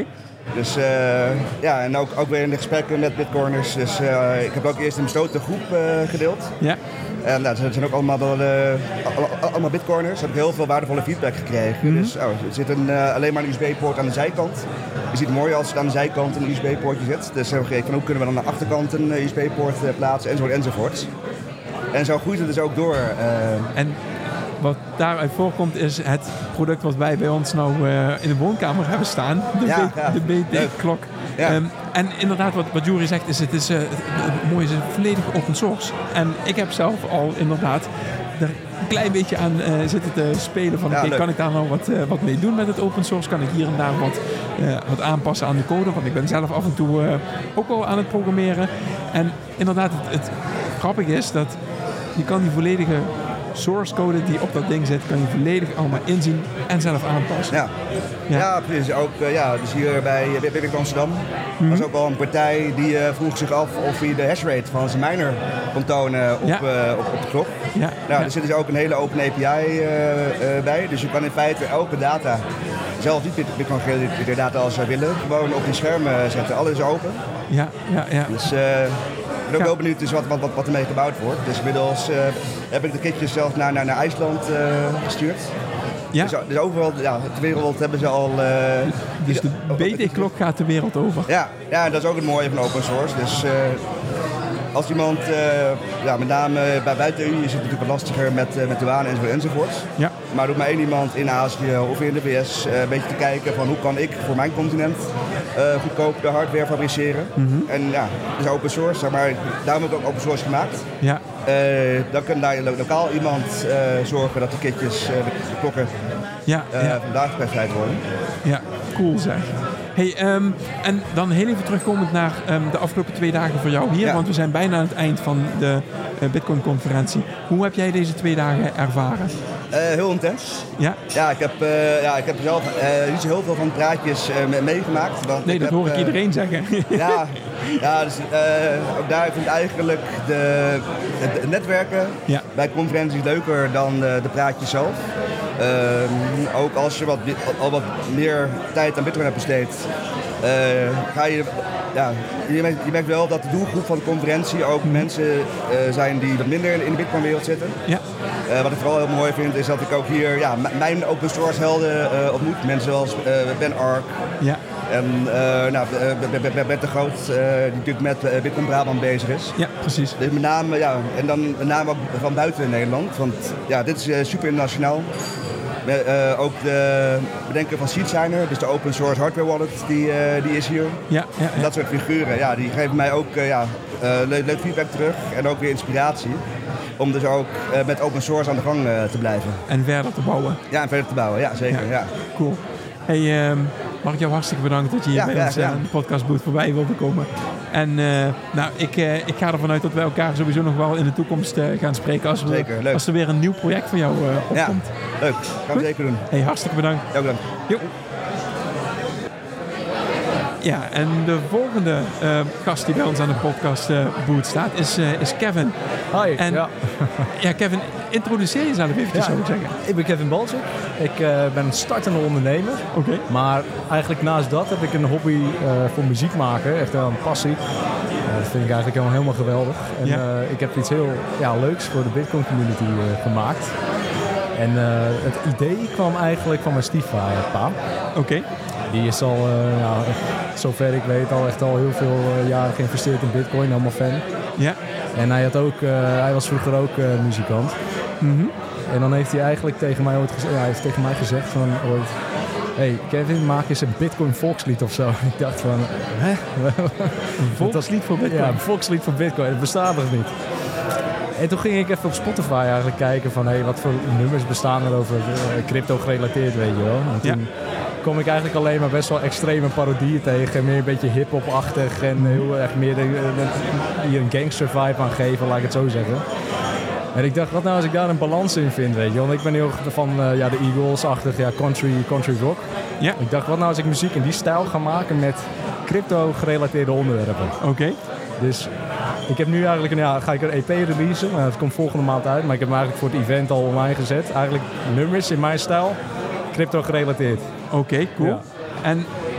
Dus uh, ja, en ook, ook weer in de gesprekken met bitcoiners. Dus uh, ik heb ook eerst een besloten groep uh, gedeeld. Ja. En nou, er zijn ook allemaal, uh, allemaal bitcoiners. Daar heb ik heel veel waardevolle feedback gekregen. Mm-hmm. Dus oh, er zit een, uh, alleen maar een U S B-poort aan de zijkant. Je ziet het mooi als er aan de zijkant een U S B-poortje zit. Dus hebben we gekeken van hoe kunnen we dan aan de achterkant een U S B-poort uh, plaatsen enzovoort enzovoort. En zo groeit het dus ook door. Uh, en wat daaruit voorkomt is het product wat wij bij ons nou uh, in de woonkamer hebben staan. De, ja, B- ja. de B T-klok. Ja. Um, en inderdaad, wat, wat Juri zegt, is het is uh, het mooie is het volledig open source. En ik heb zelf al inderdaad er een klein beetje aan uh, zitten te spelen van, ja, oké, okay, kan ik daar nou wat, uh, wat mee doen met het open source? Kan ik hier en daar wat, uh, wat aanpassen aan de code? Want ik ben zelf af en toe uh, ook al aan het programmeren. En inderdaad, het, het grappige is dat je kan die volledige source code die op dat ding zit, kan je volledig allemaal inzien en zelf aanpassen. Ja, ja. ja precies. Ook uh, ja, dus hier bij Bitcoin Amsterdam mm-hmm. was ook wel een partij die uh, vroeg zich af of hij de hashrate van zijn miner kon tonen op, ja. uh, op, op de klok. Ja. Nou, ja. Er zit dus ook een hele open A P I uh, uh, bij, dus je kan in feite elke data, zelfs niet Bitcoin de data als wij willen, gewoon op die schermen zetten. Alles is open. Ja, ja, ja. Dus, uh, ik ben ook wel benieuwd dus wat, wat, wat ermee gebouwd wordt. Dus inmiddels uh, heb ik de kitjes zelfs naar, naar, naar IJsland uh, gestuurd. Ja. Dus, dus overal ja, ter wereld hebben ze al... Uh, dus de B T-klok gaat de wereld over. Ja, ja, dat is ook het mooie van open source. Dus uh, als iemand, uh, ja, met name bij buiten de Unie is het natuurlijk wat lastiger met, uh, met douane enzovoort enzovoort. Ja. Maar doet maar één iemand in Azië of in de V S uh, een beetje te kijken van hoe kan ik voor mijn continent uh, goedkoop de hardware fabriceren. Mm-hmm. En ja, het is open source, zeg maar daarom heb ik ook open source gemaakt. Ja. Uh, dan kan daar lo- lokaal iemand uh, zorgen dat de kitjes, uh, de, de klokken ja, uh, ja. vandaag geprijsd worden. Ja, cool zeg. Hey, um, en dan heel even terugkomend naar um, de afgelopen twee dagen voor jou hier. Ja. Want we zijn bijna aan het eind van de uh, Bitcoin-conferentie. Hoe heb jij deze twee dagen ervaren? Uh, heel intens. Ja? Ja, ik heb, uh, ja, ik heb zelf uh, niet zo heel veel van praatjes uh, meegemaakt. Want nee, ik dat heb, hoor ik uh, iedereen zeggen. ja, ja, dus uh, ook daar vind ik eigenlijk de, het netwerken ja. bij conferenties leuker dan uh, de praatjes zelf. Uh, ook als je wat, al wat meer tijd aan Bitcoin hebt besteed, uh, ga je... Ja, je merkt, je merkt wel dat de doelgroep van de conferentie ook mm. mensen uh, zijn die wat minder in de Bitcoin-wereld zitten. Ja. Uh, wat ik vooral heel mooi vind is dat ik ook hier ja, m- mijn open source helden uh, ontmoet. Mensen zoals uh, Ben Ark. Ja. En uh, nou, Bert de Groot, uh, die natuurlijk met uh, Bitcoin Brabant bezig is. Ja, precies. Dus met name, ja, en dan met name ook van buiten Nederland. Want ja, dit is uh, super internationaal. Uh, ook de bedenker van SeedSigner, dus de open source hardware wallet, die, uh, die is hier. Ja, ja, ja. Dat soort figuren, ja, die geven mij ook uh, ja, uh, leuk, leuk feedback terug en ook weer inspiratie. Om dus ook uh, met open source aan de gang uh, te blijven. En verder te bouwen. Ja, en verder te bouwen, ja zeker. Ja. Ja. Cool. Hey, um, mag ik jou hartstikke bedanken dat je hier ja, bij ja, ons ja. aan de podcastbooth voorbij wilde komen. En uh, nou, ik, uh, ik ga ervan uit dat wij elkaar sowieso nog wel in de toekomst uh, gaan spreken als, we, zeker, leuk. als er weer een nieuw project van jou uh, opkomt. Ja, leuk. Gaan we zeker doen. Hey, hartstikke bedankt. Ja, bedankt. Jo. Ja, en de volgende uh, gast die bij ons aan de podcast uh, booth staat is, uh, is Kevin. Hi. En, ja. ja, Kevin, introduceer jezelf even, ja, zou ik zeggen. Ik ben Kevin Balczyk. Ik uh, ben een startende ondernemer. Oké. Okay. Maar eigenlijk naast dat heb ik een hobby uh, voor muziek maken. Echt wel een passie. Uh, dat vind ik eigenlijk helemaal, helemaal geweldig. En ja. uh, ik heb iets heel ja, leuks voor de Bitcoin community uh, gemaakt. En uh, het idee kwam eigenlijk van mijn stiefvader, pa. Oké. Okay. Die is al, uh, ja, zover ik weet, al echt al heel veel uh, jaren geïnvesteerd in Bitcoin, helemaal fan. Ja. En hij, had ook, uh, hij was vroeger ook uh, muzikant. Mm-hmm. En dan heeft hij eigenlijk tegen mij ooit gezegd, ja, hij heeft tegen mij gezegd van ooit, hey Kevin, maak eens een Bitcoin volkslied of zo. Ik dacht van, hè? Een volkslied voor Bitcoin? Ja, een volkslied voor Bitcoin. Dat bestaat nog niet. En toen ging ik even op Spotify eigenlijk kijken van, hey, wat voor nummers bestaan er over uh, crypto gerelateerd, weet je wel. En toen ja. kom ik eigenlijk alleen maar best wel extreme parodieën tegen. Meer een beetje hip-hop-achtig en heel erg meer de, de, die een gangster vibe aan geven, laat ik het zo zeggen. En ik dacht, wat nou als ik daar een balans in vind, weet je. Want ik ben heel erg van uh, ja, de Eagles-achtig, ja, country, country rock. Ja. Ik dacht, wat nou als ik muziek in die stijl ga maken met crypto-gerelateerde onderwerpen. Oké. Okay. Dus ik heb nu eigenlijk een, ja, ga ik een E P releasen. Uh, het komt volgende maand uit, maar ik heb hem eigenlijk voor het event al online gezet. Eigenlijk nummers in mijn stijl, crypto gerelateerd. Oké, okay, cool. Ja. En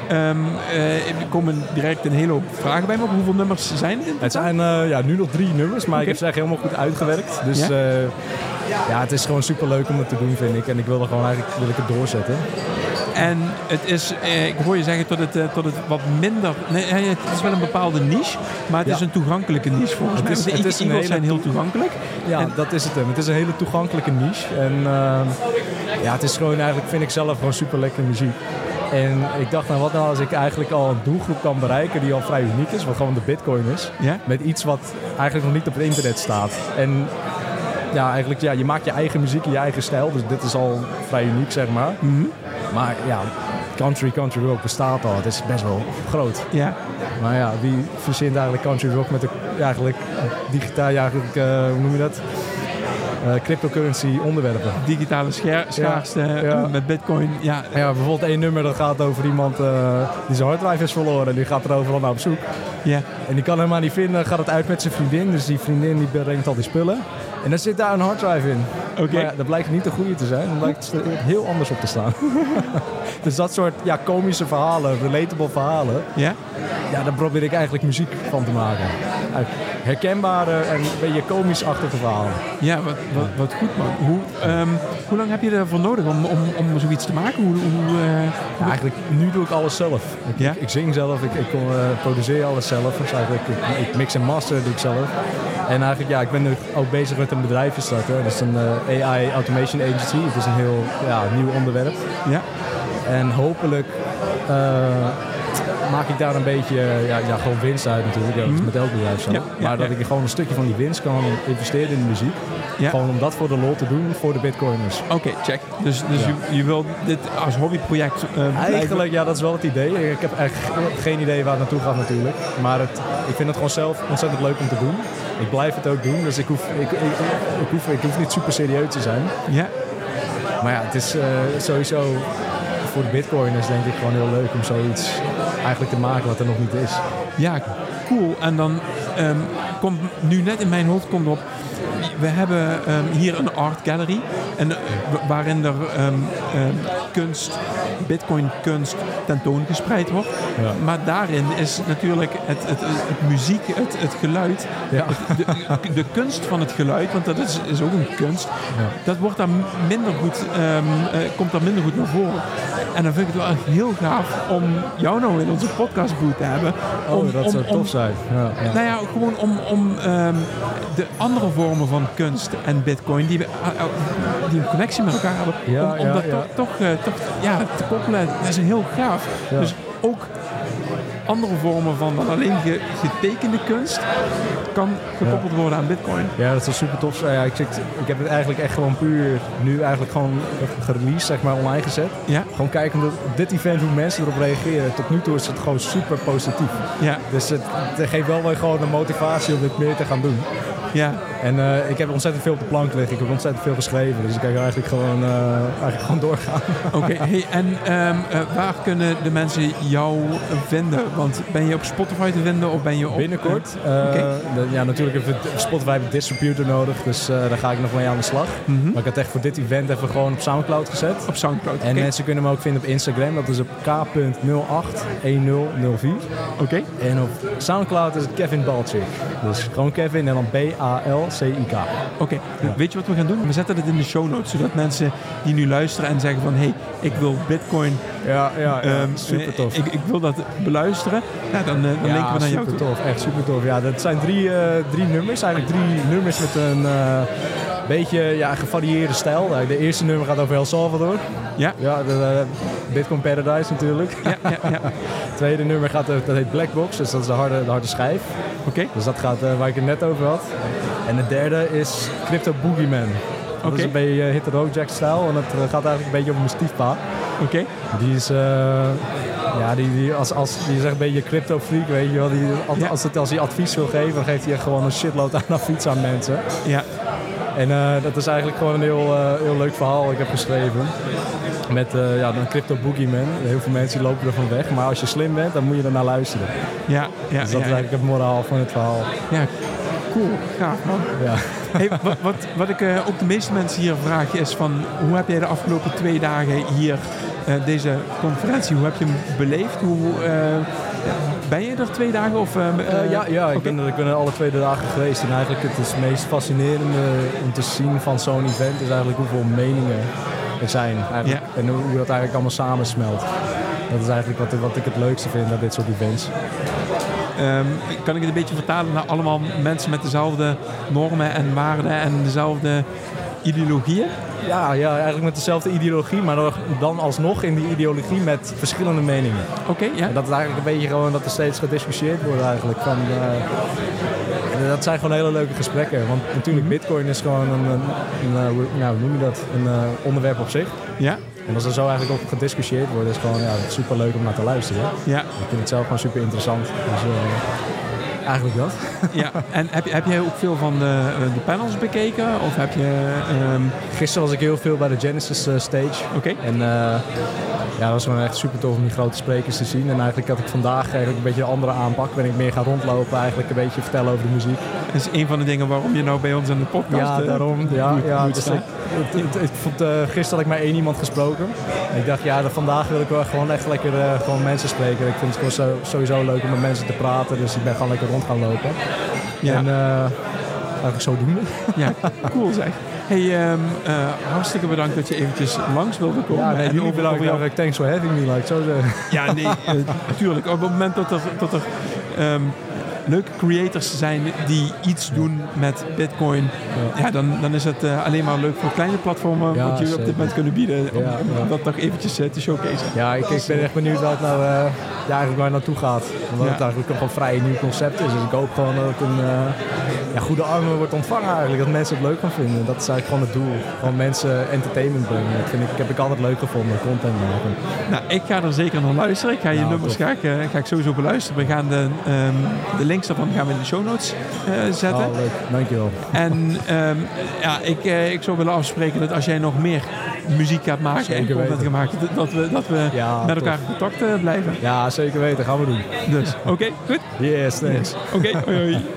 Um, uh, er komen direct een hele hoop vragen bij me op. Hoeveel nummers zijn het? Het zijn uh, ja, nu nog drie nummers, maar okay. ik heb ze eigenlijk helemaal goed uitgewerkt. Dus ja? Uh, ja, het is gewoon super leuk om het te doen, vind ik. En ik wil er gewoon eigenlijk wil ik het doorzetten. En het is, eh, ik hoor je zeggen, tot het, uh, tot het wat minder... Nee, het is wel een bepaalde niche, maar het ja. is een toegankelijke niche volgens mij. Het is, de het is Eagles zijn heel toegankelijk. Ja, en, dat is het hem. Het is een hele toegankelijke niche. En uh, ja, het is gewoon eigenlijk, vind ik zelf, gewoon super lekkere muziek. En ik dacht, nou wat nou als ik eigenlijk al een doelgroep kan bereiken die al vrij uniek is, wat gewoon de Bitcoin is. Ja? Met iets wat eigenlijk nog niet op het internet staat. En ja, eigenlijk, ja, je maakt je eigen muziek in je eigen stijl, dus dit is al vrij uniek, zeg maar. Mm-hmm. Maar ja, country, country rock bestaat al. Het is best wel groot. Ja. Maar ja, wie verzint eigenlijk country rock met de ja, eigenlijk digitaal, ja, eigenlijk, uh, hoe noem je dat? Uh, cryptocurrency onderwerpen. Digitale scher- schaarste ja, ja. met bitcoin. Ja. ja, bijvoorbeeld één nummer dat gaat over iemand uh, die zijn harddrive is verloren. En die gaat er overal naar op zoek. Ja. En die kan helemaal niet vinden. Gaat het uit met zijn vriendin. Dus die vriendin die brengt al die spullen. En dan zit daar een harddrive in. Okay. Maar ja, dat blijkt niet de goede te zijn. Dan blijkt het heel anders op te staan. Dus dat soort ja, komische verhalen, relatable verhalen. Ja? Ja, daar probeer ik eigenlijk muziek van te maken. Herkenbare en een beetje komisch-achtige verhalen. Ja, wat, wat, wat goed man. Hoe, um, hoe lang heb je ervoor nodig om, om, om zoiets te maken? Hoe, hoe, uh, ja, eigenlijk, nu doe ik alles zelf. Ik, ja? ik, ik zing zelf, ik, ik uh, produceer alles zelf. Dus eigenlijk, ik, ik mix en master doe ik zelf. En eigenlijk, ja, ik ben nu ook bezig met een bedrijf te starten. Dat is een uh, A I Automation Agency. Het is een heel ja, nieuw onderwerp. Ja. En hopelijk uh, maak ik daar een beetje ja, ja, gewoon winst uit natuurlijk. Ja, dat is met elk bedrijf zo. Ja, ja, maar dat ja. ik gewoon een stukje van die winst kan investeren in de muziek. Ja. Gewoon om dat voor de lol te doen voor de bitcoiners. Oké, okay, check. Dus, dus ja. je, je wilt dit als hobbyproject uh, Eigenlijk, blijven? ja, dat is wel het idee. Ik heb echt geen idee waar het naartoe gaat natuurlijk. Maar het, ik vind het gewoon zelf ontzettend leuk om te doen. Ik blijf het ook doen, dus ik hoef, ik, ik, ik hoef, ik hoef niet super serieus te zijn. Ja. Maar ja, het is uh, sowieso voor de bitcoiners denk ik gewoon heel leuk om zoiets eigenlijk te maken wat er nog niet is. Ja, cool. En dan um, komt nu net in mijn hoofd komt op, we hebben um, hier een art gallery en, uh, waarin er um, um, kunst, bitcoin kunst tentoongespreid wordt. Ja. Maar daarin is natuurlijk het, het, het muziek, het, het geluid, ja. het, de, de kunst van het geluid, want dat is, is ook een kunst, ja. dat wordt daar minder goed, um, uh, komt daar minder goed naar voren. En dan vind ik het wel echt heel gaaf om jou nou in onze podcastbooth te hebben. Om, oh, dat om, zou om, tof zijn. Ja, ja. Nou ja, gewoon om, om um, de andere vormen van kunst en bitcoin die, we, uh, die een connectie met elkaar hebben, ja, om, om ja, dat ja. toch, toch, uh, toch ja, te koppelen. Dat is heel gaaf. Ja. Dus ook andere vormen van dan alleen getekende kunst kan gekoppeld ja. worden aan bitcoin. Ja, dat is wel super tof. Ja, ik, ik, ik heb het eigenlijk echt gewoon puur nu eigenlijk gewoon gereleased, zeg maar, online gezet. Ja. Gewoon kijken op dit event hoe mensen erop reageren. Tot nu toe is het gewoon super positief. Ja. Dus het, het geeft wel weer gewoon een motivatie om dit meer te gaan doen. Ja. En uh, ik heb ontzettend veel op de plank liggen. Ik heb ontzettend veel geschreven. Dus ik kan eigenlijk gewoon, uh, eigenlijk gewoon doorgaan. Oké, okay, hey, en um, uh, waar kunnen de mensen jou vinden? Want ben je op Spotify te vinden of ben je op... Binnenkort. Uh, uh, okay. de, ja, natuurlijk heb ik Spotify een distributor nodig. Dus uh, daar ga ik nog mee aan de slag. Mm-hmm. Maar ik had echt voor dit event even gewoon op Soundcloud gezet. Op Soundcloud, En okay. mensen kunnen me ook vinden op Instagram. Dat is op k punt nul acht een nul nul vier. Oké. Okay. En op Soundcloud is het Kevin Balchik. Dus gewoon Kevin en dan B A L C I K. Oké, okay. ja. Weet je wat we gaan doen? We zetten het in de show notes, zodat mensen die nu luisteren en zeggen van hé, hey, ik wil bitcoin. Ja, ja, ja. Um, super tof. Ik, ik wil dat beluisteren. Ja, dan, uh, dan ja, linken we naar jou toe. Super tof, echt super tof. Ja, dat zijn drie, uh, drie nummers, eigenlijk drie nummers met een uh, beetje ja, gevarieerde stijl. De eerste nummer gaat over El Salvador. Ja. Ja, de, uh, Bitcoin Paradise natuurlijk. Ja, ja, ja. Het tweede nummer gaat, dat heet Black Box, dus dat is de harde, de harde schijf. Oké. Okay. Dus dat gaat uh, waar ik het net over had. En de derde is Crypto Boogeyman. Dat okay. is een beetje uh, Hit the Road Jack stijl en dat uh, gaat eigenlijk een beetje over mijn stiefpa. Oké. Okay. Die is... Uh, Ja, die, die, als, als, die is echt een beetje crypto freak, weet je wel. Die, als, ja. als, het, als hij advies wil geven, dan geeft hij echt gewoon een shitload aan advies aan mensen. Ja. En uh, dat is eigenlijk gewoon een heel, uh, heel leuk verhaal dat ik heb geschreven. Met uh, ja, een crypto boogeyman. Heel veel mensen die lopen ervan weg. Maar als je slim bent, dan moet je er naar luisteren. Ja, ja, dus dat ja, is eigenlijk ja. het moraal van het verhaal. Ja, cool. Gaaf man. Ja. Hey, wat, wat, wat ik uh, ook de meeste mensen hier vraag is van... Hoe heb jij de afgelopen twee dagen hier uh, deze conferentie. Hoe heb je hem beleefd? Hoe, uh, ben je er twee dagen? Of, uh, uh, ja, ja ik, okay. ben er, ik ben er alle twee dagen geweest. En eigenlijk het, is het meest fascinerende om te zien van zo'n event is eigenlijk hoeveel meningen er zijn. Eigenlijk. Ja. En hoe dat eigenlijk allemaal samensmelt. Dat is eigenlijk wat, wat ik het leukste vind aan dit soort events. Um, kan ik het een beetje vertalen naar allemaal mensen met dezelfde normen en waarden en dezelfde ideologieën? Ja, ja, eigenlijk met dezelfde ideologie, maar dan alsnog in die ideologie met verschillende meningen. Oké, okay, ja. En dat is eigenlijk een beetje gewoon dat er steeds gediscussieerd wordt eigenlijk. Van, uh, dat zijn gewoon hele leuke gesprekken. Want natuurlijk, mm-hmm. Bitcoin is gewoon een, een, een, een nou, hoe noem je dat, een uh, onderwerp op zich. Ja. En als er zo eigenlijk op gediscussieerd wordt, is het gewoon ja, super leuk om naar te luisteren. Ja. Ik vind het zelf gewoon super interessant. Dus, uh, eigenlijk dat. Ja, en heb, heb jij ook veel van de, de panels bekeken? Of heb je... Um... Gisteren was ik heel veel bij de Genesis uh, stage. Oké. Okay. En uh, ja, dat was gewoon echt super tof om die grote sprekers te zien. En eigenlijk had ik vandaag eigenlijk een beetje een andere aanpak. Ben ik meer gaan rondlopen, eigenlijk een beetje vertellen over de muziek. Dat is een van de dingen waarom je nou bij ons in de podcast... Ja, daarom. Ja, moet, ja, moet dus ik, het, het, ik vond, uh, gisteren had ik maar één iemand gesproken. En ik dacht, ja, vandaag wil ik wel gewoon echt lekker uh, gewoon mensen spreken. Ik vind het gewoon zo, sowieso leuk om met mensen te praten. Dus ik ben gewoon lekker rond gaan lopen. Ja. En uh, eigenlijk zodoende. Ja, cool zeg. Hey, um, uh, hartstikke bedankt dat je eventjes langs wilde komen. Ja, nee, jullie bedankt. Jou... Thanks for having me, like, zo zeggen. Ja, nee, uh, natuurlijk. Op het moment dat er, dat er um, leuke creators zijn die iets doen met Bitcoin, ja, ja dan, dan is het uh, alleen maar leuk voor kleine platformen ja, wat jullie op dit moment kunnen bieden, om, ja, om, om dat toch eventjes uh, te showcaseen. Ja, ik, ik ben echt benieuwd waar het nou, uh, ja, eigenlijk waar het naartoe gaat. Omdat ja. het eigenlijk nog een vrij nieuw concept is. Dus ik hoop gewoon dat het een uh, ja, goede armen wordt ontvangen eigenlijk. Dat mensen het leuk gaan vinden. Dat is eigenlijk gewoon het doel. Gewoon mensen entertainment brengen. Dat vind ik, heb ik altijd leuk gevonden, content maken. Nou, ik ga er zeker naar luisteren. Ik ga je nou, nummers ga ik, uh, ga ik sowieso beluisteren. We gaan de, um, de links daarvan gaan we in de show notes uh, zetten. Oh, leuk. Dankjewel. En um, ja, ik, uh, ik zou willen afspreken dat als jij nog meer muziek gaat maken zeker en content gaat maken, dat we, dat we ja, met elkaar tof. in contact uh, blijven. Ja, zeker weten. Gaan we doen. Dus, oké, okay, goed? Yes, thanks. Yes. Oké, okay, hoi hoi.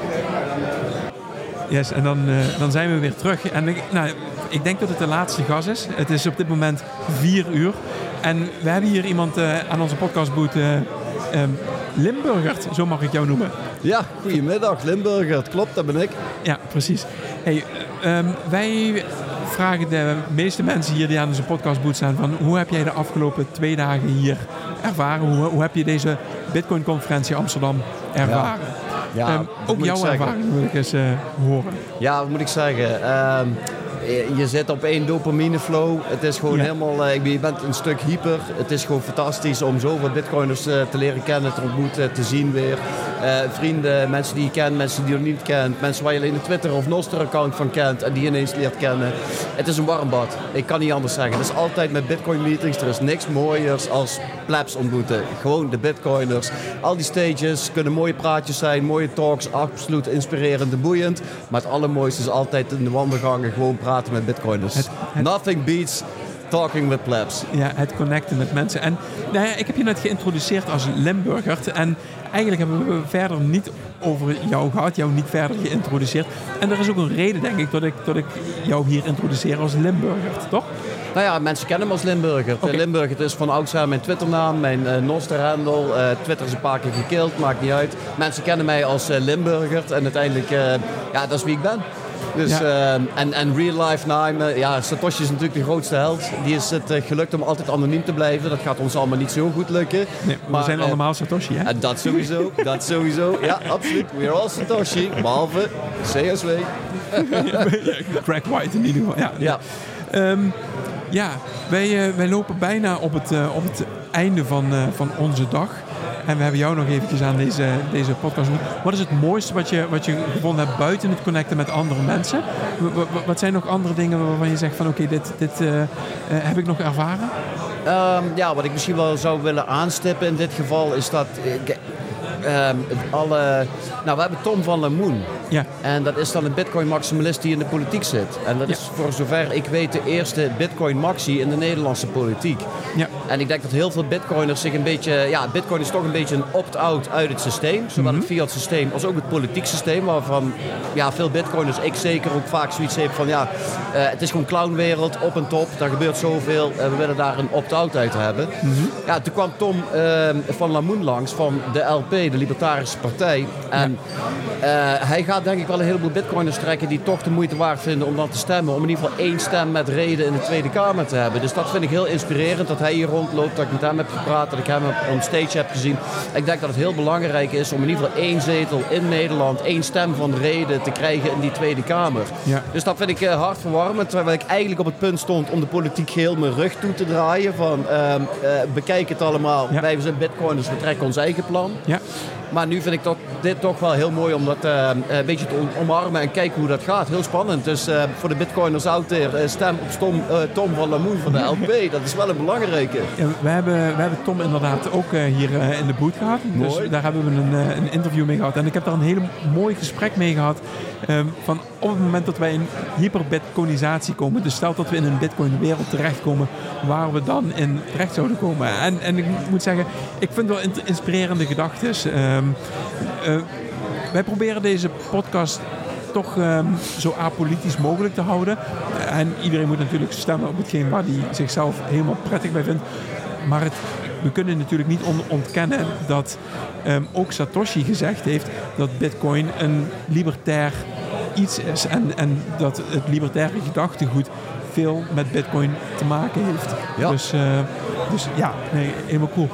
Yes, en dan, uh, dan zijn we weer terug. En ik, nou, ik denk dat het de laatste gast is. Het is op dit moment vier uur. En we hebben hier iemand uh, aan onze podcastboot, uh, um, Limburgert, zo mag ik jou noemen. Ja, goedemiddag, Limburgert. Klopt, dat ben ik. Ja, precies. Hey, um, wij vragen de meeste mensen hier die aan onze podcastboot staan van hoe heb jij de afgelopen twee dagen hier ervaren? Hoe, hoe heb je deze Bitcoin-conferentie Amsterdam ervaren? Ja. Ja, um, ook jouw ervaring wil ik eens uh, horen. Ja, wat moet ik zeggen? Um, je zit op één dopamine flow. Het is gewoon ja. helemaal... Uh, je bent een stuk hyper. Het is gewoon fantastisch om zoveel bitcoiners uh, te leren kennen, te ontmoeten, te zien weer. Uh, vrienden, mensen die je kent, mensen die je nog niet kent. Mensen waar je alleen een Twitter of Nostr account van kent en die je ineens leert kennen. Het is een warm bad. Ik kan niet anders zeggen. Het is altijd met bitcoin meetings. Er is niks mooiers als plebs ontmoeten. Gewoon de bitcoiners. Al die stages kunnen mooie praatjes zijn, mooie talks, absoluut inspirerend en boeiend. Maar het allermooiste is altijd in de wandelgangen gewoon praten met bitcoiners. Het, het... Nothing beats talking with plebs. Ja, het connecten met mensen. En nou ja, ik heb je net geïntroduceerd als Limburgert. En eigenlijk hebben we verder niet over jou gehad, jou niet verder geïntroduceerd. En er is ook een reden, denk ik, dat ik, dat ik jou hier introduceer als Limburgert, toch? Nou ja, mensen kennen me als Limburgert. Okay. Limburgert is van oudsher mijn Twitternaam, mijn uh, Nostr-handle. Uh, Twitter is een paar keer gekild, maakt niet uit. Mensen kennen mij als uh, Limburgert en uiteindelijk, uh, ja, dat is wie ik ben. Dus, ja. uh, en, en real life naam, ja, Satoshi is natuurlijk de grootste held. Die is het uh, gelukt om altijd anoniem te blijven. Dat gaat ons allemaal niet zo goed lukken. Nee, maar we zijn uh, allemaal Satoshi, hè? En dat sowieso, dat sowieso. Ja, absoluut. We are all Satoshi, behalve C S W. Craig White in ieder geval, ja. Ja, um, ja wij, uh, wij lopen bijna op het, uh, op het einde van, uh, van onze dag. En we hebben jou nog eventjes aan deze, deze podcast. Wat is het mooiste wat je, wat je gevonden hebt buiten het connecten met andere mensen? W- w- wat zijn nog andere dingen waarvan je zegt van oké, okay, dit, dit uh, uh, heb ik nog ervaren? Um, ja, wat ik misschien wel zou willen aanstippen in dit geval is dat... Uh, Um, alle, nou, we hebben Tom van Lemoen. Ja. En dat is dan een bitcoin-maximalist die in de politiek zit. En dat ja. is voor zover ik weet de eerste bitcoin-maxi in de Nederlandse politiek. Ja. En ik denk dat heel veel bitcoiners zich een beetje... Ja, bitcoin is toch een beetje een opt-out uit het systeem. Zowel mm-hmm. het fiat-systeem als ook het politiek systeem. Waarvan ja, veel bitcoiners, ik zeker ook vaak zoiets heb van... ja, uh, het is gewoon clownwereld, op en top. Daar gebeurt zoveel. Uh, we willen daar een opt-out uit hebben. Mm-hmm. Ja, toen kwam Tom uh, van Lamoen langs van de L P, de Libertarische Partij. En ja. uh, hij gaat denk ik wel een heleboel bitcoiners trekken... die toch de moeite waard vinden om dan te stemmen. Om in ieder geval één stem met reden in de Tweede Kamer te hebben. Dus dat vind ik heel inspirerend dat hij hier rondloopt. Dat ik met hem heb gepraat, dat ik hem op stage heb gezien. Ik denk dat het heel belangrijk is om in ieder geval één zetel in Nederland... één stem van reden te krijgen in die Tweede Kamer. Ja. Dus dat vind ik uh, hartverwarmend. Terwijl ik eigenlijk op het punt stond om de politiek geheel mijn rug toe te draaien. Van uh, uh, bekijk het allemaal. Ja. Wij zijn bitcoiners, we trekken ons eigen plan. Ja. Maar nu vind ik dat dit toch wel heel mooi om dat uh, een beetje te omarmen en kijken hoe dat gaat. Heel spannend. Dus uh, voor de bitcoiners out there, uh, stem op Tom, uh, Tom van Lamoen van de L P. Dat is wel een belangrijke. Ja, we, hebben, we hebben Tom inderdaad ook uh, hier uh, in de boot gehad. Mooi. Dus daar hebben we een, uh, een interview mee gehad. En ik heb daar een heel mooi gesprek mee gehad. Um, van op het moment dat wij in hyperbitcoinisatie komen. Dus stel dat we in een bitcoin wereld terechtkomen. Waar we dan in terecht zouden komen. En, en ik moet zeggen, ik vind wel inspirerende gedachten. Um, uh, wij proberen deze podcast toch um, zo apolitisch mogelijk te houden. En iedereen moet natuurlijk stemmen op hetgeen waar hij zichzelf helemaal prettig bij vindt. Maar het, we kunnen natuurlijk niet on- ontkennen dat um, ook Satoshi gezegd heeft dat Bitcoin een libertair iets is. En, en dat het libertaire gedachtegoed veel met Bitcoin te maken heeft. Ja. Dus, uh, dus ja, nee, helemaal cool.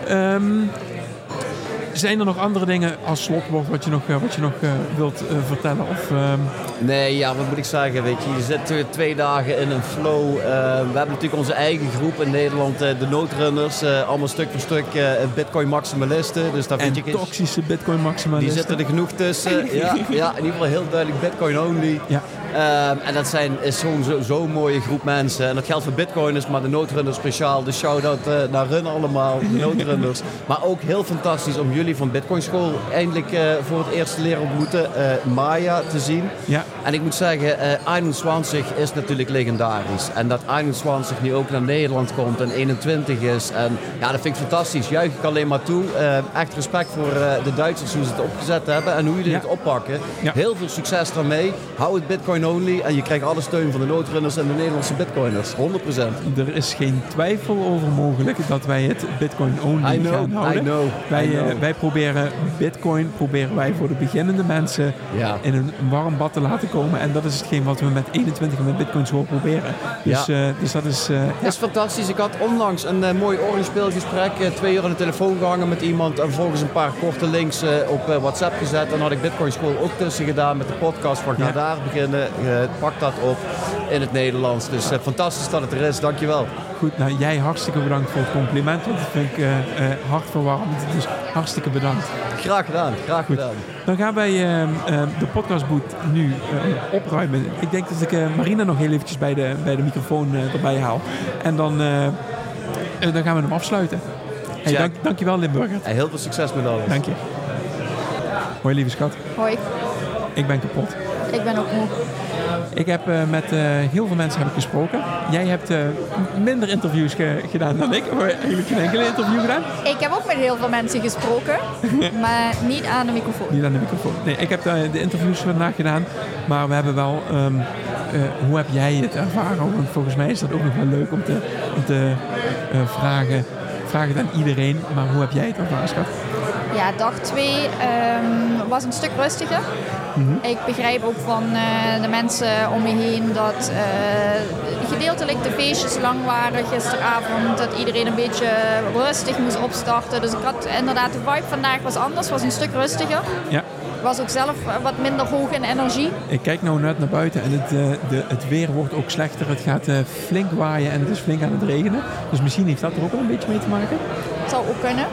Um, Zijn er nog andere dingen als slotwoord wat je nog, wat je nog uh, wilt uh, vertellen? Of, uh... Nee, ja, wat moet ik zeggen? Weet je, je zit twee dagen in een flow. Uh, we hebben natuurlijk onze eigen groep in Nederland, uh, de noodrunners. Uh, allemaal stuk voor stuk uh, bitcoin-maximalisten. Dus daar vind en je toxische bitcoin-maximalisten. Die zitten er genoeg tussen. ja, ja, in ieder geval heel duidelijk bitcoin-only. Ja. Uh, en dat zijn, is zo'n zo, zo mooie groep mensen. En dat geldt voor bitcoiners, maar de noodrunners speciaal. Dus shout-out uh, naar hun allemaal, de noodrunners. Maar ook heel fantastisch om jullie van Bitcoin School eindelijk uh, voor het eerst te leren ontmoeten. Uh, Maya te zien. Ja. En ik moet zeggen, uh, einundzwanzig is natuurlijk legendarisch. En dat einundzwanzig nu ook naar Nederland komt en eenentwintig is. En ja, dat vind ik fantastisch. Juich ik alleen maar toe. Uh, echt respect voor uh, de Duitsers, hoe ze het opgezet hebben en hoe jullie ja. het oppakken. Ja. Heel veel succes daarmee. Hou het Bitcoin only en je krijgt alle steun van de noodrunners en de Nederlandse bitcoiners. honderd procent. Er is geen twijfel over mogelijk dat wij het Bitcoin only I know, gaan houden. I know, wij, I know. Uh, wij proberen Bitcoin proberen wij voor de beginnende mensen ja. in een warm bad te laten komen. En dat is hetgeen wat we met eenentwintig met Bitcoin School proberen. Dus, ja. uh, dus dat is... Uh, dat ja. is fantastisch. Ik had onlangs een uh, mooi orangespeelgesprek. Uh, twee uur aan de telefoon gehangen met iemand. En vervolgens een paar korte links uh, op uh, WhatsApp gezet. En dan had ik Bitcoin School ook tussen gedaan met de podcast van Ga ja. daar beginnen. Uh, pak dat op in het Nederlands. Dus uh, fantastisch dat het er is. Dankjewel. Goed, nou jij hartstikke bedankt voor het compliment. Want dat vind ik uh, uh, hartverwarmend. Dus hartstikke bedankt. Graag gedaan, graag Goed. gedaan. Dan gaan wij uh, uh, de podcastboot nu uh, opruimen. Ik denk dat ik uh, Marina nog heel eventjes bij de, bij de microfoon uh, erbij haal. En dan, uh, uh, dan gaan we hem afsluiten. Hey, dank, dankjewel Limburger. Hey, heel veel succes met alles. Dank je. Hoi lieve schat. Hoi. Ik ben kapot. Ik ben ook moe. Ik heb uh, met uh, heel veel mensen heb ik gesproken. Jij hebt uh, minder interviews ge- gedaan dan ik. Maar eigenlijk geen enkele interview gedaan. Ik heb ook met heel veel mensen gesproken. Maar niet aan de microfoon. Niet aan de microfoon. Nee, ik heb uh, de interviews vandaag gedaan. Maar we hebben wel... Um, uh, hoe heb jij het ervaren? Want volgens mij is dat ook nog wel leuk om te, om te uh, vragen. Vraag het aan iedereen. Maar hoe heb jij het ervaren, schat? Ja, dag twee um, was een stuk rustiger. Mm-hmm. Ik begrijp ook van uh, de mensen om me heen dat uh, gedeeltelijk de feestjes lang waren gisteravond. Dat iedereen een beetje rustig moest opstarten. Dus ik had inderdaad, de vibe vandaag was anders, was een stuk rustiger. Ja. Was ook zelf wat minder hoog in energie. Ik kijk nou net naar buiten en het, uh, de, het weer wordt ook slechter. Het gaat uh, flink waaien en het is flink aan het regenen. Dus misschien heeft dat er ook wel een beetje mee te maken. Het zou ook kunnen.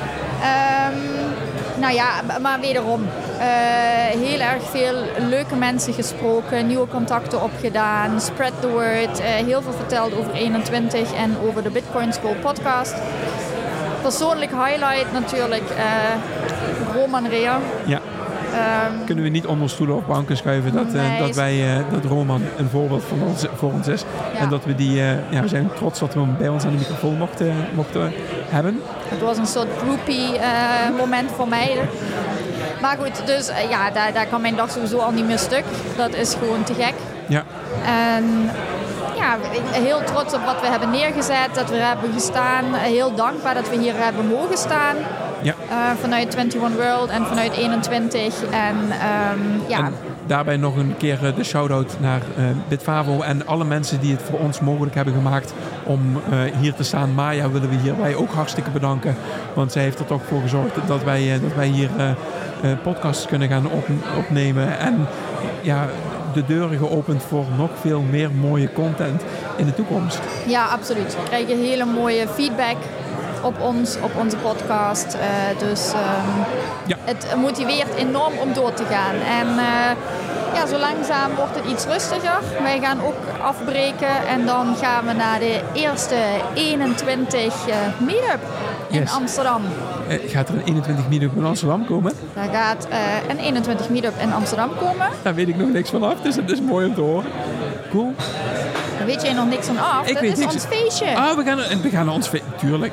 Um, nou ja, maar wederom. Uh, heel erg veel leuke mensen gesproken, nieuwe contacten opgedaan, spread the word. Uh, heel veel verteld over eenentwintig en over de Bitcoin School podcast. Persoonlijk highlight natuurlijk uh, Roman Rea. Ja. Um, Kunnen we niet onder stoelen of banken schuiven dat, nee, uh, dat, wij, uh, dat Roman een voorbeeld van ons, voor ons is. Ja. En dat we die, uh, ja, we zijn trots dat we hem bij ons aan de microfoon mochten, mochten hebben. Het was een soort groupie uh, moment voor mij. Maar goed, dus uh, ja, daar, daar kan mijn dag sowieso al niet meer stuk. Dat is gewoon te gek. Ja. En ja, heel trots op wat we hebben neergezet, dat we hebben gestaan. Heel dankbaar dat we hier hebben mogen staan. Ja. Uh, vanuit eenentwintig World en vanuit eenentwintig. En um, ja... En daarbij nog een keer de shout-out naar uh, Bitfavo en alle mensen die het voor ons mogelijk hebben gemaakt om uh, hier te staan. Maya willen we hierbij ook hartstikke bedanken. Want zij heeft er toch voor gezorgd dat wij, uh, dat wij hier uh, uh, podcasts kunnen gaan op, opnemen. En ja, de deuren geopend voor nog veel meer mooie content in de toekomst. Ja, absoluut. We krijgen hele mooie feedback op ons, op onze podcast. Uh, dus um, ja. Het motiveert enorm om door te gaan. En uh, ja, zo langzaam wordt het iets rustiger. Wij gaan ook afbreken en dan gaan we naar de eerste eenentwintig uh, meetup in yes. Amsterdam. Uh, gaat er een eenentwintig meetup in Amsterdam komen? Daar gaat uh, een eenentwintig meetup in Amsterdam komen. Daar weet ik nog niks van af, dus het is mooi om te horen. Cool. Daar weet jij nog niks van af. Ik dat weet is niks. ons feestje. Ah, we gaan, we gaan naar ons feestje. Tuurlijk.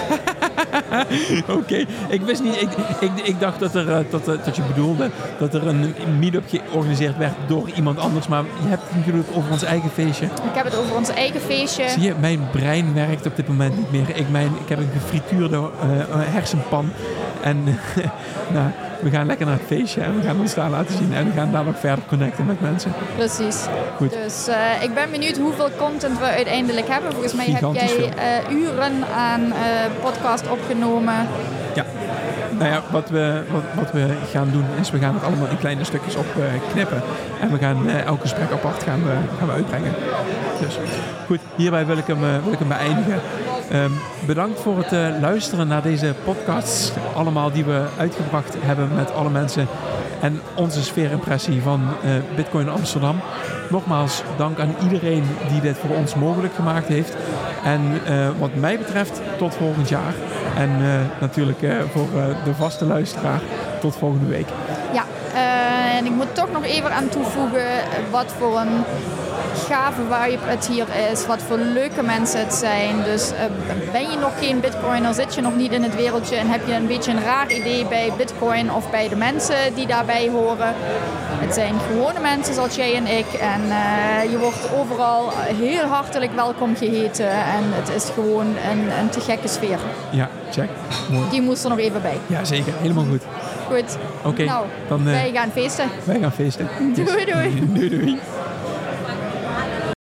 Oké, okay. ik wist niet. Ik, ik, ik dacht dat, er, dat, dat je bedoelde dat er een meetup georganiseerd werd door iemand anders. Maar je hebt het natuurlijk over ons eigen feestje. Ik heb het over ons eigen feestje. Zie je, mijn brein werkt op dit moment niet meer. Ik, mijn, ik heb een gefrituurde uh, hersenpan. En nou, we gaan lekker naar het feestje en we gaan ons daar laten zien. En we gaan daar nog verder connecten met mensen. Precies. Goed. Dus uh, ik ben benieuwd hoeveel content we uiteindelijk hebben. Volgens mij heb jij uh, uren aan uh, podcast opgenomen. Ja. Nou ja, wat we, wat, wat we gaan doen is we gaan het allemaal in kleine stukjes opknippen. Uh, en we gaan uh, elk gesprek apart gaan we, gaan we uitbrengen. Dus goed, hierbij wil ik hem, uh, wil ik hem beëindigen. Um, bedankt voor het uh, luisteren naar deze podcasts. Allemaal die we uitgebracht hebben met alle mensen. En onze sfeerimpressie van uh, Bitcoin Amsterdam. Nogmaals, dank aan iedereen die dit voor ons mogelijk gemaakt heeft. En uh, wat mij betreft, tot volgend jaar. En uh, natuurlijk uh, voor uh, de vaste luisteraar, tot volgende week. Ja, uh, en ik moet toch nog even aan toevoegen wat voor een gave vibe het hier is, wat voor leuke mensen het zijn. Dus uh, ben je nog geen bitcoiner, zit je nog niet in het wereldje en heb je een beetje een raar idee bij bitcoin of bij de mensen die daarbij horen. Het zijn gewone mensen zoals jij en ik en uh, je wordt overal heel hartelijk welkom geheten en het is gewoon een, een te gekke sfeer. Ja, check. Mooi. Die moest er nog even bij. Ja, zeker. Helemaal goed. Goed. Oké. Nou, dan uh, wij gaan feesten. Wij gaan feesten. Doei, doei. Doei, doei.